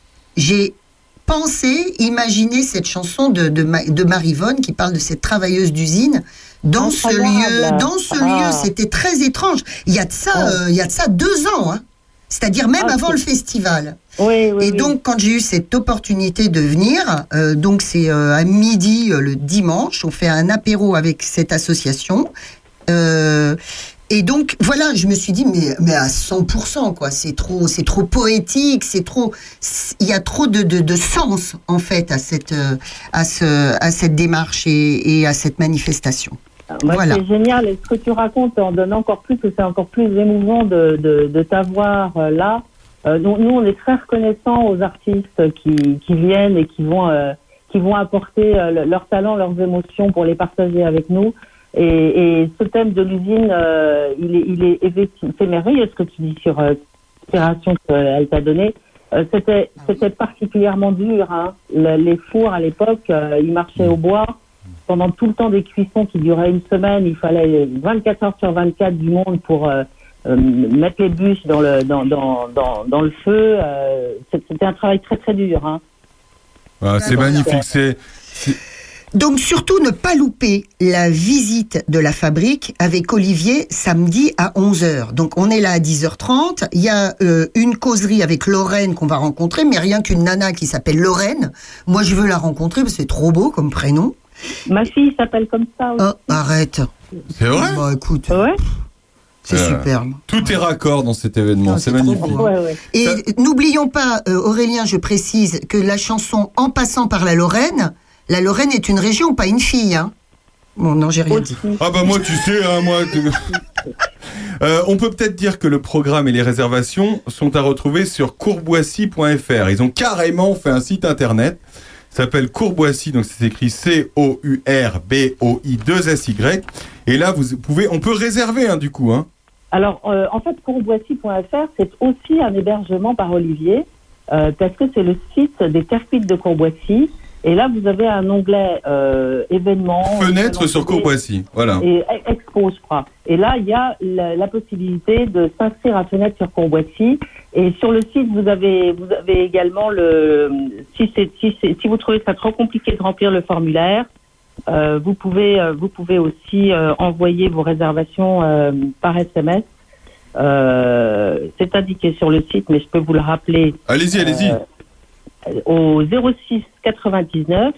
j'ai pensé, imaginé cette chanson de de, Ma- de Marivonne qui parle de cette travailleuse d'usine dans ce Incroyable. lieu, dans ce Ah. lieu, c'était très étrange. Il y a de ça, Ouais. euh, il y a de ça deux ans, hein. C'est-à-dire même Ah, avant c'est- le festival. Oui, oui, Et oui. donc, quand j'ai eu cette opportunité de venir, euh, donc c'est euh, à midi euh, le dimanche, on fait un apéro avec cette association. Euh, et donc, voilà, je me suis dit, mais, mais à cent pour cent, quoi. C'est trop, c'est trop poétique, c'est trop. Il y a trop de, de, de sens, en fait, à cette, euh, à ce, à cette démarche et, et à cette manifestation. Moi, Voilà. c'est génial. Et ce que tu racontes en donne encore plus, que c'est encore plus émouvant de, de, de t'avoir euh, là. Euh, nous, nous, on est très reconnaissants aux artistes qui, qui viennent et qui vont, euh, qui vont apporter euh, le- leur talent, leurs émotions pour les partager avec nous. Et, et ce thème de l'usine, euh, il est, il est effectivement, c'est merveilleux ce que tu dis sur euh, l'inspiration qu'elle t'a donnée. Euh, c'était, c'était particulièrement dur. Hein. Le- les fours à l'époque, euh, ils marchaient au bois. Pendant tout le temps des cuissons qui duraient une semaine, il fallait vingt-quatre heures sur vingt-quatre du monde pour euh, euh, mettre les bûches dans le dans dans dans, dans le feu. Euh, c'était un travail très très dur. Hein. Ah, c'est Voilà. magnifique. C'est, c'est- Donc surtout ne pas louper la visite de la fabrique avec Olivier samedi à onze heures. Donc on est là à dix heures trente, il y a euh, une causerie avec Lorraine qu'on va rencontrer, mais rien qu'une nana qui s'appelle Lorraine. Moi je veux la rencontrer parce que c'est trop beau comme prénom. Ma fille s'appelle comme ça aussi. Oh, arrête. c'est vrai. Bah écoute, Ouais. c'est Euh, superbe. Tout est raccord dans cet événement. Non, c'est c'est trop magnifique. beau. Ouais, ouais. Et Ça- n'oublions pas, euh, Aurélien, je précise que la chanson En passant par la Lorraine, La Lorraine est une région, pas une fille. Hein. Bon, non, j'ai rien dit. Ah bah moi, tu sais, hein, moi... Euh, on peut peut-être dire que le programme et les réservations sont à retrouver sur courboissy point f r. Ils ont carrément fait un site internet, ça s'appelle Courboissy, donc c'est écrit C O U R B O I deux S Y. Et là, vous pouvez, on peut réserver, hein, du coup. Hein. Alors, euh, en fait, courboissy point f r, c'est aussi un hébergement par Olivier, euh, parce que c'est le site des terres cuites de Courboissy. Et là, vous avez un onglet euh, événements. Fenêtre sur Courboissy, voilà. Et expo, je crois. Et là, il y a la, la possibilité de s'inscrire à Fenêtre sur Courboissy. Et sur le site, vous avez, vous avez également le. Si, c'est, si, c'est, si vous trouvez ça trop compliqué de remplir le formulaire, euh, vous pouvez, euh, vous pouvez aussi euh, envoyer vos réservations euh, par S M S. Euh, c'est indiqué sur le site, mais je peux vous le rappeler. Allez-y, euh, allez-y. Au zéro six quatre-vingt-dix-neuf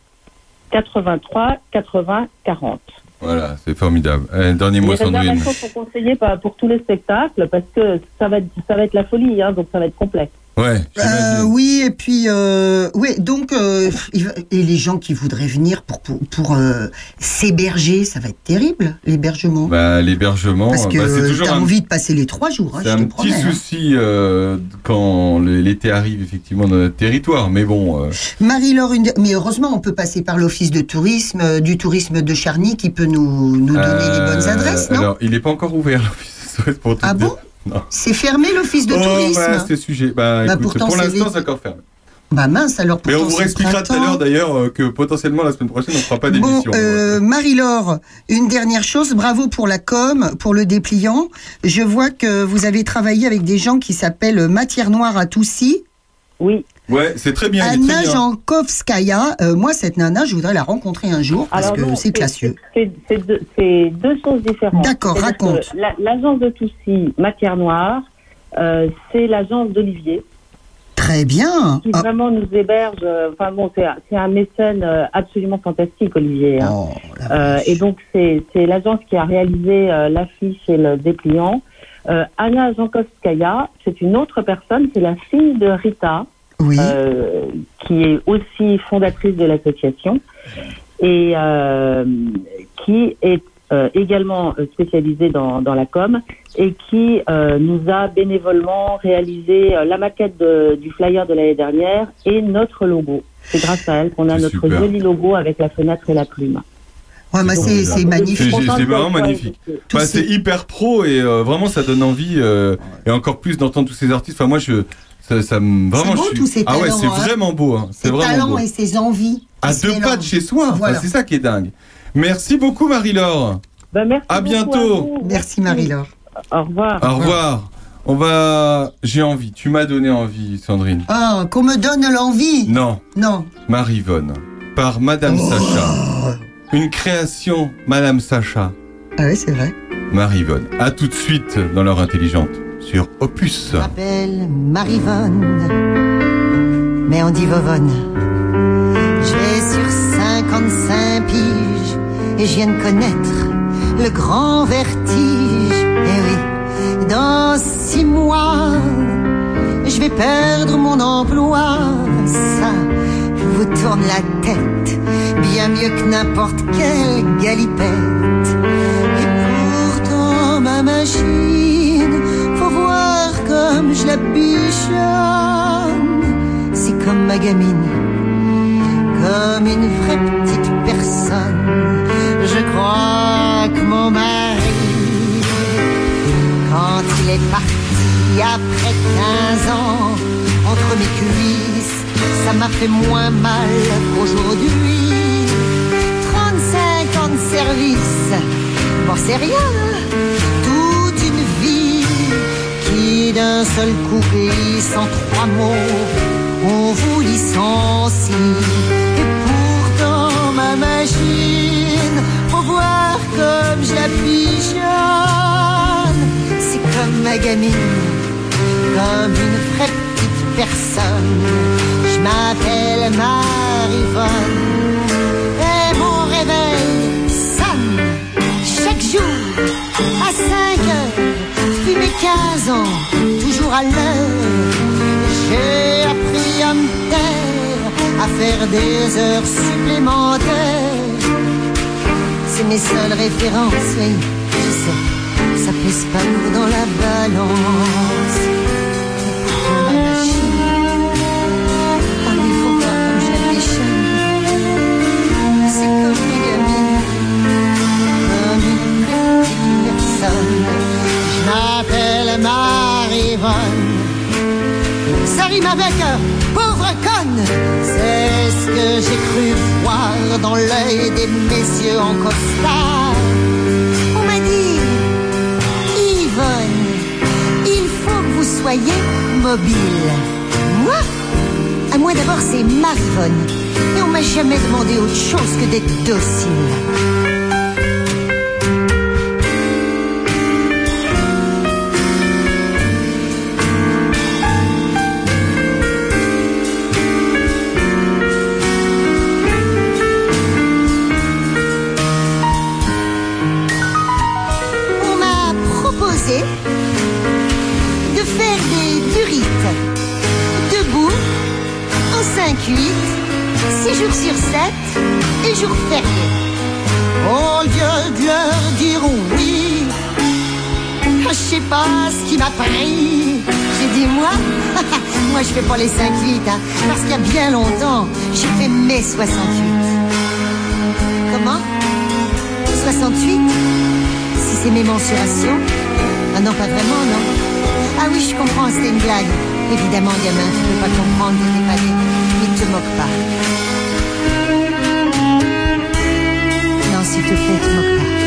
quatre-vingt-trois quatre-vingts quarante. Voilà, c'est formidable. Euh, dernier mot, Sandrine. Les réservations sont conseillées pour tous les spectacles parce que ça va être, ça va être la folie, hein, donc ça va être complet. Ouais, euh, oui, et puis, euh, oui, donc, euh, et les gens qui voudraient venir pour, pour, pour euh, s'héberger, ça va être terrible, l'hébergement. Bah, l'hébergement, parce que bah, c'est toujours t'as un... envie de passer les trois jours. Hein, c'est je un te petit promets, souci euh, quand l'été arrive effectivement dans notre territoire, mais bon. Euh... Marie-Laure, une... mais heureusement, on peut passer par l'office de tourisme, euh, du tourisme de Charny, qui peut nous, nous donner euh, les bonnes adresses, non? Alors, il n'est pas encore ouvert l'office. Pour tout ah dire. bon? Non. C'est fermé l'office de oh, tourisme. Bah, c'est sujet. Bah, bah, écoute, pourtant, pour l'instant, les... c'est encore fermé. Bah mince, alors Mais on vous réexpliquera tout à l'heure d'ailleurs euh, que potentiellement la semaine prochaine on ne fera pas d'émission. Bon, euh, Marie-Laure, une dernière chose, bravo pour la com, pour le dépliant. Je vois que vous avez travaillé avec des gens qui s'appellent Matière Noire à Toussy. Oui. Ouais, c'est très bien. Anna Jankovskaya, euh, moi cette nana, je voudrais la rencontrer un jour parce Alors que non, c'est classieux. C'est, c'est, deux, c'est deux choses différentes. D'accord, raconte. La, l'agence de Toussy, Matière Noire, euh, c'est l'agence d'Olivier. Très bien. Qui vraiment nous héberge. Euh, enfin bon, c'est, c'est un mécène euh, absolument fantastique, Olivier. Hein. Oh, euh, et donc c'est, c'est l'agence qui a réalisé euh, l'affiche et le dépliant. Euh, Anna Jankovskaya, c'est une autre personne, c'est la fille de Rita. Oui. Euh, qui est aussi fondatrice de l'association et euh, qui est euh, également spécialisée dans, dans la com et qui euh, nous a bénévolement réalisé euh, la maquette de, du flyer de l'année dernière et notre logo. C'est grâce à elle qu'on a c'est notre super. joli logo avec la fenêtre et la plume. Ouais, bah c'est, c'est magnifique. C'est, c'est vraiment magnifique. Bah, c'est hyper pro et euh, vraiment ça donne envie euh, et encore plus d'entendre tous ces artistes. Enfin moi je Ça, ça me, vraiment, c'est beau, je suis... tous ces talents, ah ouais, c'est hein. vraiment beau. Hein. C'est ses vraiment talents beau. et ses envies. À deux pas de chez soi. Voilà. Enfin, c'est ça qui est dingue. Merci beaucoup, Marie-Laure. Ben, merci à bientôt. À merci, Marie-Laure. Au revoir. Au revoir. On va. J'ai envie. Tu m'as donné envie, Sandrine. Ah, qu'on me donne l'envie. Non. Non. Marie-Vonne. Par Madame oh. Sacha. Une création, Madame Sacha. Ah oui, c'est vrai. Marie-Vonne. À tout de suite dans l'heure intelligente. Sur Opus. Je m'appelle Marie-Vonne, mais on dit Vovonne. J'ai sur cinquante-cinq piges et je viens de connaître le grand vertige. Eh oui, dans six mois, je vais perdre mon emploi. Ça vous tourne la tête, bien mieux que n'importe quelle galipette. Et pourtant ma machine, faut voir comme je la bichonne. C'est comme ma gamine, comme une vraie petite personne. Je crois que mon mari, quand il est parti après quinze ans, entre mes cuisses, ça m'a fait moins mal qu'aujourd'hui. Trente-cinq ans de service, bon c'est rien, toute une vie qui d'un seul coup glisse en trois mots, on vous licencie. Et pourtant ma machine, faut voir comme je la pigeonne. C'est comme ma gamine, comme une vraie petite personne. Je m'appelle Marie-Vonne et mon réveil sonne chaque jour à cinq heures. Depuis mes quinze ans, toujours à l'heure, j'ai appris à me taire, à faire des heures supplémentaires. C'est mes seules références, oui, je sais, ça pèse pas lourd dans la balance. Ma machine, oh mais faut voir comme je la déchaîne. C'est comme une gamine, comme une petite personne. Je m'appelle Marie-Vonne. Ça rime avec euh, pauvre conne. C'est ce que j'ai cru voir dans l'œil des messieurs en costard. On m'a dit, Yvonne, il faut que vous soyez mobile. Moi, à moi d'abord c'est Marie-Vonne. Et on m'a jamais demandé autre chose que d'être docile. De faire des durites debout en cinq huit, six jours sur sept et jours fériés. Au lieu de leur dire oui, je sais pas ce qui m'a pris. J'ai dit moi, moi je fais pas les cinq huit, hein, parce qu'il y a bien longtemps j'ai fait mai soixante-huit. Comment soixante-huit? Si c'est mes mensurations? Ah non, pas vraiment, non. Ah oui, je comprends, c'était une blague. Évidemment, gamin, tu peux pas comprendre, t'étais pas né. Ne te moque pas. Non, s'il te plaît, te moque pas.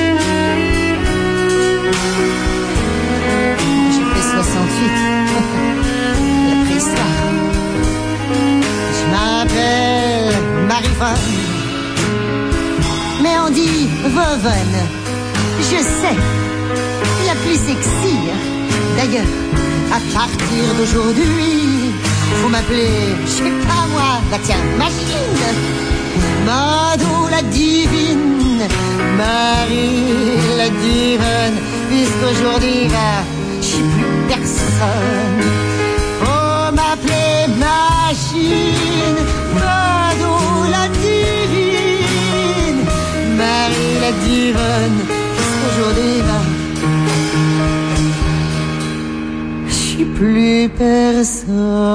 J'ai fait soixante-huit. La préhistoire. Je m'appelle Marie-Vonne. Mais on dit Vovonne. Je sais. La plus sexy. D'ailleurs, à partir d'aujourd'hui, faut m'appeler, je sais pas moi, bah tiens, machine. Mado la divine, Marie la divine, puisqu'aujourd'hui, bah, je suis plus personne. Faut m'appeler machine, Mado la divine, Marie la divine, puisqu'aujourd'hui, bah, plus personne.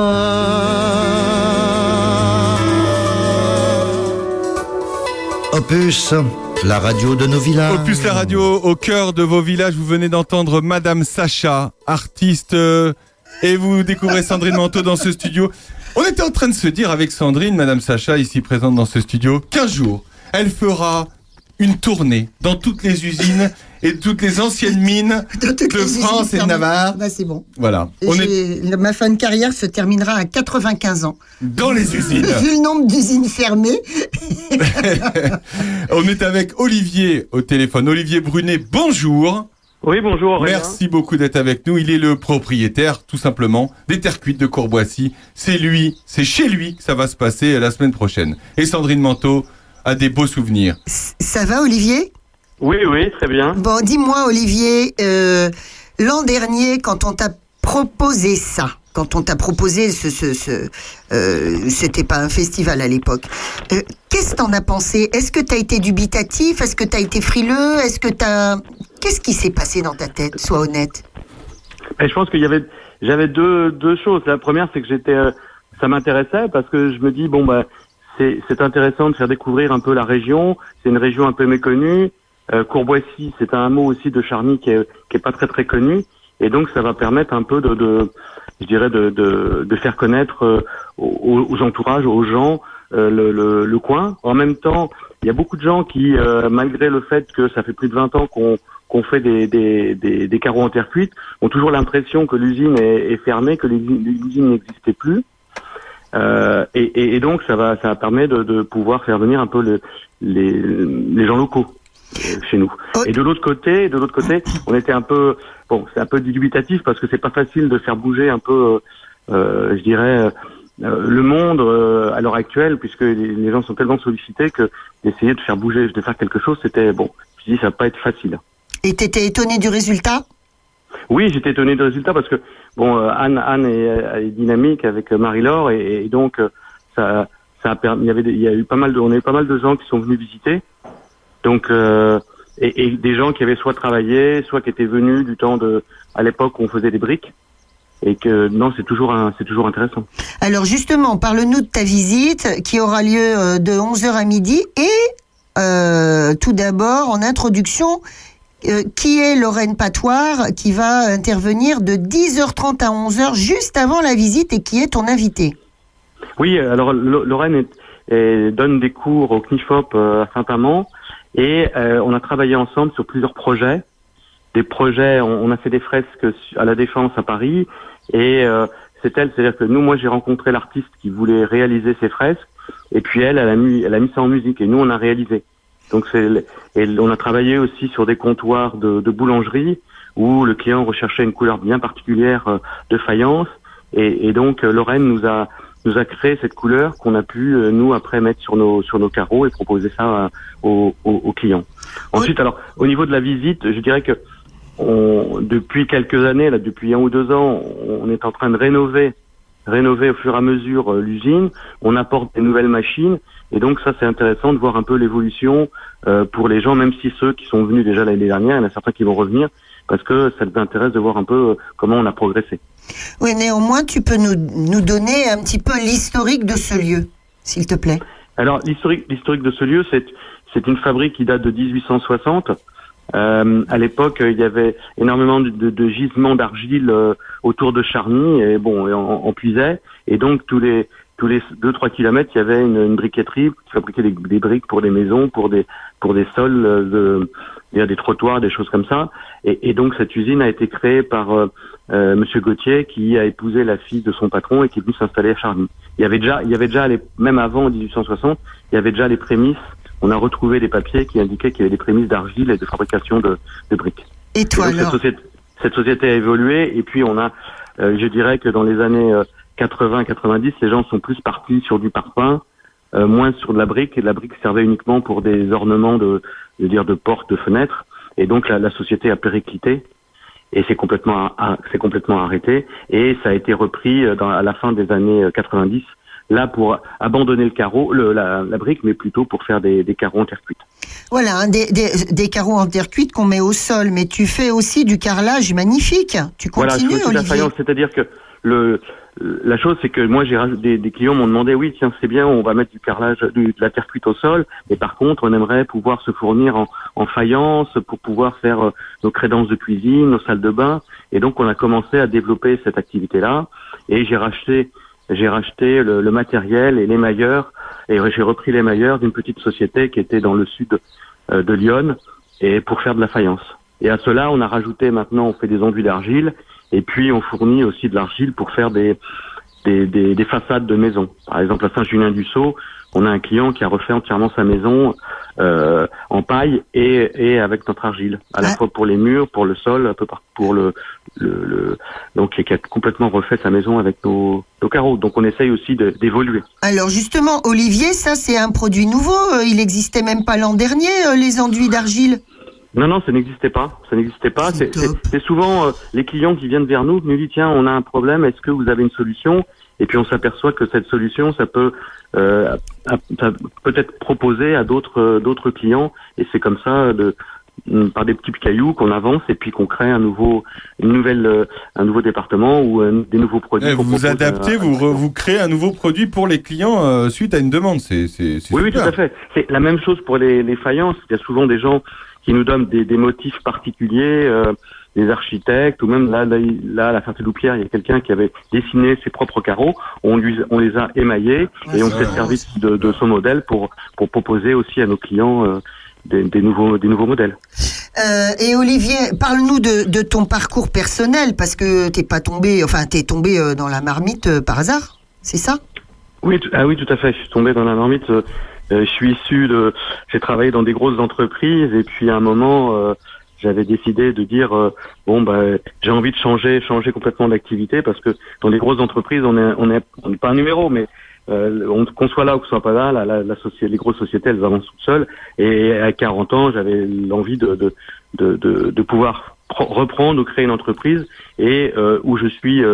Opus, la radio de nos villages. Opus, la radio au cœur de vos villages. Vous venez d'entendre Madame Sacha, artiste, euh, et vous découvrez Sandrine Manteau dans ce studio. On était en train de se dire avec Sandrine, Madame Sacha, ici présente dans ce studio, qu'un jour, elle fera une tournée dans toutes les usines et toutes les anciennes mines de France et de Navarre. Bah, c'est bon. Voilà. On est... Ma fin de carrière se terminera à quatre-vingt-quinze ans. Dans les usines. Vu le nombre d'usines fermées. On est avec Olivier au téléphone. Olivier Brunet, bonjour. Oui, bonjour Aurélien. Merci beaucoup d'être avec nous. Il est le propriétaire, tout simplement, des Terres Cuites de Courboissy. C'est lui, c'est chez lui que ça va se passer la semaine prochaine. Et Sandrine Manteau a des beaux souvenirs. Ça va, Olivier ? Oui, oui, très bien. Bon, dis-moi, Olivier, euh, l'an dernier, quand on t'a proposé ça, quand on t'a proposé ce... ce, ce euh, c'était pas un festival à l'époque. Euh, qu'est-ce que t'en as pensé ? Est-ce que t'as été dubitatif ? Est-ce que t'as été frileux ? Est-ce que t'as... Qu'est-ce qui s'est passé dans ta tête ? Sois honnête. Et je pense qu'il y avait... J'avais deux, deux choses. La première, c'est que j'étais... Euh, ça m'intéressait parce que je me dis, bon, bah... C'est, c'est intéressant de faire découvrir un peu la région. C'est une région un peu méconnue. Euh, Courboissy, c'est un hameau aussi de Charny qui est, qui est pas très très connu. Et donc, ça va permettre un peu de, de je dirais, de, de, de faire connaître euh, aux, aux entourages, aux gens, euh, le, le, le coin. En même temps, il y a beaucoup de gens qui, euh, malgré le fait que ça fait plus de vingt ans qu'on, qu'on fait des, des, des, des carreaux en terre cuite, ont toujours l'impression que l'usine est, est fermée, que l'usine n'existait plus. Euh, et, et, et donc ça va, ça permet de, de pouvoir faire venir un peu le, les, les gens locaux euh, chez nous. Et de l'autre côté, de l'autre côté, on était un peu, bon, c'est un peu dubitatif parce que c'est pas facile de faire bouger un peu, euh, je dirais, euh, le monde euh, à l'heure actuelle, puisque les, les gens sont tellement sollicités que d'essayer de faire bouger, de faire quelque chose, c'était bon. Je dis, ça va pas être facile. Et t'étais étonné du résultat ? Oui, j'étais étonné du résultat parce que bon, euh, Anne, Anne est, est dynamique avec Marie-Laure et, et donc euh, ça, ça a permis, il y avait, des, il y a eu pas mal de, on a eu pas mal de gens qui sont venus visiter. Donc, euh, et, et des gens qui avaient soit travaillé, soit qui étaient venus du temps de, à l'époque où on faisait des briques. Et que non, c'est toujours un, c'est toujours intéressant. Alors justement, parle-nous de ta visite qui aura lieu de onze heures à midi et euh, tout d'abord en introduction, euh, qui est Lorraine Patoire qui va intervenir de dix heures trente à onze heures juste avant la visite et qui est ton invité. Oui, alors Lorraine est, est, donne des cours au C N I F O P à Saint-Amand et euh, on a travaillé ensemble sur plusieurs projets. Des projets, on, on a fait des fresques à la Défense à Paris et euh, c'est elle, c'est-à-dire que nous, moi j'ai rencontré l'artiste qui voulait réaliser ces fresques et puis elle, elle a mis, elle a mis ça en musique et nous on a réalisé. Donc c'est, et on a travaillé aussi sur des comptoirs de, de boulangerie où le client recherchait une couleur bien particulière de faïence et, et donc Lorraine nous a nous a créé cette couleur qu'on a pu nous après mettre sur nos sur nos carreaux et proposer ça aux, aux, aux clients. Ensuite, alors au niveau de la visite, je dirais que On, depuis quelques années, là, depuis un ou deux ans, on est en train de rénover, rénover au fur et à mesure euh, l'usine. On apporte des nouvelles machines, et donc ça, c'est intéressant de voir un peu l'évolution euh, pour les gens, même si ceux qui sont venus déjà l'année dernière, il y en a certains qui vont revenir, parce que ça nous intéresse de voir un peu euh, comment on a progressé. Oui, néanmoins, tu peux nous, nous donner un petit peu l'historique de ce lieu, s'il te plaît. Alors, l'historique, l'historique de ce lieu, c'est, c'est une fabrique qui date de dix-huit cent soixante. Euh, à l'époque, il y avait énormément de, de, de gisements d'argile euh, autour de Charny, et bon, on, on puisait, et donc tous les tous les deux trois kilomètres, il y avait une, une briqueterie qui fabriquait des, des briques pour des maisons, pour des pour des sols, de, de, des trottoirs, des choses comme ça. Et, et donc cette usine a été créée par euh, euh, Monsieur Gauthier, qui a épousé la fille de son patron et qui est venu s'installer à Charny. Il y avait déjà, il y avait déjà les, même avant dix-huit cent soixante, il y avait déjà les prémices. On a retrouvé des papiers qui indiquaient qu'il y avait des prémices d'argile et de fabrication de, de briques. Et toi, et donc, alors cette société, cette société a évolué et puis on a, euh, je dirais que dans les années euh, quatre-vingts quatre-vingt-dix, les gens sont plus partis sur du parpaing, euh, moins sur de la brique. Et la brique servait uniquement pour des ornements de, je veux dire, de portes, de fenêtres. Et donc la, la société a périclité et c'est complètement, c'est complètement arrêté. Et ça a été repris dans, à la fin des années quatre-vingt-dix. Là, pour abandonner le carreau, le, la, la brique, mais plutôt pour faire des, des carreaux en terre cuite. Voilà, hein, des, des, des carreaux en terre cuite qu'on met au sol, mais tu fais aussi du carrelage magnifique. Tu continues, voilà, je Olivier. La faïence, c'est-à-dire que le, la chose, c'est que moi, j'ai des, des clients m'ont demandé, oui, tiens, c'est bien, on va mettre du carrelage, du, de la terre cuite au sol, mais par contre, on aimerait pouvoir se fournir en, en faïence pour pouvoir faire euh, nos crédences de cuisine, nos salles de bain, et donc on a commencé à développer cette activité-là, et j'ai racheté J'ai racheté le, le matériel et l'émailleur, et j'ai repris l'émailleur d'une petite société qui était dans le sud euh, de Lyon, et pour faire de la faïence. Et à cela, on a rajouté maintenant, on fait des enduits d'argile, et puis on fournit aussi de l'argile pour faire des, des, des, des façades de maisons. Par exemple, à Saint-Julien-du-Sault, on a un client qui a refait entièrement sa maison euh, en paille et, et avec notre argile, à la ah. fois pour les murs, pour le sol, un peu par, pour le, le, le donc qui a complètement refait sa maison avec nos, nos carreaux. Donc on essaye aussi de, d'évoluer. Alors justement, Olivier, ça c'est un produit nouveau. Il n'existait même pas l'an dernier, les enduits d'argile. Non, non, ça n'existait pas. Ça n'existait pas. C'est, c'est, c'est souvent euh, les clients qui viennent vers nous, qui nous disent tiens, on a un problème. Est-ce que vous avez une solution? Et puis on s'aperçoit que cette solution, ça peut euh, ça peut être proposé à d'autres euh, d'autres clients. Et c'est comme ça, de, par des petits cailloux, qu'on avance et puis qu'on crée un nouveau une nouvelle euh, un nouveau département ou euh, des nouveaux produits. Eh, vous vous adaptez, à, à vous re, vous créez un nouveau produit pour les clients euh, suite à une demande. C'est c'est, c'est oui, super. Oui, tout à fait. C'est la même chose pour les, les faïences. Il y a souvent des gens qui nous donnent des, des motifs particuliers, euh, des architectes, ou même là, là, là à la Ferté-Loupière, il y a quelqu'un qui avait dessiné ses propres carreaux, on, lui, on les a émaillés, ouais, et on s'est servi de, de son modèle pour, pour proposer aussi à nos clients euh, des, des, nouveaux, des nouveaux modèles. Euh, et Olivier, parle-nous de, de ton parcours personnel, parce que t'es pas tombé, enfin t'es tombé dans la marmite euh, par hasard, c'est ça? Oui, t- ah oui, tout à fait, je suis tombé dans la marmite... Euh, Euh, je suis issu de, j'ai travaillé dans des grosses entreprises et puis à un moment, euh, j'avais décidé de dire euh, bon bah j'ai envie de changer, changer complètement d'activité parce que dans les grosses entreprises on est, on est, on n'est pas un numéro mais euh, on, qu'on soit là ou qu'on soit pas là, la, la, la société, les grosses sociétés elles avancent toutes seules et à quarante ans j'avais l'envie de, de, de, de, de pouvoir pro- reprendre ou créer une entreprise et euh, où je suis euh,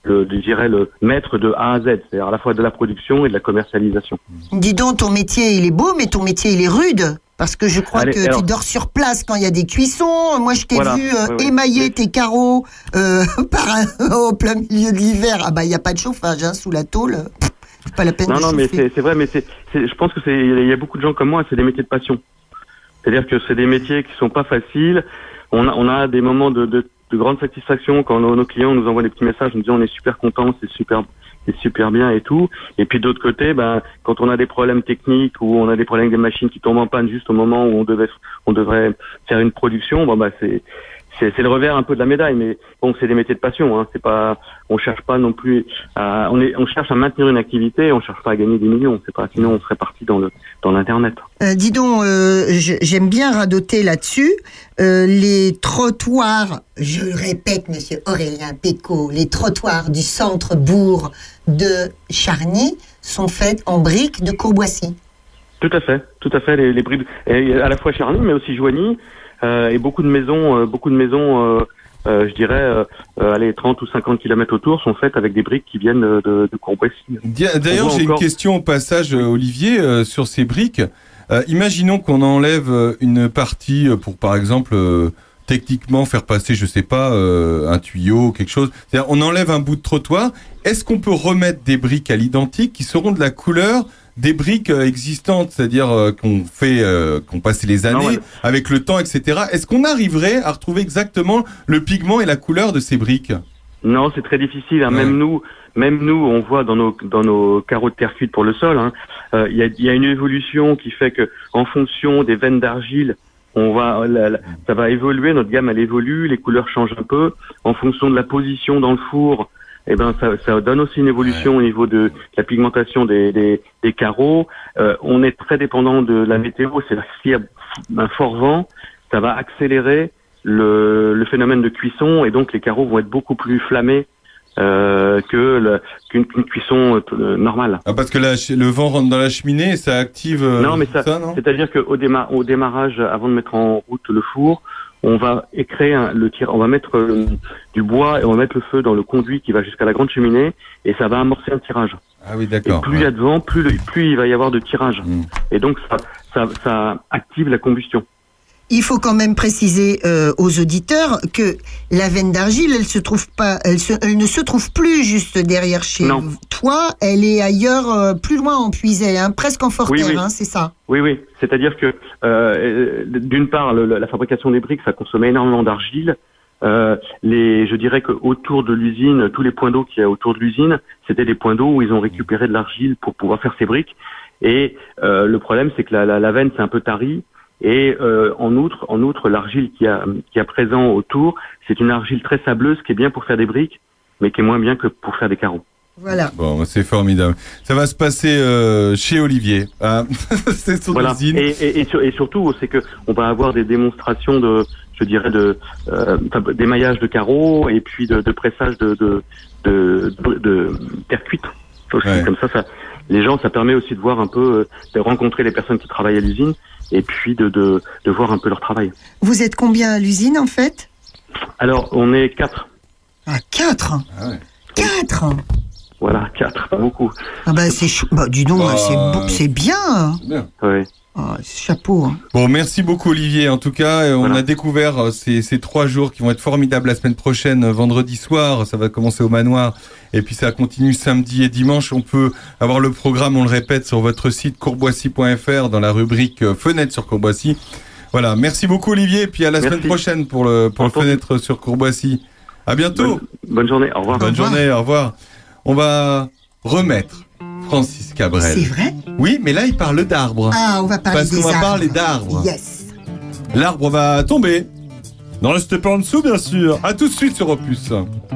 le, je dirais le maître de A à Z, c'est-à-dire à la fois de la production et de la commercialisation. Dis donc, ton métier, il est beau, mais ton métier, il est rude. Parce que je crois Allez, que alors... tu dors sur place quand il y a des cuissons. Moi, je t'ai voilà. vu euh, oui, oui. émailler tes carreaux euh, par un, au plein milieu de l'hiver. Ah bah, il n'y a pas de chauffage hein, sous la tôle. Pff, c'est pas la peine non, de non, chauffer. mais c'est, c'est vrai, mais c'est, c'est, je pense que c'est, il y a beaucoup de gens comme moi, c'est des métiers de passion. C'est-à-dire que c'est des métiers qui sont pas faciles. On a, on a des moments de, de, de grande satisfaction quand nos, nos clients nous envoient des petits messages, nous disant on est super contents, c'est super. C'est super bien et tout. Et puis d'autre côté, ben quand on a des problèmes techniques ou on a des problèmes avec des machines qui tombent en panne juste au moment où on devait on devrait faire une production, bon bah c'est c'est c'est le revers un peu de la médaille. Mais bon, c'est des métiers de passion. Hein. C'est pas, on cherche pas non plus à, on est on cherche à maintenir une activité. On cherche pas à gagner des millions. C'est pas, sinon on serait parti dans le dans l'internet. Euh, dis donc, euh, je- j'aime bien radoter là-dessus. Euh, les trottoirs, je le répète, monsieur Aurélien Pécaud, les trottoirs du centre-bourg de Charny sont faits en briques de Courboissy. Tout à fait, tout à fait. Les, les briques, et à la fois Charny, mais aussi Joigny, euh, et beaucoup de maisons, euh, beaucoup de maisons, euh, euh, je dirais, euh, euh, allez, trente ou cinquante kilomètres autour, sont faites avec des briques qui viennent de, de, de Courboissy. Dia- D'ailleurs, On voit j'ai encore- une question au passage, euh, Olivier, euh, sur ces briques. Euh, imaginons qu'on enlève euh, une partie euh, pour, par exemple, euh, techniquement faire passer, je sais pas, euh, un tuyau, quelque chose. C'est-à-dire, on enlève un bout de trottoir. Est-ce qu'on peut remettre des briques à l'identique qui seront de la couleur des briques euh, existantes, c'est-à-dire euh, qu'on fait, euh, qu'on passe les années Non, ouais. avec le temps, et cetera. Est-ce qu'on arriverait à retrouver exactement le pigment et la couleur de ces briques? Non, c'est très difficile. Hein. Ouais. Même nous, même nous, on voit dans nos dans nos carreaux de terre cuite pour le sol, hein, euh, il y a il y a une évolution qui fait que en fonction des veines d'argile, on va la- la- ça va évoluer. Notre gamme elle évolue, les couleurs changent un peu en fonction de la position dans le four. Eh ben ça, ça donne aussi une évolution au niveau de la pigmentation des des, des carreaux. Euh, on est très dépendant de la météo. C'est s'il y a un fort vent, ça va accélérer le, le phénomène de cuisson et donc les carreaux vont être beaucoup plus flammés euh, que le, qu'une, qu'une cuisson euh, normale. Ah, parce que la ch- le vent rentre dans la cheminée et ça active euh, non, mais ça, non c'est-à-dire qu'au déma- au démarrage, avant de mettre en route le four, on va écréer un, le tir, on va mettre euh, du bois et on va mettre le feu dans le conduit qui va jusqu'à la grande cheminée et ça va amorcer un tirage. Ah oui, Et d'accord. plus il y a de vent, plus, le- plus il va y avoir de tirage. Mm. Et donc ça, ça, ça active la combustion. Il faut quand même préciser euh, aux auditeurs que la veine d'argile, elle se trouve pas, elle, se, elle ne se trouve plus juste derrière chez Non. toi. Elle est ailleurs, euh, plus loin en Puisaye, hein, presque en Forterre, Oui, oui. hein, c'est ça. Oui, oui. C'est-à-dire que, euh, d'une part, le- la fabrication des briques, ça consommait énormément d'argile. Euh, les, je dirais que autour de l'usine, tous les points d'eau qu'il y a autour de l'usine, c'était des points d'eau où ils ont récupéré de l'argile pour pouvoir faire ces briques. Et euh, le problème, c'est que la, la, la veine, c'est un peu tarie. Et euh, en outre, en outre, l'argile qui a qui a présent autour, c'est une argile très sableuse qui est bien pour faire des briques, mais qui est moins bien que pour faire des carreaux. Voilà. Bon, c'est formidable. Ça va se passer euh, chez Olivier. Hein. C'est son Voilà. usine. Et, et, et, sur- et surtout, c'est que on va avoir des démonstrations de, je dirais, de euh, d'émaillage de carreaux et puis de, de pressage de de, de, de, de terre cuite. Aussi, Ouais. comme ça, ça, les gens, ça permet aussi de voir un peu, euh, de rencontrer les personnes qui travaillent à l'usine et puis de, de, de voir un peu leur travail. Vous êtes combien à l'usine en fait? Alors, on est quatre. Ah, quatre. Ah ouais. Quatre. Voilà, quatre, pas beaucoup. Ah bah c'est chou. Bah dis donc, Bah, c'est beau- c'est bien. C'est bien. Ouais. Ah, chapeau. hein. Bon, merci beaucoup Olivier. En tout cas, euh, on Voilà. a découvert euh, ces, ces trois jours qui vont être formidables la semaine prochaine, euh, vendredi soir. Ça va commencer au manoir et puis ça continue samedi et dimanche. On peut avoir le programme, on le répète, sur votre site courboissy point f r dans la rubrique euh, fenêtre sur Courboissy. Voilà, merci beaucoup Olivier. Et puis à la Merci. semaine prochaine pour le pour le Entendu. fenêtre sur Courboissy. À bientôt. Bonne, bonne journée, au revoir. Bonne revoir. journée. Au revoir. On va remettre Francis Cabrel. C'est vrai? Oui, mais là il parle d'arbres. Ah, on va parler Parce des qu'on va arbres. parler d'arbres. Yes. L'arbre va tomber. Ne restez pas en dessous, bien sûr. À tout de suite sur Opus.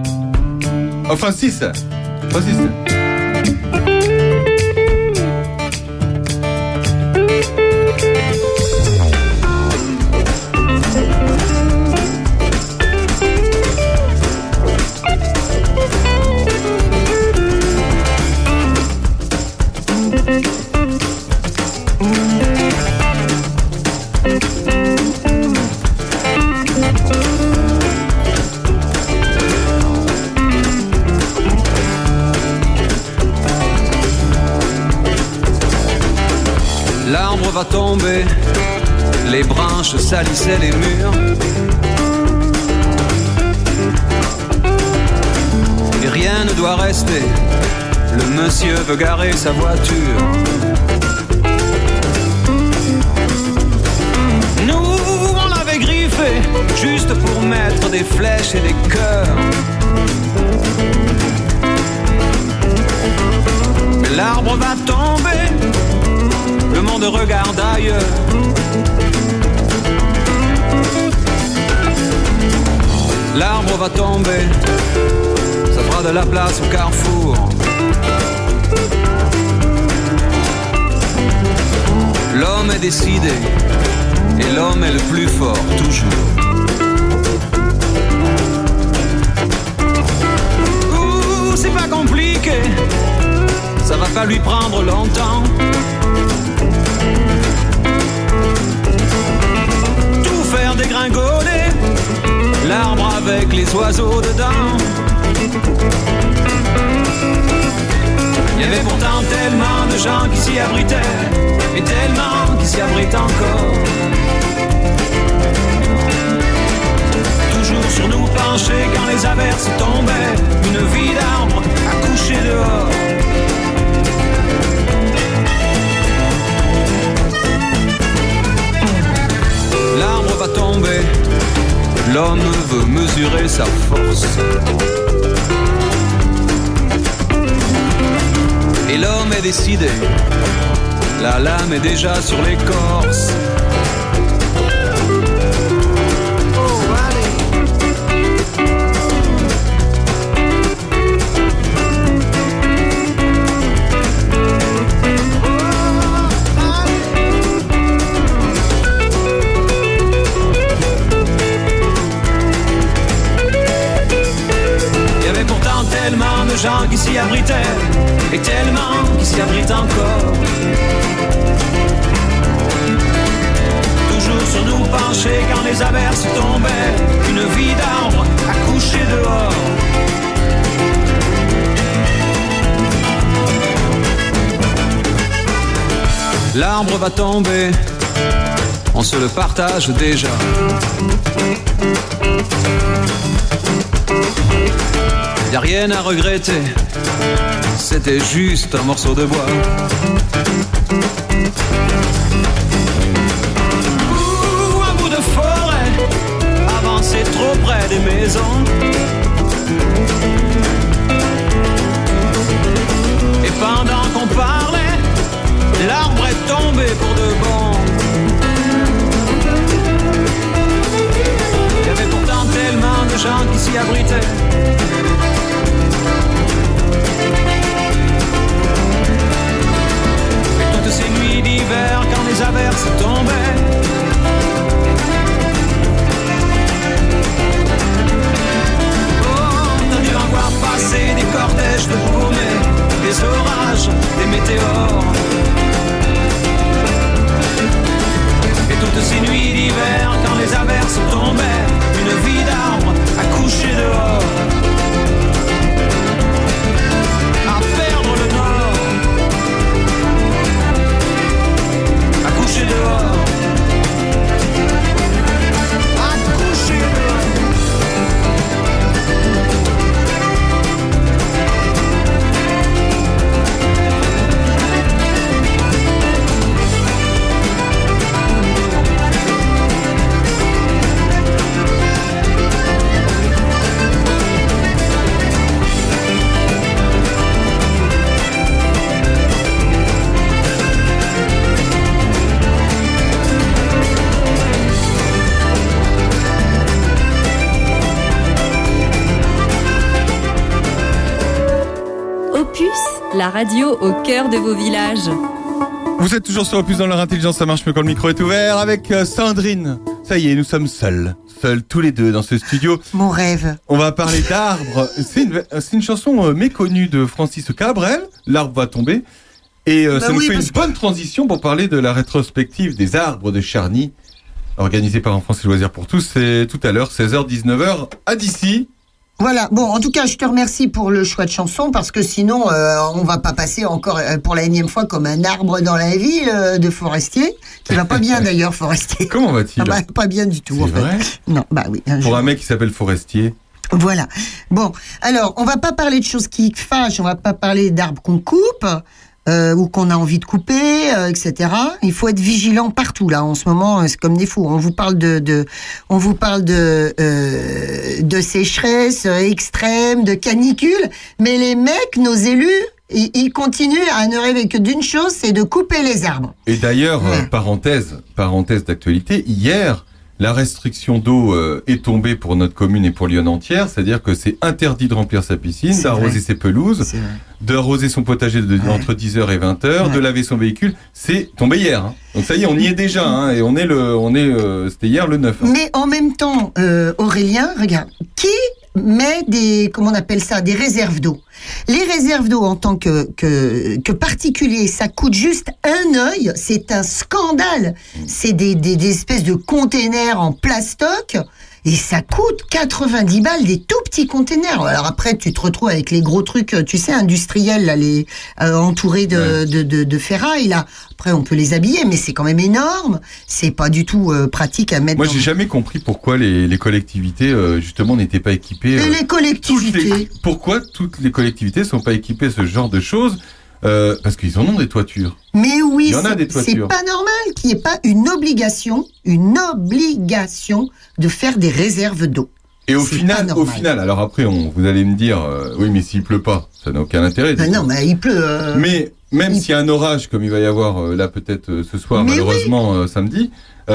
Oh, Francis. Francis. va tomber, les branches salissaient les murs. Et rien ne doit rester, le monsieur veut garer sa voiture. Nous, on l'avait griffé, juste pour mettre des flèches et des cœurs. Mais l'arbre va tomber, le monde regarde ailleurs. L'arbre va tomber, ça fera de la place au carrefour. L'homme est décidé, et l'homme est le plus fort, toujours. Ouh, c'est pas compliqué, ça va pas lui prendre longtemps. Tout faire dégringoler, l'arbre avec les oiseaux dedans. Il y avait pourtant tellement de gens qui s'y abritaient, et tellement qui s'y abritent encore. Toujours sur nous penchés quand les averses tombaient, une vie d'arbre à coucher dehors. L'arbre va tomber, l'homme veut mesurer sa force. Et l'homme est décidé, la lame est déjà sur l'écorce. Tellement de gens qui s'y abritaient, et tellement qui s'y abritent encore. Toujours sur nous penchés quand les averses tombaient, une vie d'arbre à coucher dehors. L'arbre va tomber, on se le partage déjà. Y'a rien à regretter, c'était juste un morceau de bois. Ouh, un bout de forêt, avancé trop près des maisons. Et pendant qu'on parlait, l'arbre est tombé pour de bon. Il y avait pourtant tellement de gens qui s'y abritaient. Ces nuits d'hiver quand les averses tombaient, oh, t'as dû en voir passer des cortèges de paumés, des orages, des météores. Et toutes ces nuits d'hiver quand les averses tombaient, une vie d'arbre à coucher dehors, à perdre le nord. Coucher dehors, à coucher dehors. La radio au cœur de vos villages. Vous êtes toujours sur Opus dans leur intelligence, ça marche mieux quand le micro est ouvert avec Sandrine. Ça y est, nous sommes seuls, seuls tous les deux dans ce studio. Mon rêve. On va parler d'arbres. C'est une, c'est une chanson méconnue de Francis Cabrel, L'arbre va tomber. Et euh, bah ça oui, nous fait une bonne que... transition pour parler de la rétrospective des arbres de Charny, organisée par En France et Loisirs pour tous. C'est tout à l'heure, seize heures dix-neuf heures à d'ici. Voilà, bon, en tout cas, je te remercie pour le choix de chanson, parce que sinon, euh, on va pas passer encore euh, pour la énième fois comme un arbre dans la ville euh, de Forestier, qui va pas bien d'ailleurs, Forestier. Comment va-t-il? Ah bah, pas bien du tout, C'est en fait. vrai? Non, bah oui. Un Pour jour. un mec qui s'appelle Forestier. Voilà. Bon, alors, on va pas parler de choses qui fâchent, on va pas parler d'arbres qu'on coupe, euh, ou qu'on a envie de couper, euh, et cetera. Il faut être vigilant partout, là, en ce moment, c'est comme des fous. On vous parle de, de on vous parle de, euh, de sécheresse extrême, de canicule, mais les mecs, nos élus, ils, ils continuent à ne rêver que d'une chose, c'est de couper les arbres. Et d'ailleurs, euh, parenthèse, parenthèse d'actualité, hier, la restriction d'eau euh, est tombée pour notre commune et pour Lyon entière, c'est-à-dire que c'est interdit de remplir sa piscine, C'est d'arroser vrai. ses pelouses, d'arroser son potager de, Ouais. entre dix heures et vingt heures, Ouais. de laver son véhicule. C'est tombé hier. Hein. Donc ça y est, on y est déjà. Hein, et on est le, on est, euh, c'était hier le neuf. Hein. Mais en même temps, euh, Aurélien, regarde, qui met des, comment on appelle ça, des réserves d'eau? Les réserves d'eau en tant que, que, que particulier, ça coûte juste un œil, c'est un scandale. C'est des, des, des espèces de containers en plastoc. Et ça coûte quatre-vingt-dix balles, des tout petits containers. Alors après, tu te retrouves avec les gros trucs, tu sais, industriels, là, les euh, entourés de, de, de, de ferraille, là. Après, on peut les habiller, mais c'est quand même énorme. C'est pas du tout euh, pratique à mettre. Moi, dans... j'ai jamais compris pourquoi les, les collectivités, euh, justement, n'étaient pas équipées. Et euh, les collectivités. toutes les- Pourquoi toutes les collectivités sont pas équipées à ce genre de choses? Euh, parce qu'ils en ont des toitures. Mais oui, Il y en a c'est- des c'est toitures. pas normal qu'il n'y ait pas une obligation, une obligation de faire des réserves d'eau. Et au C'est pas final, au normal. final, alors après, on, vous allez me dire, euh, oui, mais s'il pleut pas, ça n'a aucun intérêt. Ben non, mais il pleut. euh, Mais même s'il y a un orage, comme il va y avoir euh, là peut-être euh, ce soir, Mais malheureusement euh, samedi,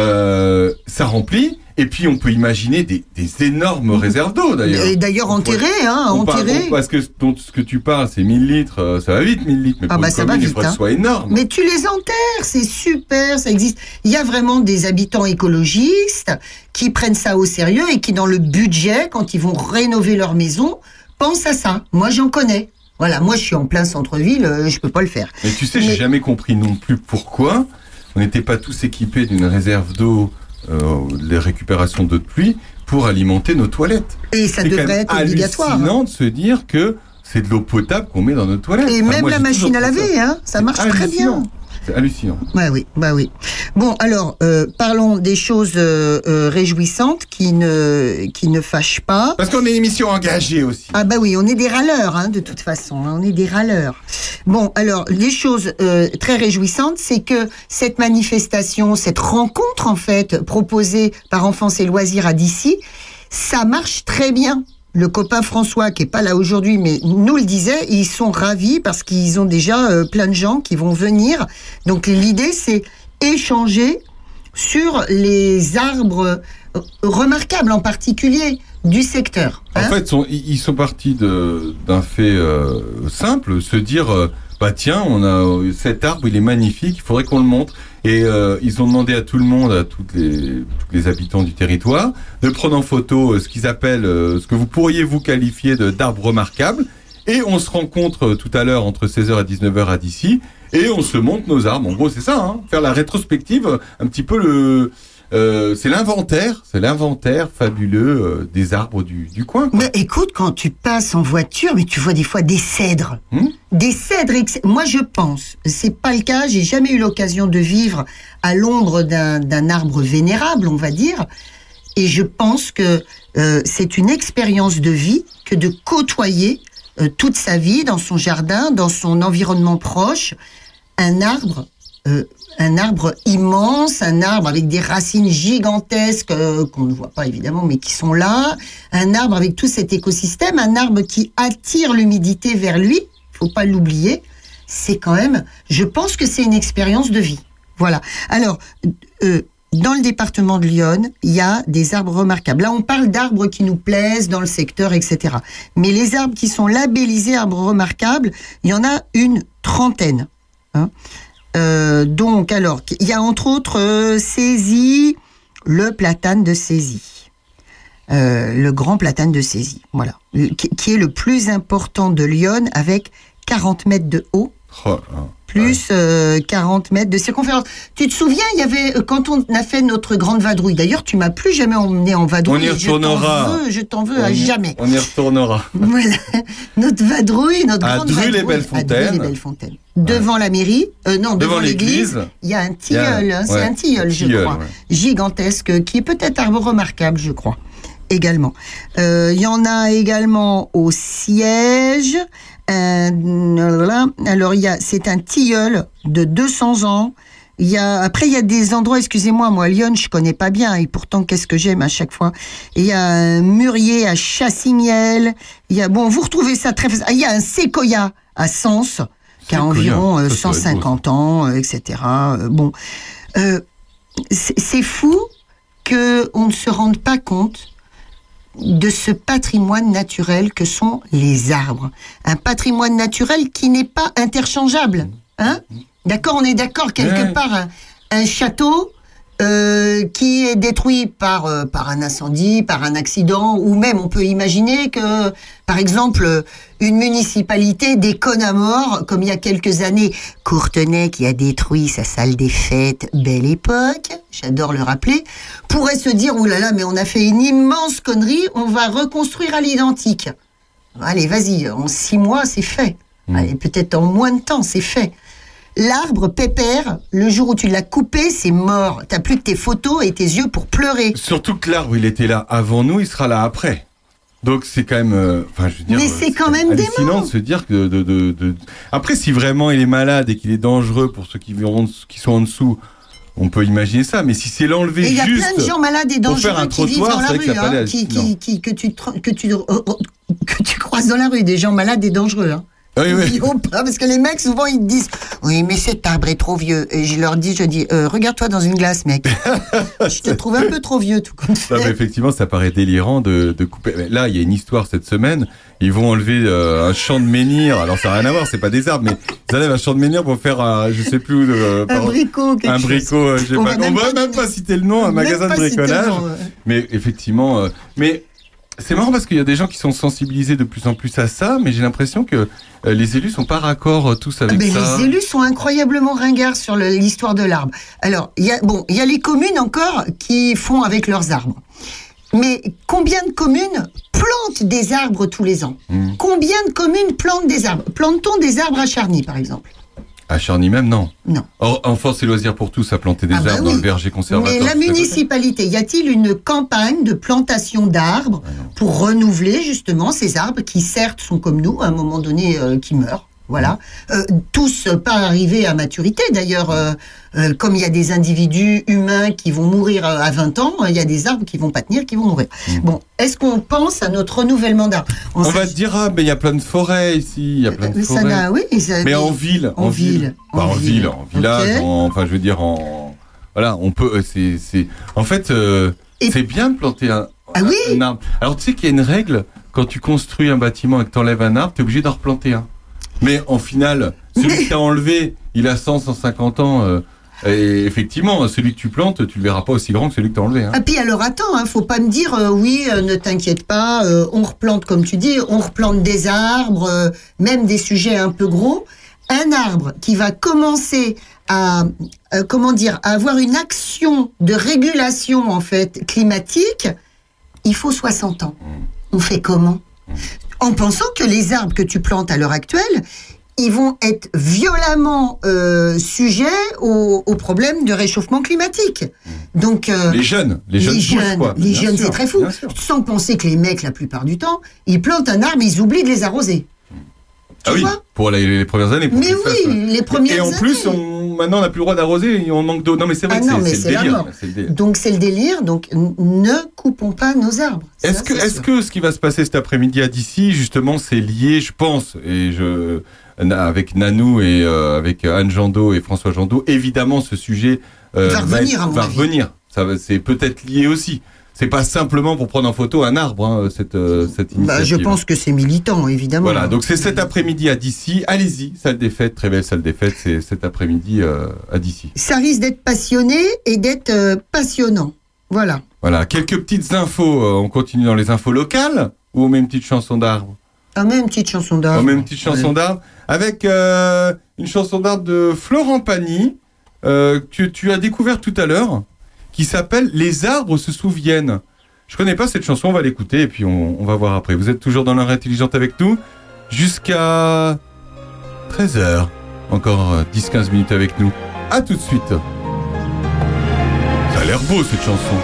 euh, ça remplit. Et puis on peut imaginer des, des énormes réserves d'eau d'ailleurs. Et d'ailleurs On pourrait- enterré, hein, on parle- enterré. on- parce que dont ce que tu parles, c'est mille litres, euh, ça va vite, mille litres. Mais Ah pour bah une ça commune, va il vite, faudrait que hein. ce soit énorme. Mais tu les enterres, c'est super, ça existe. Il y a vraiment des habitants écologistes qui prennent ça au sérieux et qui, dans le budget, quand ils vont rénover leur maison, pensent à ça. Moi, j'en connais. Voilà, moi, je suis en plein centre-ville, euh, je peux pas le faire. Mais tu sais, j'ai jamais compris non plus pourquoi on n'était pas tous équipés d'une réserve d'eau, euh, de récupération d'eau de pluie, pour alimenter nos toilettes. Et ça C'est quand devrait même être obligatoire. hallucinant de se dire que c'est de l'eau potable qu'on met dans nos toilettes. Et Enfin, même moi, la j'ai machine toujours à trouvé laver, hein, ça marche très hallucinant. bien. C'est hallucinant. Bah oui, bah oui. Bon, alors, euh, parlons des choses euh, euh, réjouissantes qui ne, qui ne fâchent pas. Parce qu'on est une émission engagée aussi. Ah bah oui, on est des râleurs, hein, de toute façon, hein, on est des râleurs. Bon, alors, les choses euh, très réjouissantes, c'est que cette manifestation, cette rencontre, en fait, proposée par Enfance et Loisirs à Dissy, ça marche très bien. Le copain François, qui est pas là aujourd'hui, mais nous le disait, ils sont ravis parce qu'ils ont déjà euh, plein de gens qui vont venir. Donc l'idée, c'est échanger sur les arbres euh, remarquables, en particulier du secteur. En hein. fait, sont- ils ils sont partis de- d'un fait euh, simple, se dire, euh, bah tiens, on a euh, cet arbre, il est magnifique, il faudrait qu'on le montre. Et euh, ils ont demandé à tout le monde, à toutes les, tous les habitants du territoire, de prendre en photo euh, ce qu'ils appellent, euh, ce que vous pourriez vous qualifier de d'arbre remarquable. Et on se rencontre euh, tout à l'heure entre seize heures et dix-neuf heures à Dissy, et on se montre nos arbres. En gros, c'est ça, hein, faire la rétrospective, euh, un petit peu le... Euh, c'est l'inventaire, c'est l'inventaire fabuleux euh, des arbres du, du coin. quoi. Mais écoute, quand tu passes en voiture, mais tu vois des fois des cèdres. Hmm Des cèdres. ex- Moi, je pense, c'est pas le cas, j'ai jamais eu l'occasion de vivre à l'ombre d'un d'un arbre vénérable, on va dire. Et je pense que euh, c'est une expérience de vie que de côtoyer euh, toute sa vie dans son jardin, dans son environnement proche, un arbre. Euh, un arbre immense, un arbre avec des racines gigantesques euh, qu'on ne voit pas évidemment, mais qui sont là, un arbre avec tout cet écosystème, un arbre qui attire l'humidité vers lui, faut pas l'oublier, c'est quand même, je pense que c'est une expérience de vie. Voilà. Alors, euh, dans le département de Lyon, il y a des arbres remarquables. Là, on parle d'arbres qui nous plaisent dans le secteur, et cetera. Mais les arbres qui sont labellisés arbres remarquables, il y en a une trentaine. Hein. Euh, donc, alors, il y a entre autres euh, Cézy, le platane de Cézy, euh, le grand platane de Cézy, voilà, qui, qui est le plus important de Lyon avec quarante mètres de haut. Oh, plus euh, quarante mètres de circonférence. Tu te souviens, il y avait, euh, quand on a fait notre grande vadrouille, d'ailleurs, tu m'as plus jamais emmené en vadrouille. On y retournera. Je t'en veux, je t'en veux on à y, jamais. On y retournera. Voilà. Notre vadrouille, notre à grande Dru vadrouille. les Belles Fontaines. À Dru les Belles Fontaines. Devant ouais. la mairie, euh, non, devant, devant l'église, il y a un tilleul, a, c'est ouais, un tilleul, je tilleul, crois, ouais. gigantesque, qui est peut-être arbre remarquable, je crois, également. Il euh, y en a également au siège. Euh, alors, il y a, c'est un tilleul de deux cents ans. Il y a, après, il y a des endroits, excusez-moi, moi, Lyon, je connais pas bien, et pourtant, qu'est-ce que j'aime à chaque fois. Il y a un mûrier à Chassignel. Il y a, bon, vous retrouvez ça très facile. Il y a un séquoia à Sens, qui a environ euh, cent cinquante ans, euh, et cetera. Euh, bon, euh, c'est, c'est fou que on ne se rende pas compte de ce patrimoine naturel que sont les arbres. Un patrimoine naturel qui n'est pas interchangeable. Hein ? D'accord, on est d'accord, quelque ouais. part, un, un château euh, qui est détruit par, euh, par un incendie, par un accident, ou même on peut imaginer que, par exemple, une municipalité déconne à mort, comme il y a quelques années, Courtenay qui a détruit sa salle des fêtes, belle époque, j'adore le rappeler, pourrait se dire, oh là là, mais on a fait une immense connerie, on va reconstruire à l'identique. Allez, vas-y, en six mois, c'est fait. Mmh. Allez, peut-être en moins de temps, c'est fait. L'arbre pépère, le jour où tu l'as coupé, c'est mort. T'as plus que tes photos et tes yeux pour pleurer. Surtout que l'arbre, il était là avant nous, il sera là après. Donc c'est quand même, enfin euh, je veux dire, mais c'est quand même hallucinant de se dire que de, de, de, de... après si vraiment il est malade et qu'il est dangereux pour ceux qui, verront, qui sont en dessous, on peut imaginer ça. Mais si c'est l'enlever juste, il y a plein de gens malades et dangereux qui vivent dans la rue, hein, qui, qui, qui, que tu que tu que tu croises dans la rue, des gens malades et dangereux. Hein. Oui, oui. Parce que les mecs, souvent, ils te disent « Oui, mais cet arbre est trop vieux. » Et je leur dis, je dis euh, « Regarde-toi dans une glace, mec. Je te trouve un peu trop vieux, tout comme ça. » Non, mais effectivement, ça paraît délirant de, de couper. Mais là, il y a une histoire cette semaine. Ils vont enlever euh, un champ de menhir. Alors, ça n'a rien à voir, c'est pas des arbres, mais ils enlèvent un champ de menhir pour faire, euh, je sais plus... Euh, un bricot, quelque Un bricot, euh, je sais on pas. Va on va même pas citer le nom, un magasin de bricolage. Nom, ouais. Mais effectivement... Euh, mais c'est marrant parce qu'il y a des gens qui sont sensibilisés de plus en plus à ça, mais j'ai l'impression que euh, les élus sont pas raccords euh, tous avec mais ça. Les élus sont incroyablement ringards sur le, l'histoire de l'arbre. Alors, il y a bon, il y a les communes encore qui font avec leurs arbres. Mais combien de communes plantent des arbres tous les ans ? mmh. Combien de communes plantent des arbres ? Plante-t-on des arbres à Charny, par exemple ? À Charny même, non. Non. Or, en force et loisirs pour tous à planter des ah bah arbres oui. dans le verger conservatoire. Mais la municipalité, y a-t-il une campagne de plantation d'arbres ah pour renouveler justement ces arbres qui certes sont comme nous, à un moment donné, euh, qui meurent. Voilà. Euh, tous pas arrivés à maturité. D'ailleurs, euh, euh, comme il y a des individus humains qui vont mourir à vingt ans, il y a des arbres qui vont pas tenir, qui vont mourir. Mmh. Bon, est-ce qu'on pense à notre renouvellement d'arbres ? On, On va te dire, ah, mais il y a plein de forêts ici, il y a plein de euh, forêts. Ça n'a, oui, ça, mais en ville, en, en ville. ville. Pas en, en ville, ville, en village, okay. en, enfin, je veux dire, en... Voilà, on peut... C'est, c'est... En fait, euh, Et... c'est bien de planter un, ah, un, oui un arbre. Alors, tu sais qu'il y a une règle, quand tu construis un bâtiment et que tu enlèves un arbre, tu es obligé d'en replanter un. Mais en final, celui que tu as enlevé, il a cent, cent cinquante ans. Euh, et effectivement, celui que tu plantes, tu le verras pas aussi grand que celui que tu as enlevé. Hein. Ah, puis alors attends, hein, faut pas me dire, euh, oui, euh, ne t'inquiète pas, euh, on replante, comme tu dis, on replante des arbres, euh, même des sujets un peu gros. Un arbre qui va commencer à, euh, comment dire, à avoir une action de régulation, en fait, climatique, il faut soixante ans. Mmh. On fait comment ? Mmh. En pensant que les arbres que tu plantes à l'heure actuelle, ils vont être violemment euh, sujets au, au problème de réchauffement climatique. Donc euh, les jeunes, les jeunes, les jeunes, quoi, les jeunes sûr, c'est très fou. Sans penser que les mecs, la plupart du temps, ils plantent un arbre, ils oublient de les arroser. Ah tu oui, vois pour les, les premières années. Pour mais oui, fasse, les premières années. Et en plus, on, maintenant, on n'a plus le droit d'arroser, on manque d'eau. Non, mais c'est vrai ah que non, c'est, mais c'est, c'est le la délire, mort. c'est le délire. Donc c'est le délire, donc ne coupons pas nos arbres. Est-ce ça, que, c'est est-ce que ce qui va se passer cet après-midi à d'ici, justement, c'est lié, je pense, et je, avec Nanou et euh, avec Anne Jandot et François Jandot, évidemment, ce sujet euh, va revenir, va, à mon va avis. revenir. Ça, c'est peut-être lié aussi. C'est pas simplement pour prendre en photo un arbre, hein, cette, euh, cette initiative. Bah, je pense que c'est militant, évidemment. Voilà, donc c'est cet après-midi à Dissy. Allez-y, salle des fêtes, très belle salle des fêtes, c'est cet après-midi euh, à Dissy. Ça risque d'être passionné et d'être euh, passionnant. Voilà. Voilà, quelques petites infos. Euh, on continue dans les infos locales ou on met une petite chanson d'arbre ? Ah, mais une petite chanson d'arbre. Oh, mais une petite chanson Ouais. d'arbre. Avec euh, une chanson d'arbre de Florent Pagny, euh, que tu as découvert tout à l'heure, qui s'appelle « Les arbres se souviennent ». Je connais pas cette chanson, on va l'écouter et puis on, on va voir après. Vous êtes toujours dans l'heure intelligente avec nous jusqu'à treize heures. Encore dix à quinze minutes avec nous. À tout de suite. Ça a l'air beau cette chanson.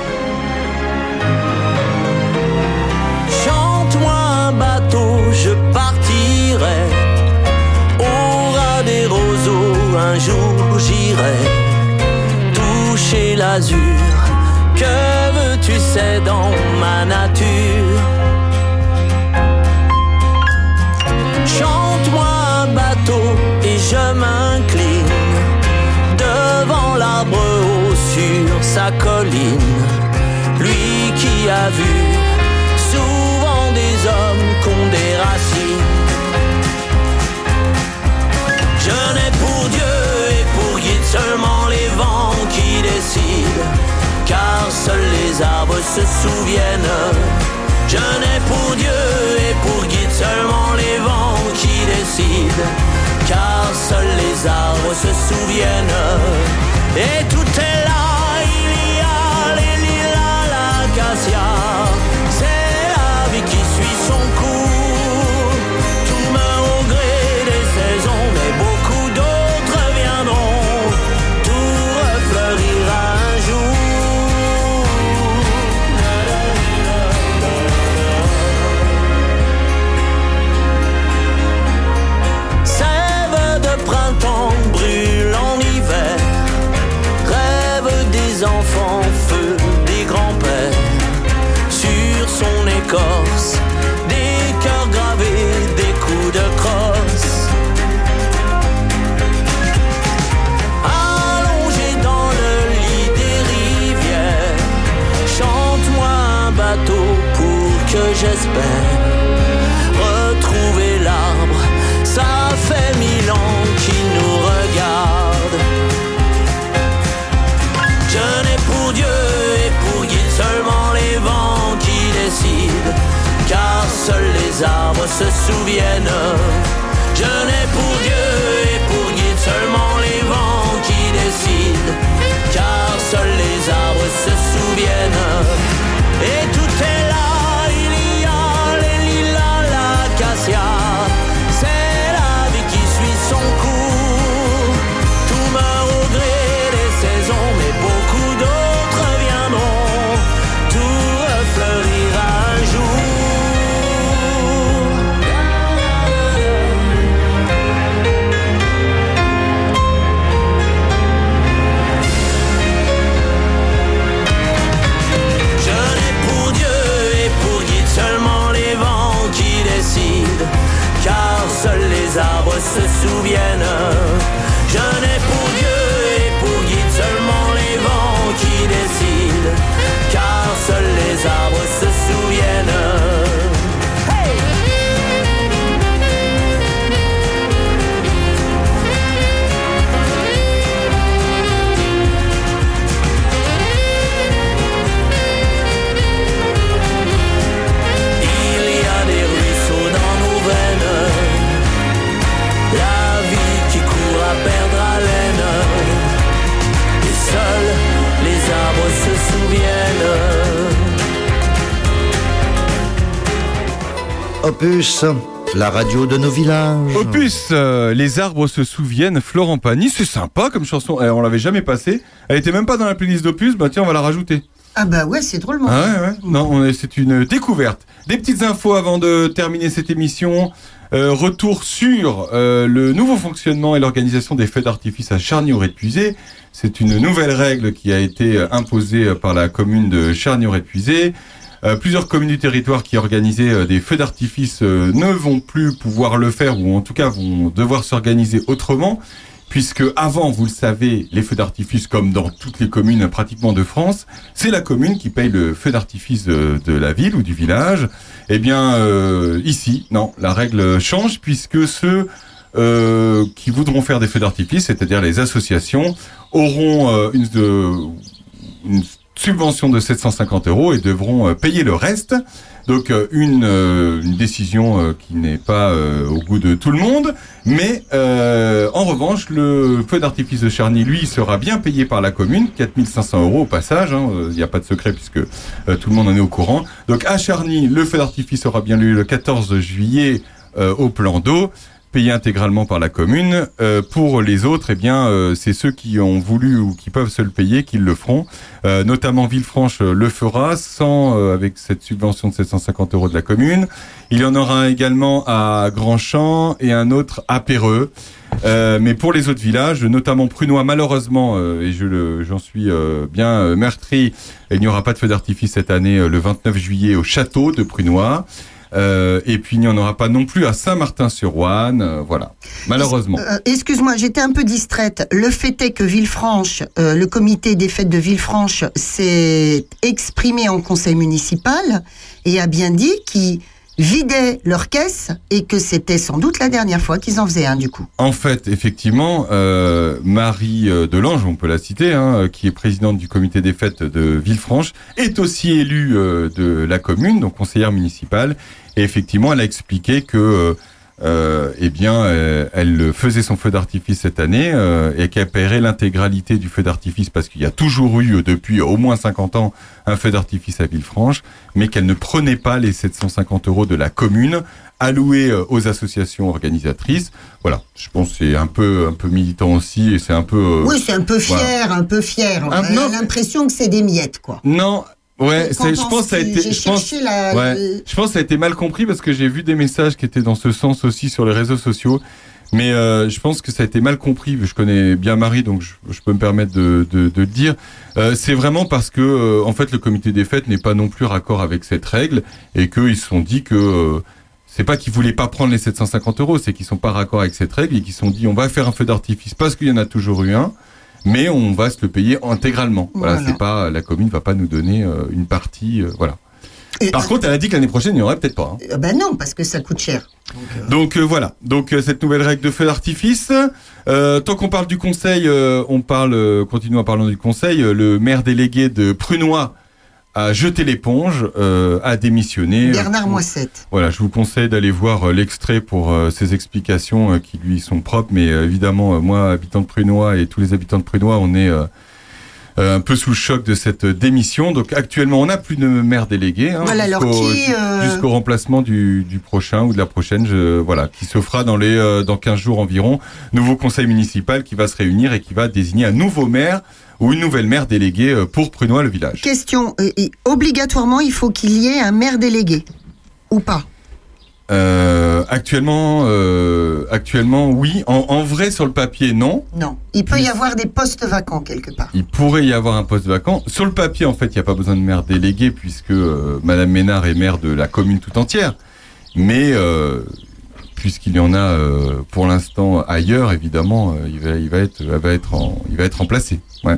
Chante-moi un bateau, je partirai. Au ras des roseaux, un jour j'irai toucher l'azur. Que veux-tu, c'est dans ma nature. Chante-moi un bateau et je m'incline devant l'arbre haut sur sa colline. Lui qui a vu souvent des hommes qu'ont des racines. Je n'ai pour Dieu et pour guide seulement les vents qui décident, car seuls les arbres se souviennent. Je n'ai pour Dieu et pour guide seulement les vents qui décident, car seuls les arbres se souviennent. Et tout est là, il y a les lilas, l'acacia, c'est la vie qui suit son cours. Tout meurt au gré des saisons, mais beaucoup d'autres viendront. Tout refleurira un jour. Sève de printemps brûle en hiver, rêve des enfants, feu des grands-pères. Sur son écorce, des cœurs gravés, des coups de crosse. Allongé dans le lit des rivières, chante-moi un bateau pour que j'espère retrouver l'arbre. Ça fait mille ans qu'il nous regarde. Je n'ai pour Dieu et pour guide seulement les vents qui décident, car seuls les arbres se souviennent. Je n'ai pour Dieu et pour guide seulement les vents qui décident, car seuls les arbres se souviennent. Et tout est là, il y a les lilas, l'acacia, c'est la vie qui suit son cours. Tout meurt au gré des saisons, mais beaucoup d'autres viendront. Tout refleurira un jour. Je n'ai pour Dieu et pour guide seulement les vents qui décident, car seuls les arbres se souviennent. Je n'ai pour Dieu et pour guide seulement les vents qui décident, car seuls les arbres se souviennent. Hey! Il y a des ruisseaux dans nos veines, la vie qui court à perdre haleine, et seuls les arbres se souviennent. Opus, la radio de nos villages. Opus, euh, les arbres se souviennent, Florent Pagny, c'est sympa comme chanson. Eh, on l'avait jamais passée. Elle était même pas dans la playlist d'Opus. Bah tiens, on va la rajouter. Ah bah ouais, c'est drôlement. Ah ouais, ouais. Non, on est- c'est une découverte. Des petites infos avant de terminer cette émission. Euh, retour sur euh, le nouveau fonctionnement et l'organisation des feux d'artifice à Charny-au-Répuisé. C'est une nouvelle règle qui a été euh, imposée euh, par la commune de Charny-au-Répuisé. Euh, plusieurs communes du territoire qui organisaient euh, des feux d'artifice euh, ne vont plus pouvoir le faire, ou en tout cas vont devoir s'organiser autrement, puisque avant, vous le savez, les feux d'artifice, comme dans toutes les communes pratiquement de France, c'est la commune qui paye le feu d'artifice de, de la ville ou du village. Eh bien, euh, ici, non, la règle change, puisque ceux euh, qui voudront faire des feux d'artifice, c'est-à-dire les associations, auront euh, une, de, une subvention de sept cent cinquante euros et devront euh, payer le reste. Donc euh, une, euh, une décision euh, qui n'est pas euh, au goût de tout le monde, mais euh, en revanche, le feu d'artifice de Charny, lui, sera bien payé par la commune, quatre mille cinq cents euros au passage, il hein, n'y a pas de secret puisque euh, tout le monde en est au courant. Donc à Charny, le feu d'artifice aura bien lieu le quatorze juillet euh, au plan d'eau, payé intégralement par la commune. Euh, pour les autres, eh bien, euh, c'est ceux qui ont voulu ou qui peuvent se le payer qui le feront. Euh, notamment Villefranche euh, le fera, sans euh, avec cette subvention de sept cent cinquante euros de la commune. Il y en aura également à Grandchamp et un autre à Perreux. Euh, mais pour les autres villages, notamment Prunois, malheureusement, euh, et je le, j'en suis euh, bien euh, meurtri, il n'y aura pas de feu d'artifice cette année, euh, le vingt-neuf juillet au château de Prunois. Euh, et puis il n'y en aura pas non plus à Saint-Martin-sur-Ouane, euh, voilà, malheureusement. Euh, excuse-moi, j'étais un peu distraite. Le fait est que Villefranche, euh, le comité des fêtes de Villefranche s'est exprimé en conseil municipal et a bien dit qu'ils vidaient leur caisse et que c'était sans doute la dernière fois qu'ils en faisaient un du coup. En fait, effectivement, euh, Marie Delange, on peut la citer, hein, qui est présidente du comité des fêtes de Villefranche, est aussi élue euh, de la commune, donc conseillère municipale. Et effectivement, elle a expliqué que, euh, euh, eh bien, euh, elle faisait son feu d'artifice cette année euh, et qu'elle paierait l'intégralité du feu d'artifice parce qu'il y a toujours eu, depuis au moins cinquante ans, un feu d'artifice à Villefranche, mais qu'elle ne prenait pas les sept cent cinquante euros de la commune alloués euh, aux associations organisatrices. Voilà, je pense que c'est un peu, un peu militant aussi et c'est un peu... Euh, oui, c'est un peu fier, voilà. un peu fier. On Un- a non. l'impression que c'est des miettes, quoi. Non, ouais, Qu'en c'est, je pense que ça a penses-tu? été, J'ai je pense, cherché la- ouais, le- je pense que ça a été mal compris parce que j'ai vu des messages qui étaient dans ce sens aussi sur les réseaux sociaux. Mais euh, je pense que ça a été mal compris. Je connais bien Marie, donc je, je peux me permettre de, de, de le dire. Euh, c'est vraiment parce que, euh, en fait, le comité des fêtes n'est pas non plus raccord avec cette règle et qu'ils se sont dit que euh, c'est pas qu'ils voulaient pas prendre les sept cent cinquante euros, c'est qu'ils sont pas raccord avec cette règle et qu'ils se sont dit on va faire un feu d'artifice parce qu'il y en a toujours eu un, mais on va se le payer intégralement. Voilà, Voilà. c'est pas la commune va pas nous donner euh, une partie, euh, voilà. Et- Par contre, elle a dit que l'année prochaine, il n'y en aurait peut-être pas. hein. Euh, ben non, parce que ça coûte cher. Donc, euh, Donc euh, voilà, donc euh, cette nouvelle règle de feu d'artifice. Euh, tant qu'on parle du conseil, euh, on parle, euh, continuons en parlant du conseil. euh, le maire délégué de Prunois a jeté l'éponge, euh, a démissionné. Bernard Euh, Moissette. Voilà, je vous conseille d'aller voir euh, l'extrait pour euh, ces explications euh, qui lui sont propres. Mais euh, évidemment, euh, moi, habitant de Prunois et tous les habitants de Prunois, on est euh, euh, un peu sous le choc de cette euh, démission. Donc actuellement, on n'a plus de maire délégué. Hein, Voilà, alors jusqu'au, qui, euh, jusqu'au remplacement du, du prochain ou de la prochaine, je, voilà, qui se fera dans les euh, dans quinze jours environ. Nouveau conseil municipal qui va se réunir et qui va désigner un nouveau maire ou une nouvelle maire déléguée euh, pour Prunois le village. Question, euh, et obligatoirement, il faut qu'il y ait un maire délégué. Ou pas? Euh, actuellement, euh, actuellement, oui. En, en vrai, sur le papier, non. Non. Il peut y avoir des postes vacants quelque part. Il pourrait y avoir un poste vacant. Sur le papier, en fait, il n'y a pas besoin de maire délégué puisque euh, Madame Ménard est maire de la commune tout entière. Mais euh, puisqu'il y en a euh, pour l'instant ailleurs, évidemment, euh, il va, il va être, elle va être, en, il va être remplacé. Ouais.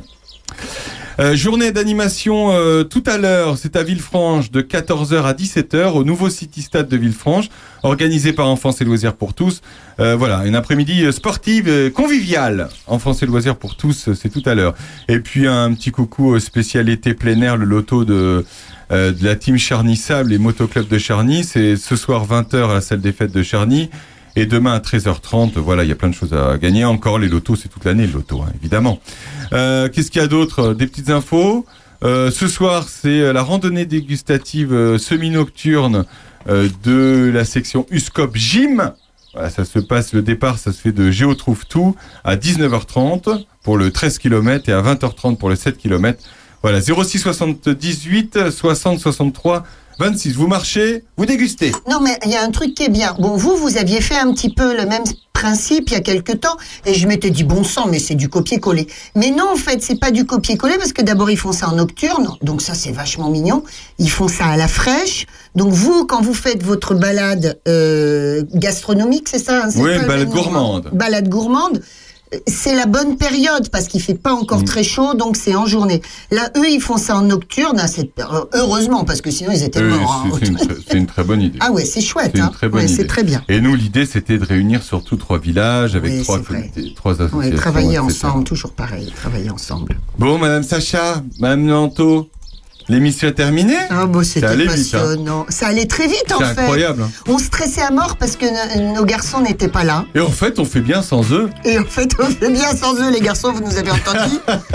Euh, journée d'animation euh, tout à l'heure, c'est à Villefranche de quatorze heures à dix-sept heures au nouveau City Stade de Villefranche, organisé par Enfance et Loisirs pour tous. Euh, voilà, une après-midi euh, sportive euh, conviviale. Enfance et Loisirs pour tous, euh, c'est tout à l'heure. Et puis un petit coucou euh, spécial été plein air, le loto de, euh, de la team Charny Sable et Motoclub de Charny. C'est ce soir vingt heures à la salle des fêtes de Charny. Et demain à treize heures trente, voilà, il y a plein de choses à gagner. Encore les lotos, c'est toute l'année le loto, hein, évidemment. Euh, qu'est-ce qu'il y a d'autre? Des petites infos. Euh, ce soir, c'est la randonnée dégustative euh, semi-nocturne euh, de la section U S C O P Gym. Voilà, ça se passe, le départ, ça se fait de Géotrouve-Tout à dix-neuf heures trente pour le treize kilomètres et à vingt heures trente pour le sept kilomètres. Voilà, zéro six soixante-dix-huit soixante soixante-trois vingt-six. Vous marchez, vous dégustez. Non, mais il y a un truc qui est bien. Bon, vous, vous aviez fait un petit peu le même principe il y a quelque temps, et je m'étais dit, bon sang, mais c'est du copier-coller. Mais non, en fait, c'est pas du copier-coller, parce que d'abord, ils font ça en nocturne, donc ça, c'est vachement mignon. Ils font ça à la fraîche. Donc vous, quand vous faites votre balade euh, gastronomique, c'est ça hein, c'est Oui, pas le balade même moment. gourmande. Balade gourmande. c'est la bonne période parce qu'il fait pas encore mmh. très chaud, donc c'est en journée. Là, eux, ils font ça en nocturne, à cette... heureusement, parce que sinon ils étaient euh, morts. C'est, hein. c'est, une, c'est une très bonne idée. Ah ouais, c'est chouette. C'est, hein. une très bonne ouais, idée. C'est très bien. Et nous, l'idée, c'était de réunir surtout trois villages avec oui, trois, comités, trois associations. Ouais, travailler et cetera. ensemble, toujours pareil, travailler ensemble. Bon, Madame Sacha, Madame Nanto, l'émission est terminée. Ah bon, c'était ça allait passionnant. Vite, hein. Ça allait très vite, en c'est fait. C'est incroyable. Hein. On stressait à mort parce que no- nos garçons n'étaient pas là. Et en fait, on fait bien sans eux. Et en fait, on fait bien sans eux, les garçons, vous nous avez entendu.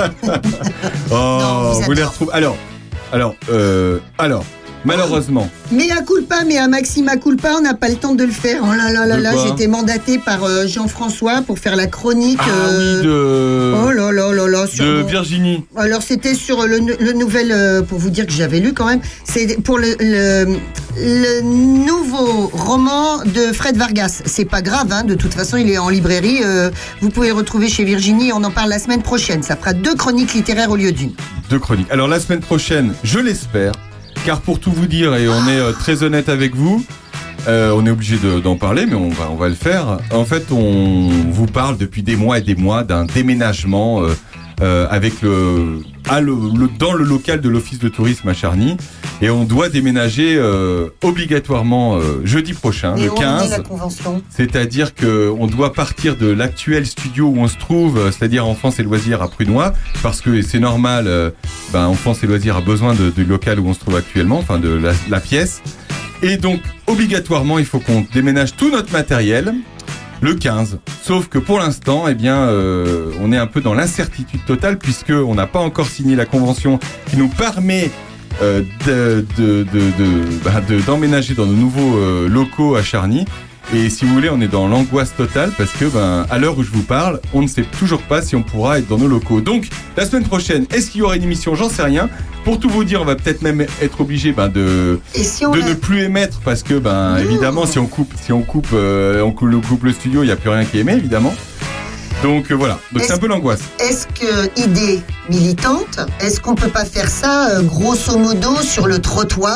Oh, non, vous, vous les retrouvez. Alors, alors, euh, alors, malheureusement. Mais à culpa, mais à Maxima culpa, on n'a pas le temps de le faire. Oh là là là de là, quoi j'étais mandatée par euh, Jean-François pour faire la chronique. Ah euh... oui, de. Oh là là là là. Sur de mon... Virginie. Alors c'était sur le, le nouvel, euh, pour vous dire que j'avais lu quand même, c'est pour le, le, le nouveau roman de Fred Vargas. C'est pas grave, hein, de toute façon il est en librairie. Euh, vous pouvez le retrouver chez Virginie. On en parle la semaine prochaine. Ça fera deux chroniques littéraires au lieu d'une. Deux chroniques. Alors la semaine prochaine, je l'espère. Car pour tout vous dire, et on est euh, très honnête avec vous, euh, on est obligé de, d'en parler, mais on va, on va le faire. En fait, on vous parle depuis des mois et des mois d'un déménagement euh, euh, avec le, à le, le dans le local de l'Office de tourisme à Charny, et on doit déménager euh, obligatoirement euh, jeudi prochain, et le on quinze. La convention. C'est-à-dire que on doit partir de l'actuel studio où on se trouve, c'est-à-dire Enfance et Loisirs à Prunois, parce que c'est normal. Euh, ben, Enfance et Loisirs a besoin de, du local où on se trouve actuellement, enfin de la, la pièce. Et donc obligatoirement, il faut qu'on déménage tout notre matériel le quinze. Sauf que pour l'instant, eh bien, euh, on est un peu dans l'incertitude totale puisque on n'a pas encore signé la convention qui nous permet euh, de, de, de, de, bah, de, d'emménager dans de nouveaux euh, locaux à Charny. Et si vous voulez, on est dans l'angoisse totale parce que, ben, à l'heure où je vous parle, on ne sait toujours pas si on pourra être dans nos locaux. Donc, la semaine prochaine, est-ce qu'il y aura une émission ? J'en sais rien. Pour tout vous dire, on va peut-être même être obligé, ben, de, si de a... ne plus émettre parce que, ben, non. évidemment, si on coupe, si on coupe, euh, on coupe, coupe le studio, il n'y a plus rien qui émet, évidemment. Donc, euh, voilà. Donc, est-ce, c'est un peu l'angoisse. Est-ce que, idée militante, est-ce qu'on peut pas faire ça, euh, grosso modo, sur le trottoir ?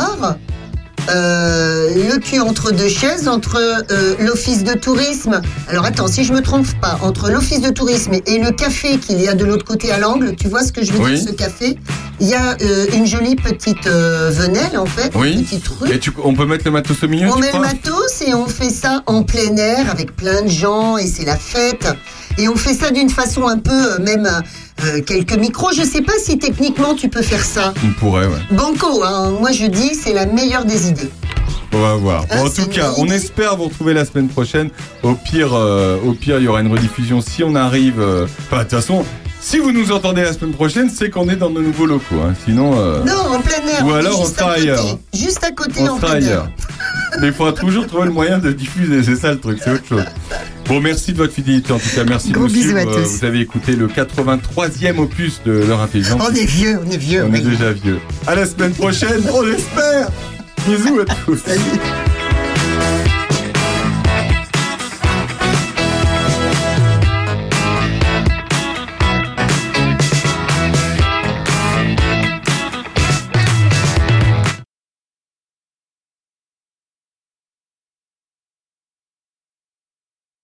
Euh, le cul entre deux chaises, entre euh, l'office de tourisme. Alors attends, si je me trompe pas, entre l'office de tourisme et le café qu'il y a de l'autre côté à l'angle, tu vois ce que je veux oui. dire, ce café, il y a euh, une jolie petite euh, venelle en fait, oui. une petite rue. Et tu, on peut mettre le matos au milieu. On tu met crois le matos et on fait ça en plein air avec plein de gens et c'est la fête. Et on fait ça d'une façon un peu, euh, même euh, quelques micros. Je sais pas si techniquement tu peux faire ça. On pourrait, ouais. Banco, hein. Moi je dis c'est la meilleure des idées. On va voir. Ah, bon, en tout cas, on espère vous retrouver la semaine prochaine. Au pire, euh, au pire, il y aura une rediffusion si on arrive. Euh... Enfin, de toute façon, si vous nous entendez la semaine prochaine, c'est qu'on est dans nos nouveaux locaux. Hein. Sinon. Euh... Non, en plein air. Ou alors on sera ailleurs. Juste à côté, on en sera plein ailleurs. air. Mais il faudra toujours trouver le moyen de diffuser. C'est ça le truc. C'est autre chose. Bon, merci de votre fidélité. En tout cas, merci Gros de nous bisous suivre. à tous. Vous avez écouté le quatre-vingt-troisième opus de L'heure intelligente. On est vieux, on est vieux. On oui. est déjà vieux. À la semaine prochaine, on l'espère. Bisous à tous. Salut.